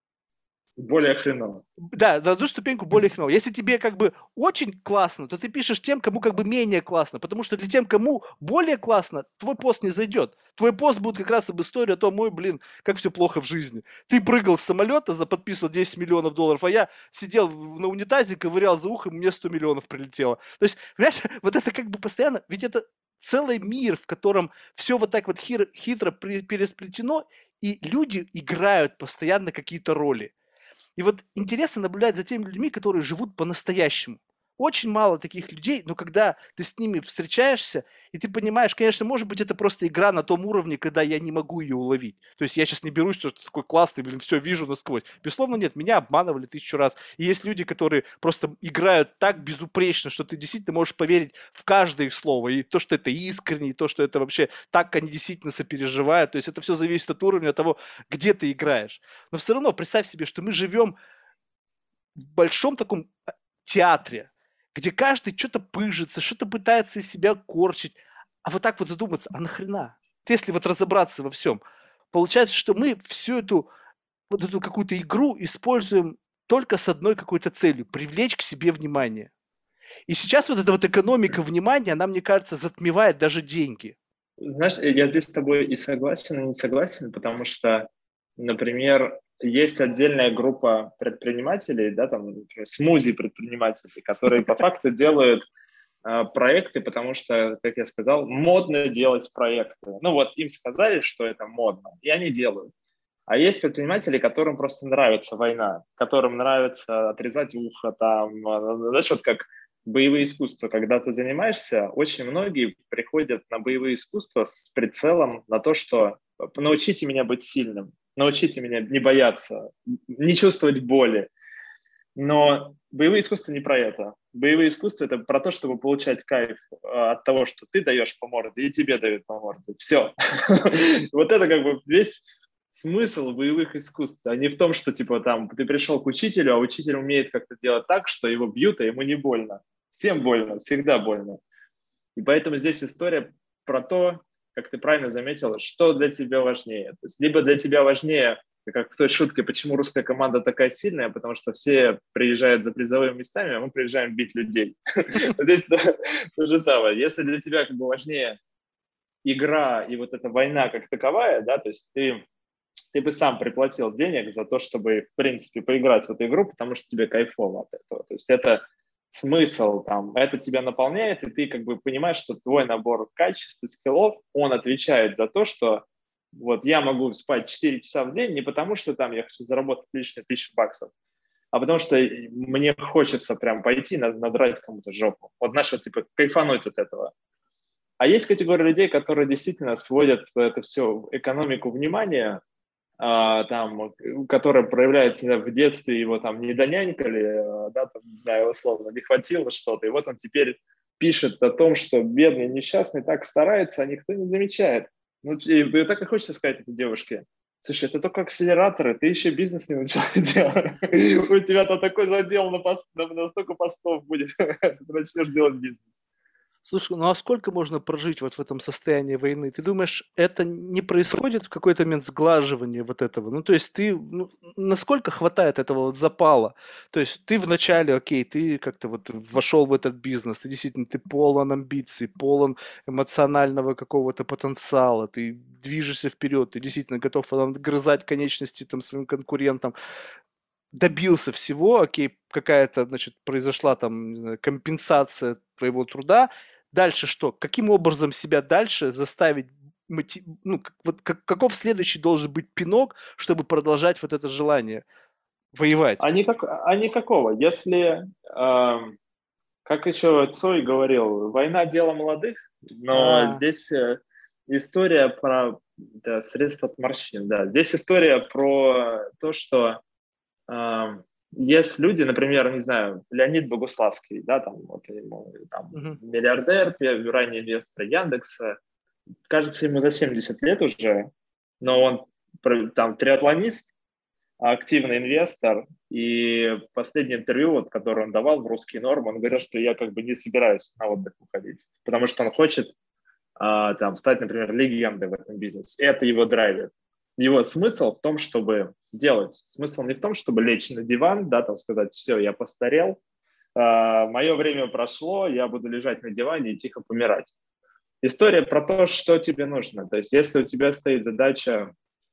Более хреново. да, на одну ступеньку более хреново. Если тебе как бы очень классно, то ты пишешь тем, кому как бы менее классно, потому что для тем, кому более классно, твой пост не зайдет. Твой пост будет как раз об истории о том, ой, блин, как все плохо в жизни. Ты прыгал с самолета, за подписывал десять миллионов долларов, а я сидел на унитазе, ковырял за ухом, мне сто миллионов прилетело. То есть, понимаешь, вот это как бы постоянно, ведь это целый мир, в котором все вот так вот хитро, хитро пересплетено, и люди играют постоянно какие-то роли. И вот интересно наблюдать за теми людьми, которые живут по-настоящему. Очень мало таких людей, но когда ты с ними встречаешься, и ты понимаешь, конечно, может быть, это просто игра на том уровне, когда я не могу ее уловить. То есть я сейчас не берусь, что ты такой классный, блин, все вижу насквозь. Безусловно, нет, меня обманывали тысячу раз. И есть люди, которые просто играют так безупречно, что ты действительно можешь поверить в каждое их слово. И то, что это искренне, и то, что это вообще так они действительно сопереживают. То есть это все зависит от уровня того, где ты играешь. Но все равно представь себе, что мы живем в большом таком а, театре, где каждый что-то пыжится, что-то пытается из себя корчить. А вот так вот задуматься, а нахрена? Если вот разобраться во всем, получается, что мы всю эту вот эту какую-то игру используем только с одной какой-то целью – привлечь к себе внимание. И сейчас вот эта вот экономика внимания, она, мне кажется, затмевает даже деньги. Знаешь, я здесь с тобой и согласен, и не согласен, потому что, например, есть отдельная группа предпринимателей, да, там, например, смузи предпринимателей, которые по факту делают э, проекты, потому что, как я сказал, модно делать проекты. Ну вот им сказали, что это модно, и они делают. А есть предприниматели, которым просто нравится война, которым нравится отрезать ухо, там, э, знаешь, вот как боевые искусства. Когда ты занимаешься, очень многие приходят на боевые искусства с прицелом на то, что научите меня быть сильным, научите меня не бояться, не чувствовать боли. Но боевые искусства не про это. Боевые искусства – это про то, чтобы получать кайф э, от того, что ты даешь по морде, и тебе дают по морде. Все. Вот это как бы весь смысл боевых искусств, а не в том, что типа там ты пришел к учителю, а учитель умеет как-то делать так, что его бьют, а ему не больно. Всем больно, всегда больно. И поэтому здесь история про то, как ты правильно заметила, что для тебя важнее. То есть либо для тебя важнее, как в той шутке, почему русская команда такая сильная, потому что все приезжают за призовыми местами, а мы приезжаем бить людей. Здесь то же самое. Если для тебя как бы важнее игра и вот эта война как таковая, да, то есть ты ты бы сам приплатил денег за то, чтобы, в принципе, поиграть в эту игру, потому что тебе кайфово от этого. То есть это смысл, там, это тебя наполняет, и ты как бы понимаешь, что твой набор качеств и скиллов, он отвечает за то, что вот я могу спать четыре часа в день не потому, что там я хочу заработать лишние тысячу баксов, а потому что мне хочется прям пойти надрать кому-то жопу. Вот знаешь, вот, типа, кайфануть от этого. А есть категория людей, которые действительно сводят это все экономику внимания, а, там, которая проявляется в детстве, его там не донянькали, да, там, не знаю, условно, не хватило что-то, и вот он теперь пишет о том, что бедный, несчастный так старается, а никто не замечает. Ну, и, и так и хочется сказать этой девушке: слушай, это только акселераторы, ты еще бизнес не начал делать. У тебя-то такой задел на, пост, на, на столько постов будет, ты начнешь делать бизнес. Слушай, ну а сколько можно прожить вот в этом состоянии войны? Ты думаешь, это не происходит в какой-то момент сглаживания вот этого? Ну, то есть ты, ну, насколько хватает этого вот запала? То есть ты вначале, окей, ты как-то вот вошел в этот бизнес, ты действительно, ты полон амбиций, полон эмоционального какого-то потенциала, ты движешься вперед, ты действительно готов там грызать конечности там своим конкурентам, добился всего, окей, какая-то, значит, произошла там, не знаю, компенсация твоего труда. Дальше что? Каким образом себя дальше заставить, моти- ну, как- вот как- каков следующий должен быть пинок, чтобы продолжать вот это желание воевать? А, никак, а никакого. Если, э, как еще Цой говорил, война – дело молодых, но А, здесь э, история про да, средства от морщин. Да. Здесь история про то, что э, есть люди, например, не знаю, Леонид Богуславский, да, там, вот, ему, там, мгм. миллиардер, ранний инвестор Яндекса, кажется, ему за семьдесят лет уже, но он там триатлонист, активный инвестор, и последнее интервью, вот, которое он давал в «Русский норм», он говорил, что я как бы не собираюсь на отдых уходить, потому что он хочет а, там, стать, например, легендой в этом бизнесе. И это его драйвит. Его смысл в том, чтобы делать. Смысл не в том, чтобы лечь на диван, да, там сказать: все, я постарел, а, мое время прошло, я буду лежать на диване и тихо помирать. История про то, что тебе нужно. То есть если у тебя стоит задача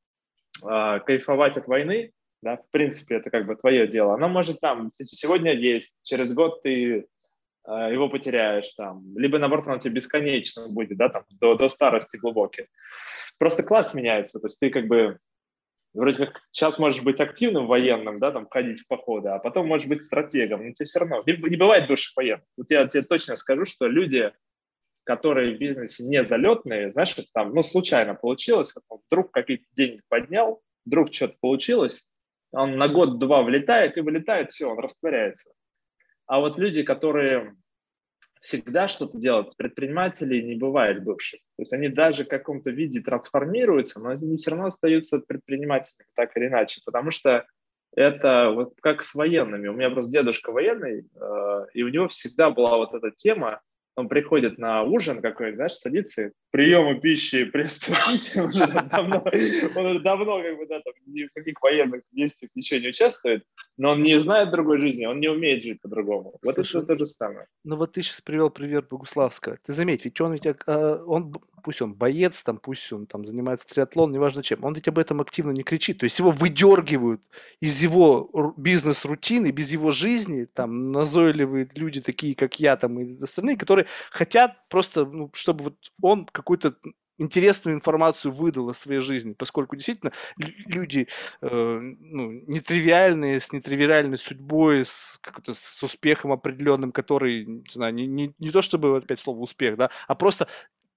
э, кайфовать от войны, да, в принципе, это как бы твое дело. Оно может там сегодня есть, через год ты э, его потеряешь там, либо наоборот оно тебе бесконечно будет, да, там до, до старости глубокой. Просто класс меняется, то есть ты как бы вроде как сейчас можешь быть активным военным, да, там ходить в походы, а потом можешь быть стратегом, но тебе все равно не, не бывает бывших военных. Вот я тебе точно скажу, что люди, которые в бизнесе не залетные, знаешь, там, ну, случайно получилось, вдруг какие-то деньги поднял, вдруг что-то получилось, он на год-два влетает и вылетает, все, он растворяется. А вот люди, которые всегда что-то делают, предпринимателей не бывает бывших. То есть они даже в каком-то виде трансформируются, но они все равно остаются предпринимателями, так или иначе, потому что это вот как с военными. У меня просто дедушка военный, э, и у него всегда была вот эта тема. Он приходит на ужин какой-нибудь, знаешь, садится, приема пищи приступить. Он уже давно, он уже давно как бы, да, там, ни в каких военных действиях ничего не участвует, но он не знает другой жизни, он не умеет жить по-другому. Вот это Слушай, то же самое. ну вот ты сейчас привел пример Богуславского. Ты заметь, ведь он ведь, ак- а, он, б- пусть он боец, там, пусть он там занимается триатлон, неважно чем, он ведь об этом активно не кричит. То есть его выдергивают из его ру- бизнес-рутины, без его жизни, там, назойливые люди такие, как я, там, и остальные, которые хотят просто, ну, чтобы вот он какой-то интересную информацию выдал о своей жизни, поскольку действительно люди э, ну, нетривиальные, с нетривиальной судьбой, с, как-то, с успехом определенным, который, не знаю, не, не, не то чтобы опять слово успех, да, а просто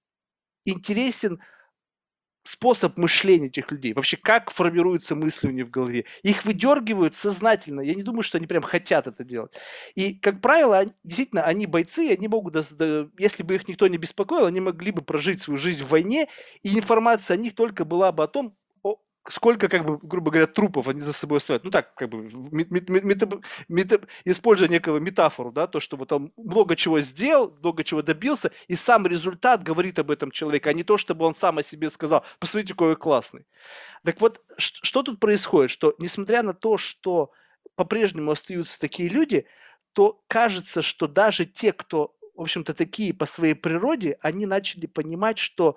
интересен способ мышления этих людей, вообще как формируются мысли у них в голове. Их выдергивают сознательно, я не думаю, что они прям хотят это делать. И, как правило, они, действительно, они бойцы, они могут, если бы их никто не беспокоил, они могли бы прожить свою жизнь в войне, и информация о них только была бы о том, сколько, как бы, грубо говоря, трупов они за собой оставляют. Ну так, как бы, мет, мет, мет, мет, используя некого метафору, да, то, что вот он много чего сделал, много чего добился, и сам результат говорит об этом человеке, а не то, чтобы он сам о себе сказал, посмотрите, какой я классный. Так вот, что, что тут происходит? Что, несмотря на то, что по-прежнему остаются такие люди, то кажется, что даже те, кто, в общем-то, такие по своей природе, они начали понимать, что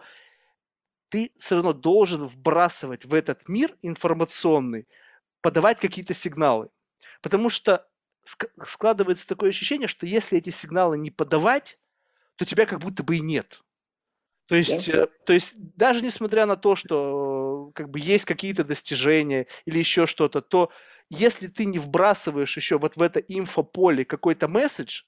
ты все равно должен вбрасывать в этот мир информационный, подавать какие-то сигналы. Потому что складывается такое ощущение, что если эти сигналы не подавать, то тебя как будто бы и нет. То есть, yeah. то есть даже несмотря на то, что как бы есть какие-то достижения или еще что-то, то если ты не вбрасываешь еще вот в это инфополе какой-то месседж,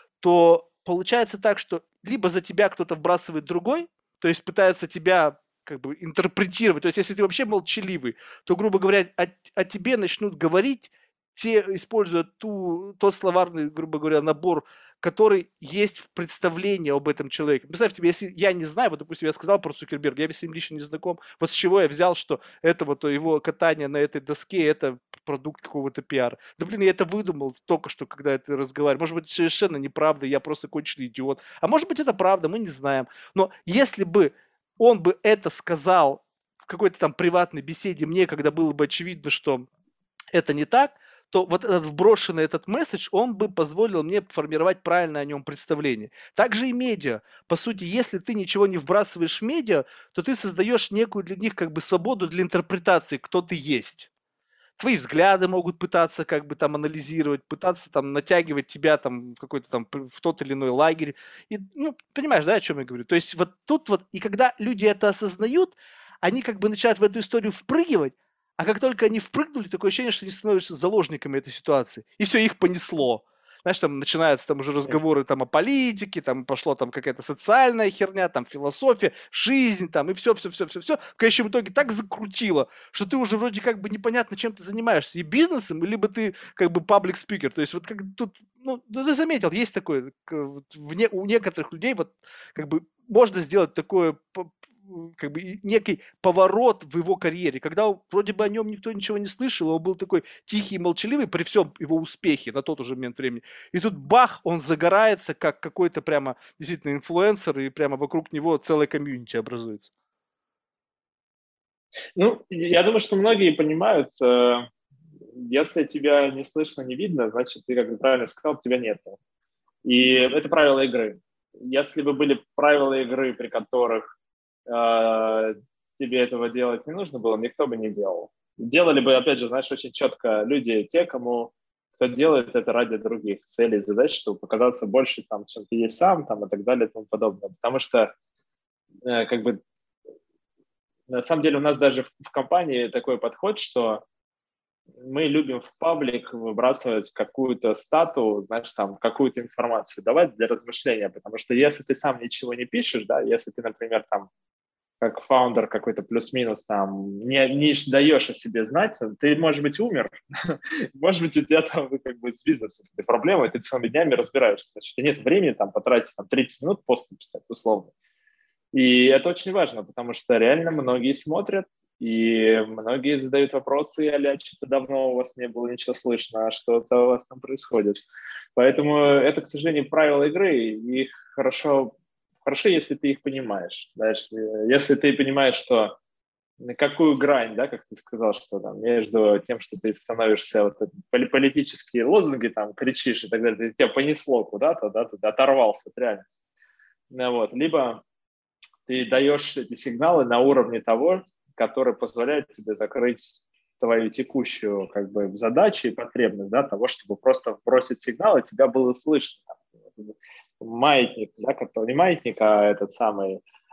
то получается так, что либо за тебя кто-то вбрасывает другой, то есть пытается тебя как бы интерпретировать. То есть если ты вообще молчаливый, то, грубо говоря, о, о тебе начнут говорить, те, используя ту, тот словарный, грубо говоря, набор, который есть в представлении об этом человеке. Представьте себе, если я не знаю, вот, допустим, я сказал про Цукерберга, я с ним лично не знаком, вот с чего я взял, что это вот его катание на этой доске, это продукт какого-то пиара. Да блин, я это выдумал только что, когда это разговаривал. Может быть, совершенно неправда, я просто конченый идиот. А может быть, это правда, мы не знаем. Но если бы он бы это сказал в какой-то там приватной беседе мне, когда было бы очевидно, что это не так, то вот этот вброшенный этот месседж, он бы позволил мне формировать правильное о нем представление. Также и медиа. По сути, если ты ничего не вбрасываешь в медиа, то ты создаешь некую для них как бы свободу для интерпретации, кто ты есть. Твои взгляды могут пытаться как бы там анализировать, пытаться там натягивать тебя там какой-то там в тот или иной лагерь. И, ну, понимаешь, да, о чем я говорю? То есть вот тут вот, и когда люди это осознают, они как бы начинают в эту историю впрыгивать, а как только они впрыгнули, такое ощущение, что они становятся заложниками этой ситуации. И все, их понесло. Знаешь, там начинаются там уже разговоры там о политике, там пошло там какая-то социальная херня, там философия, жизнь, там и все, все, все, все, все. В конечном итоге так закрутило, что ты уже вроде как бы непонятно, чем ты занимаешься, и бизнесом, либо ты как бы паблик спикер. То есть вот как тут, ну, ты заметил, есть такое, в не, у некоторых людей вот как бы можно сделать такое как бы некий поворот в его карьере, когда вроде бы о нем никто ничего не слышал, он был такой тихий и молчаливый при всем его успехе на тот уже момент времени. И тут бах, он загорается как какой-то прямо действительно инфлюенсер, и прямо вокруг него целая комьюнити образуется. Ну, я думаю, что многие понимают, если тебя не слышно, не видно, значит, ты, как ты правильно сказал, тебя нет. И это правила игры. Если бы были правила игры, при которых э, тебе этого делать не нужно было, никто бы не делал. Делали бы, опять же, знаешь, очень четко люди, те, кому кто делает это ради других целей, задач, чтобы показаться больше, там, чем ты есть сам, там, и так далее, и тому подобное. Потому что, э, как бы, на самом деле у нас даже в, в компании такой подход, что мы любим в паблик выбрасывать какую-то стату, знаешь, там, какую-то информацию давать для размышления, потому что если ты сам ничего не пишешь, да, если ты, например, там, как фаундер какой-то плюс-минус, там, не, не даешь о себе знать, ты, может быть, умер, может быть, у тебя там как бы с бизнесом проблемы, ты целыми днями разбираешься, значит, нет времени там потратить там тридцать минут пост написать, условно. И это очень важно, потому что реально многие смотрят, и многие задают вопросы, а что-то давно у вас не было ничего слышно, а что-то у вас там происходит. Поэтому это, к сожалению, правила игры, и их хорошо, хорошо, если ты их понимаешь. Дальше, если ты понимаешь, что на какую грань, да, как ты сказал, что там между тем, что ты становишься вот политические лозунги, там, кричишь и так далее, тебя понесло куда-то, да, ты оторвался от реальности. Ну, вот. Либо ты даешь эти сигналы на уровне того, который позволяет тебе закрыть твою текущую как бы задачу и потребность, да, того, чтобы просто бросить сигнал, и тебя было слышно. Маятник, да, который не маятник, а этот самый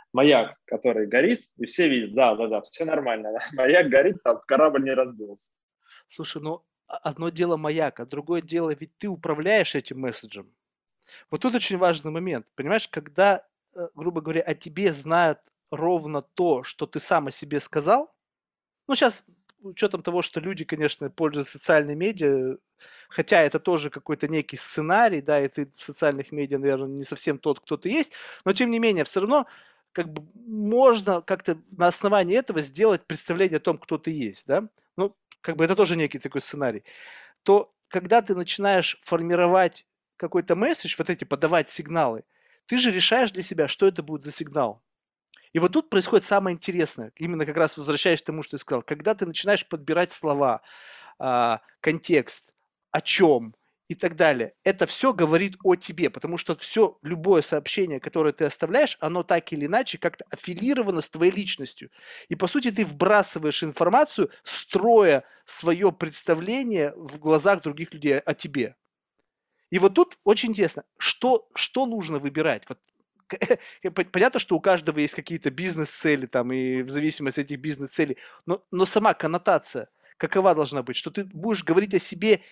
маяк, который горит, и все видят, да-да-да, все нормально, маяк горит, там корабль не разбился. Слушай, ну а- одно дело маяк, а другое дело, ведь ты управляешь этим месседжем. Вот тут очень важный момент. Понимаешь, когда, э, грубо говоря, о тебе знают ровно то, что ты сам о себе сказал, ну, сейчас, учетом того, что люди, конечно, пользуются социальными медиа, хотя это тоже какой-то некий сценарий, да, и ты в социальных медиа, наверное, не совсем тот, кто ты есть, но тем не менее, все равно как бы можно как-то на основании этого сделать представление о том, кто ты есть, да. Ну, как бы это тоже некий такой сценарий. То когда ты начинаешь формировать какой-то месседж, вот эти подавать сигналы, ты же решаешь для себя, что это будет за сигнал. И вот тут происходит самое интересное, именно как раз возвращаясь к тому, что я сказал, когда ты начинаешь подбирать слова, а, контекст, о чем и так далее, это все говорит о тебе, потому что все, любое сообщение, которое ты оставляешь, оно так или иначе как-то аффилировано с твоей личностью. И по сути ты вбрасываешь информацию, строя свое представление в глазах других людей о тебе. И вот тут очень интересно, что, что нужно выбирать? Вот понятно, что у каждого есть какие-то бизнес-цели там, и в зависимости от этих бизнес-целей, но, но сама коннотация какова должна быть? Что ты будешь говорить о себе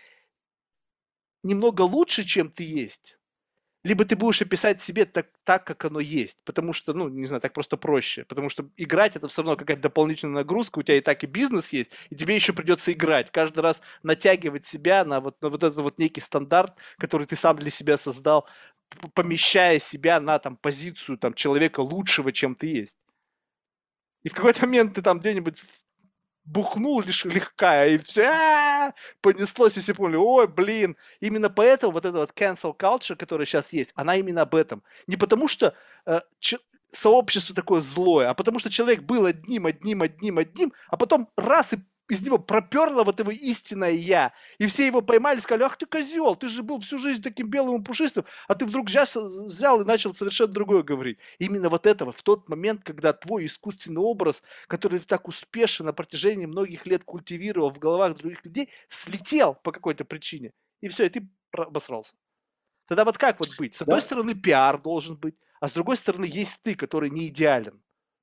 немного лучше, чем ты есть, либо ты будешь описать себе так, так, как оно есть, потому что, ну, не знаю, так просто проще, потому что играть это все равно какая-то дополнительная нагрузка, у тебя и так и бизнес есть, и тебе еще придется играть, каждый раз натягивать себя на вот, на вот этот вот некий стандарт, который ты сам для себя создал, помещая себя на там позицию там человека лучшего, чем ты есть. И в какой-то момент ты там где-нибудь бухнул лишь легка, и все понеслось, и все поняли, ой, блин. Именно поэтому вот эта вот cancel culture, которая сейчас есть, она именно об этом. Не потому что э, ч- сообщество такое злое, а потому что человек был одним, одним, одним, одним, а потом раз и из него проперло вот его истинное я. И все его поймали, сказали, ах ты козел, ты же был всю жизнь таким белым и пушистым, а ты вдруг взял, взял и начал совершенно другое говорить. Именно вот этого, в тот момент, когда твой искусственный образ, который ты так успешно на протяжении многих лет культивировал в головах других людей, слетел по какой-то причине. И все, и ты обосрался. Тогда вот как вот быть? С одной Да, стороны, пиар должен быть, а с другой стороны, есть ты, который не идеален.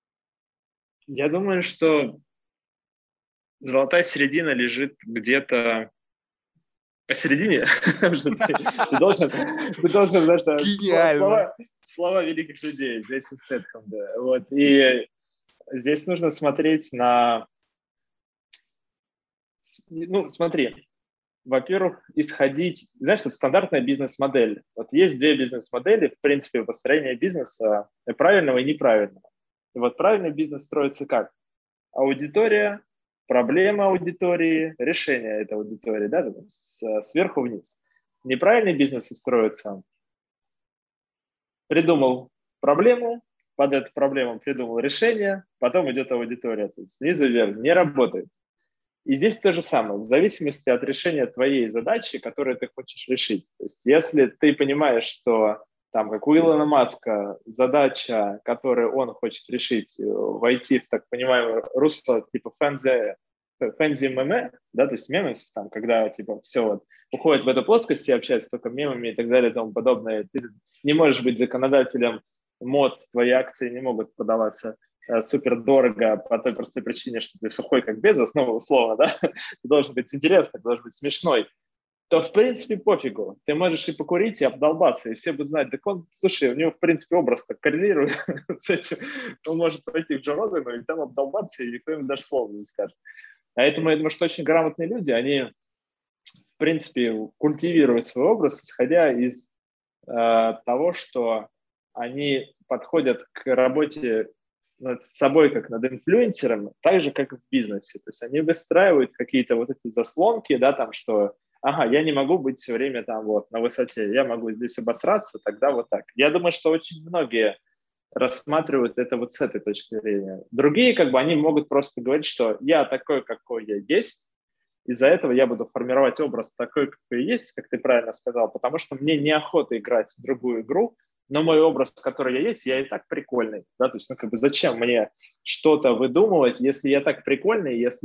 я думаю, что золотая середина лежит где-то посередине, что ты, ты должен, ты должен, знаешь, да, слова, Гениально. слова, слова великих людей, Джейсон Стэтхэм, да, вот, и здесь нужно смотреть на, ну, смотри, во-первых, исходить, знаешь, что стандартная бизнес-модель, вот есть две бизнес-модели, в принципе, построения бизнеса, правильного и неправильного. И вот правильный бизнес строится как? Аудитория, проблема аудитории, решение этой аудитории, да, сверху вниз. Неправильный бизнес строится. Придумал проблему, под эту проблему придумал решение, потом идет аудитория. То есть снизу вверх не работает. И здесь то же самое, в зависимости от решения твоей задачи, которую ты хочешь решить. То есть если ты понимаешь, что там, как у Илона Маска, задача, которую он хочет решить, войти в, так понимаемое русло типа фэнзи, фэнзи меме, да, то есть мемы, там, когда типа все вот уходит в эту плоскость и общается только мемами и так далее и тому подобное, ты не можешь быть законодателем мод, твои акции не могут продаваться супер дорого по той простой причине, что ты сухой как Безос, ну, условно, да, ты должен быть интересный, должен быть смешной, то, в принципе, пофигу. Ты можешь и покурить, и обдолбаться, и все будут знать, так он, слушай, у него, в принципе, образ так коррелирует с этим. Он может пойти к Джо Рогану и там обдолбаться, и никто ему даже слова не скажет. Поэтому я думаю, что очень грамотные люди, они, в принципе, культивируют свой образ, исходя из э, того, что они подходят к работе над собой, как над инфлюенсером, так же, как и в бизнесе. То есть они выстраивают какие-то вот эти заслонки, да, там, что, ага, я не могу быть все время там вот на высоте, я могу здесь обосраться, тогда вот так. Я думаю, что очень многие рассматривают это вот с этой точки зрения. Другие, как бы, они могут просто говорить, что я такой, какой я есть, из-за этого я буду формировать образ такой, какой есть, как ты правильно сказал, потому что мне неохота играть в другую игру, но мой образ, который я есть, я и так прикольный. Да? То есть, ну, как бы зачем мне что-то выдумывать, если я так прикольный, если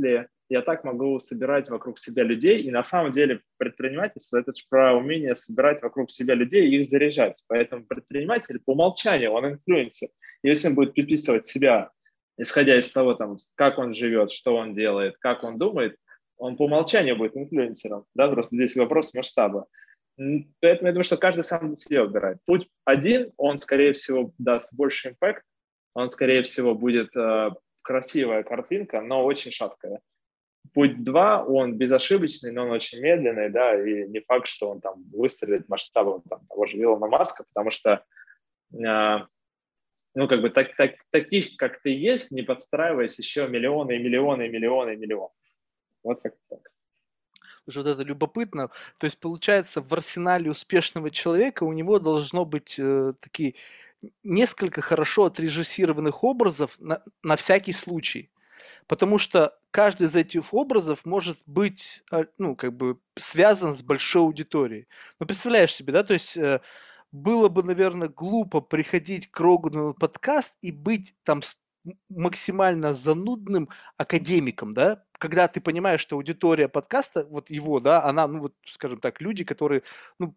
я так могу собирать вокруг себя людей. И на самом деле предпринимательство – это же про умение собирать вокруг себя людей и их заряжать. Поэтому предприниматель по умолчанию, он инфлюенсер. Если он будет приписывать себя, исходя из того, там, как он живет, что он делает, как он думает, он по умолчанию будет инфлюенсером. Да? Просто здесь вопрос масштаба. Поэтому я думаю, что каждый сам для себя выбирает. Путь один, он, скорее всего, даст больше импакт, он, скорее всего, будет э, красивая картинка, но очень шаткая. Путь два, он безошибочный, но он очень медленный, да, и не факт, что он там выстрелит масштабом там, того же Илона Маска, потому что, э, ну, как бы так, так, таких, как ты есть, не подстраиваясь еще миллионы и миллионы и миллионы и миллионы. Вот как так. Вот это любопытно. То есть, получается, в арсенале успешного человека у него должно быть э, такие несколько хорошо отрежиссированных образов на, на всякий случай. Потому что каждый из этих образов может быть, э, ну, как бы связан с большой аудиторией. Ну, представляешь себе, да, то есть э, было бы, наверное, глупо приходить к Рогану на подкаст и быть там с- м- максимально занудным академиком, да, когда ты понимаешь, что аудитория подкаста, вот его, да, она, ну, вот, скажем так, люди, которые, ну,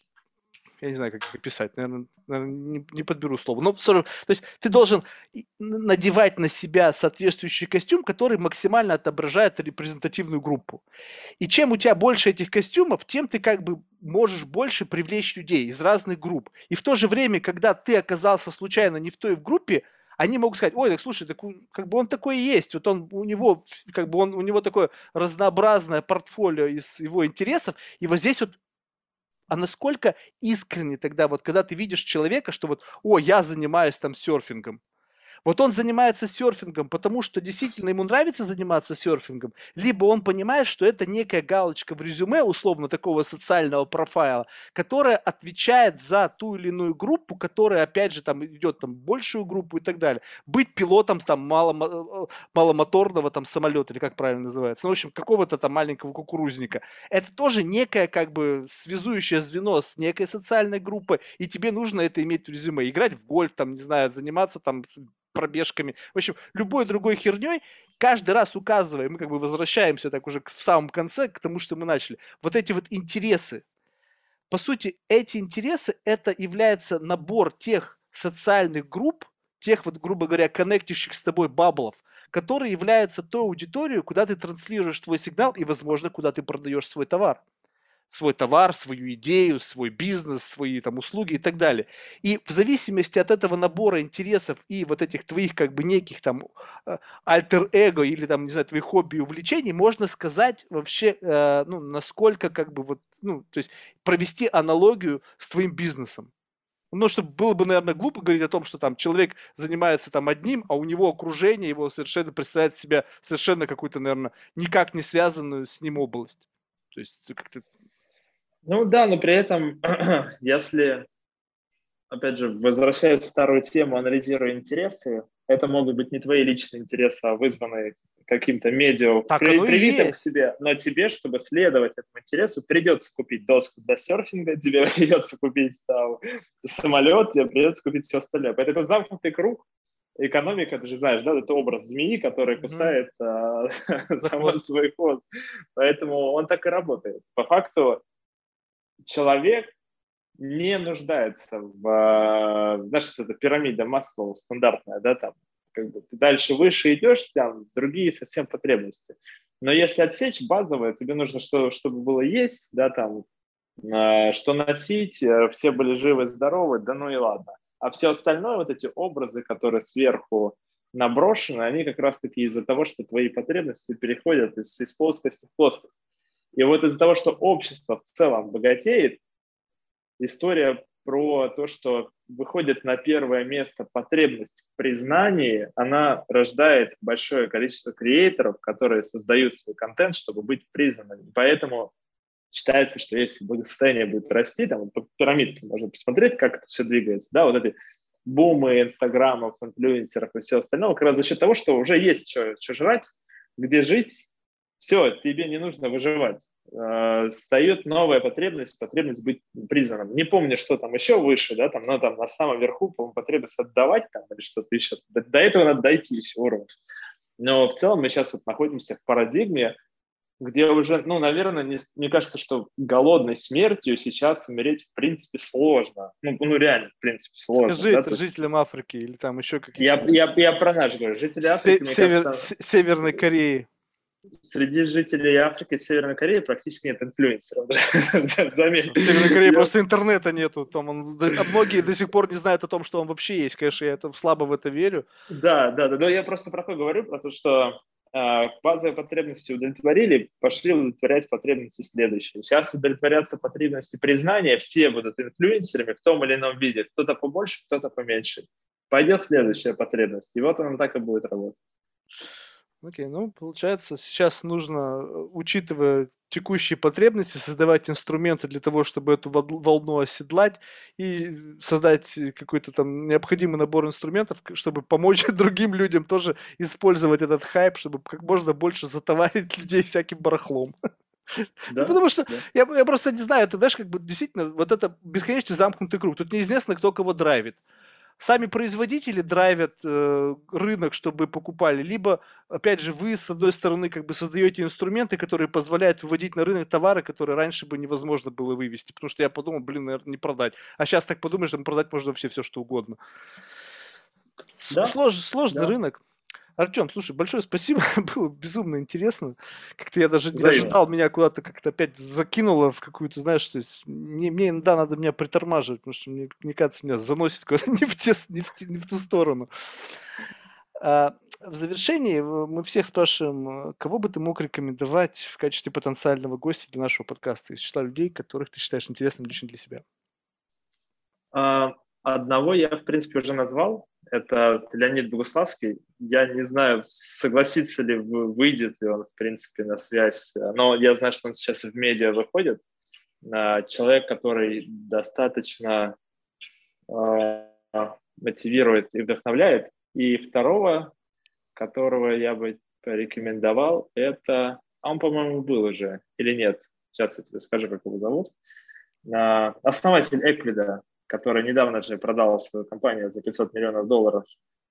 я не знаю, как их описать, наверное, наверное, не, не подберу слово. Но всё равно, то есть ты должен и- н- надевать на себя соответствующий костюм, который максимально отображает репрезентативную группу. И чем у тебя больше этих костюмов, тем ты как бы можешь больше привлечь людей из разных групп. И в то же время, когда ты оказался случайно не в той в группе, они могут сказать: ой, так слушай, так у- как бы он такой и есть, вот он у него как бы он у него такое разнообразное портфолио из его интересов, и вот здесь вот а насколько искренне тогда, вот когда ты видишь человека, что вот, о, я занимаюсь там серфингом. Вот он занимается серфингом, потому что действительно ему нравится заниматься серфингом, либо он понимает, что это некая галочка в резюме, условно, такого социального профайла, которая отвечает за ту или иную группу, которая, опять же, там идет там большую группу и так далее. Быть пилотом там мало, маломоторного там самолета, или как правильно называется, ну, в общем, какого-то там маленького кукурузника. Это тоже некое как бы связующее звено с некой социальной группой, и тебе нужно это иметь в резюме. Играть в гольф, там, не знаю, заниматься там пробежками, в общем, любой другой херней, каждый раз указывая, мы как бы возвращаемся так уже к, в самом конце к тому, что мы начали. Вот эти вот интересы. По сути, эти интересы это является набор тех социальных групп, тех вот, грубо говоря, коннектящих с тобой баблов, которые являются той аудиторией, куда ты транслируешь твой сигнал и, возможно, куда ты продаешь свой товар свой товар, свою идею, свой бизнес, свои там услуги и так далее. И в зависимости от этого набора интересов и вот этих твоих как бы неких там э, альтер-эго или там, не знаю, твоих хобби и увлечений, можно сказать вообще, э, ну, насколько как бы вот, ну, то есть провести аналогию с твоим бизнесом. Ну, чтобы было бы, наверное, глупо говорить о том, что там человек занимается там одним, а у него окружение его совершенно представляет себя совершенно какую-то, наверное, никак не связанную с ним область. То есть как-то Ну да, но при этом, если, опять же, возвращаясь в старую тему, анализируя интересы, это могут быть не твои личные интересы, а вызванные каким-то медиа, так при- оно и привитым к есть. тебе, но тебе, чтобы следовать этому интересу, придется купить доску для серфинга, тебе придется купить там, самолет, тебе придется купить все остальное. Поэтому это замкнутый круг. Экономика, ты же знаешь, да, это образ змеи, который Мгм. кусает а, За сама хвост. свой хвост. Поэтому он так и работает. По факту человек не нуждается в, э, знаешь, это пирамида Маслоу стандартная, да, там, как бы ты дальше выше идешь, там другие совсем потребности. Но если отсечь базовое, тебе нужно, что, чтобы было есть, да, там, э, что носить, э, все были живы, здоровы, да ну и ладно. А все остальное, вот эти образы, которые сверху наброшены, они как раз-таки из-за того, что твои потребности переходят из, из плоскости в плоскость. И вот из-за того, что общество в целом богатеет, история про то, что выходит на первое место потребность в признании, она рождает большое количество креаторов, которые создают свой контент, чтобы быть признанными. Поэтому считается, что если благосостояние будет расти, там по пирамидке можно посмотреть, как это все двигается, да, вот эти бумы инстаграмов, инфлюенсеров и все остальное, как раз за счет того, что уже есть что, что жрать, где жить, все, тебе не нужно выживать. Э, встает новая потребность, потребность быть признанным. Не помню, что там еще выше, да, там, но там на самом верху, по-моему, потребность отдавать там или что-то еще. До, до этого надо дойти еще уровень. Но в целом мы сейчас вот находимся в парадигме, где уже, ну, наверное, не, мне кажется, что голодной смертью сейчас умереть в принципе сложно. Ну, ну реально, в принципе, сложно. Скажи Да? это То есть жителям Африки или там еще я, каких-нибудь я, я про наш говорю. Жители се- Африки, мне север- кажется, с- Северной Кореи. среди жителей Африки и Северной Кореи практически нет инфлюенсеров. Заметь. В Северной Корее Я- просто интернета нету. Там он, да- а многие до сих пор не знают о том, что он вообще есть. Конечно, я это, слабо в это верю. Да, да, да. Но я просто про то говорю, про то, что э, базовые потребности удовлетворили, пошли удовлетворять потребности следующие. Сейчас удовлетворятся потребности признания, все будут инфлюенсерами в том или ином виде. Кто-то побольше, кто-то поменьше. Пойдет следующая потребность, и вот она так и будет работать. Окей, ну, получается, сейчас нужно, э, учитывая текущие потребности, создавать инструменты для того, чтобы эту вод- волну оседлать и создать э, какой-то там необходимый набор инструментов, к- чтобы помочь другим людям тоже использовать этот хайп, чтобы как можно больше затоварить людей всяким барахлом. Ну, Да, потому что да. я, я просто не знаю, ты знаешь, как бы действительно вот это бесконечный замкнутый круг. Тут неизвестно, кто кого драйвит. Сами производители драйвят э, рынок, чтобы покупали, либо, опять же, вы, с одной стороны, как бы создаете инструменты, которые позволяют выводить на рынок товары, которые раньше бы невозможно было вывести. Потому что я подумал, блин, наверное, не продать. А сейчас так подумаешь, там продать можно вообще все, что угодно. С- Да, слож- сложный да. рынок. Артем, слушай, большое спасибо, было безумно интересно. Как-то я даже не Взаимно. ожидал, меня куда-то как-то опять закинуло в какую-то, знаешь, то есть мне, мне иногда надо меня притормаживать, потому что мне, мне кажется, меня заносит куда-то не в, те, не, в, те- не в ту сторону. А, в завершении э, мы всех спрашиваем, э, кого бы ты мог рекомендовать в качестве потенциального гостя для нашего подкаста из числа людей, которых ты считаешь интересным лично для себя? А, одного я, в принципе, уже назвал. Это Леонид Богуславский. Я не знаю, согласится ли, вы- выйдет ли он, в принципе, на связь. Но я знаю, что он сейчас в медиа выходит. А, Человек, который достаточно а, мотивирует и вдохновляет. И второго, которого я бы порекомендовал, это... А он, по-моему, был уже или нет? Сейчас я тебе скажу, как его зовут. А, Основатель Эквида, который недавно же продал свою компанию за пятьсот миллионов долларов.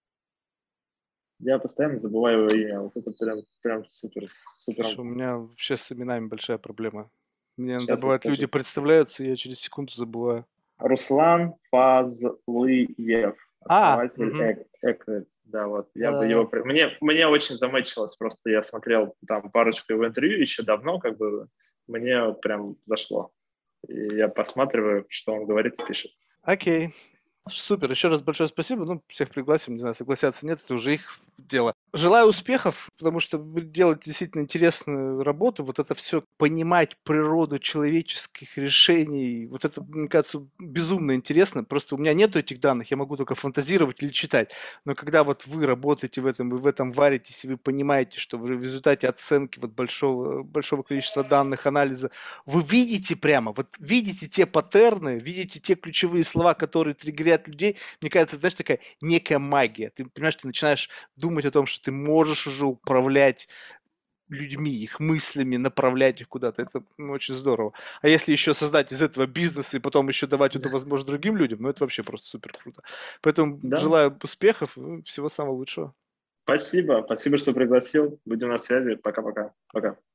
Я постоянно забываю его имя. Вот это прям, прям супер, супер. Слушай, у меня вообще с именами большая проблема. Мне иногда Сейчас я бывает, люди скажу. представляются, и я через секунду забываю. Руслан Фазлыев, А, основатель мгм. Эк- Эквид. Да, вот. Я бы Да-да-да. его... при- Мне, мне очень замечилось, просто я смотрел там парочку его интервью еще давно, как бы мне вот прям зашло. И я посматриваю, что он говорит и пишет. Окей. Супер, еще раз большое спасибо. Ну, всех пригласим, не знаю, согласятся, нет, это уже их дело. Желаю успехов, потому что вы делаете действительно интересную работу. Вот это все понимать природу человеческих решений, вот это, мне кажется, безумно интересно. Просто у меня нету этих данных, я могу только фантазировать или читать. Но когда вот вы работаете в этом, вы в этом варитесь, и вы понимаете, что в результате оценки вот большого, большого количества данных, анализа, вы видите прямо, вот видите те паттерны, видите те ключевые слова, которые триггерят людей, мне кажется, знаешь, такая некая магия. Ты понимаешь, ты начинаешь думать о том, что ты можешь уже управлять людьми, их мыслями, направлять их куда-то. Это ну, очень здорово. А если еще создать из этого бизнес и потом еще давать эту возможность другим людям, ну это вообще просто супер круто. Поэтому Да, желаю успехов, и всего самого лучшего. спасибо. Спасибо, что пригласил. Будем на связи. Пока-пока. Пока.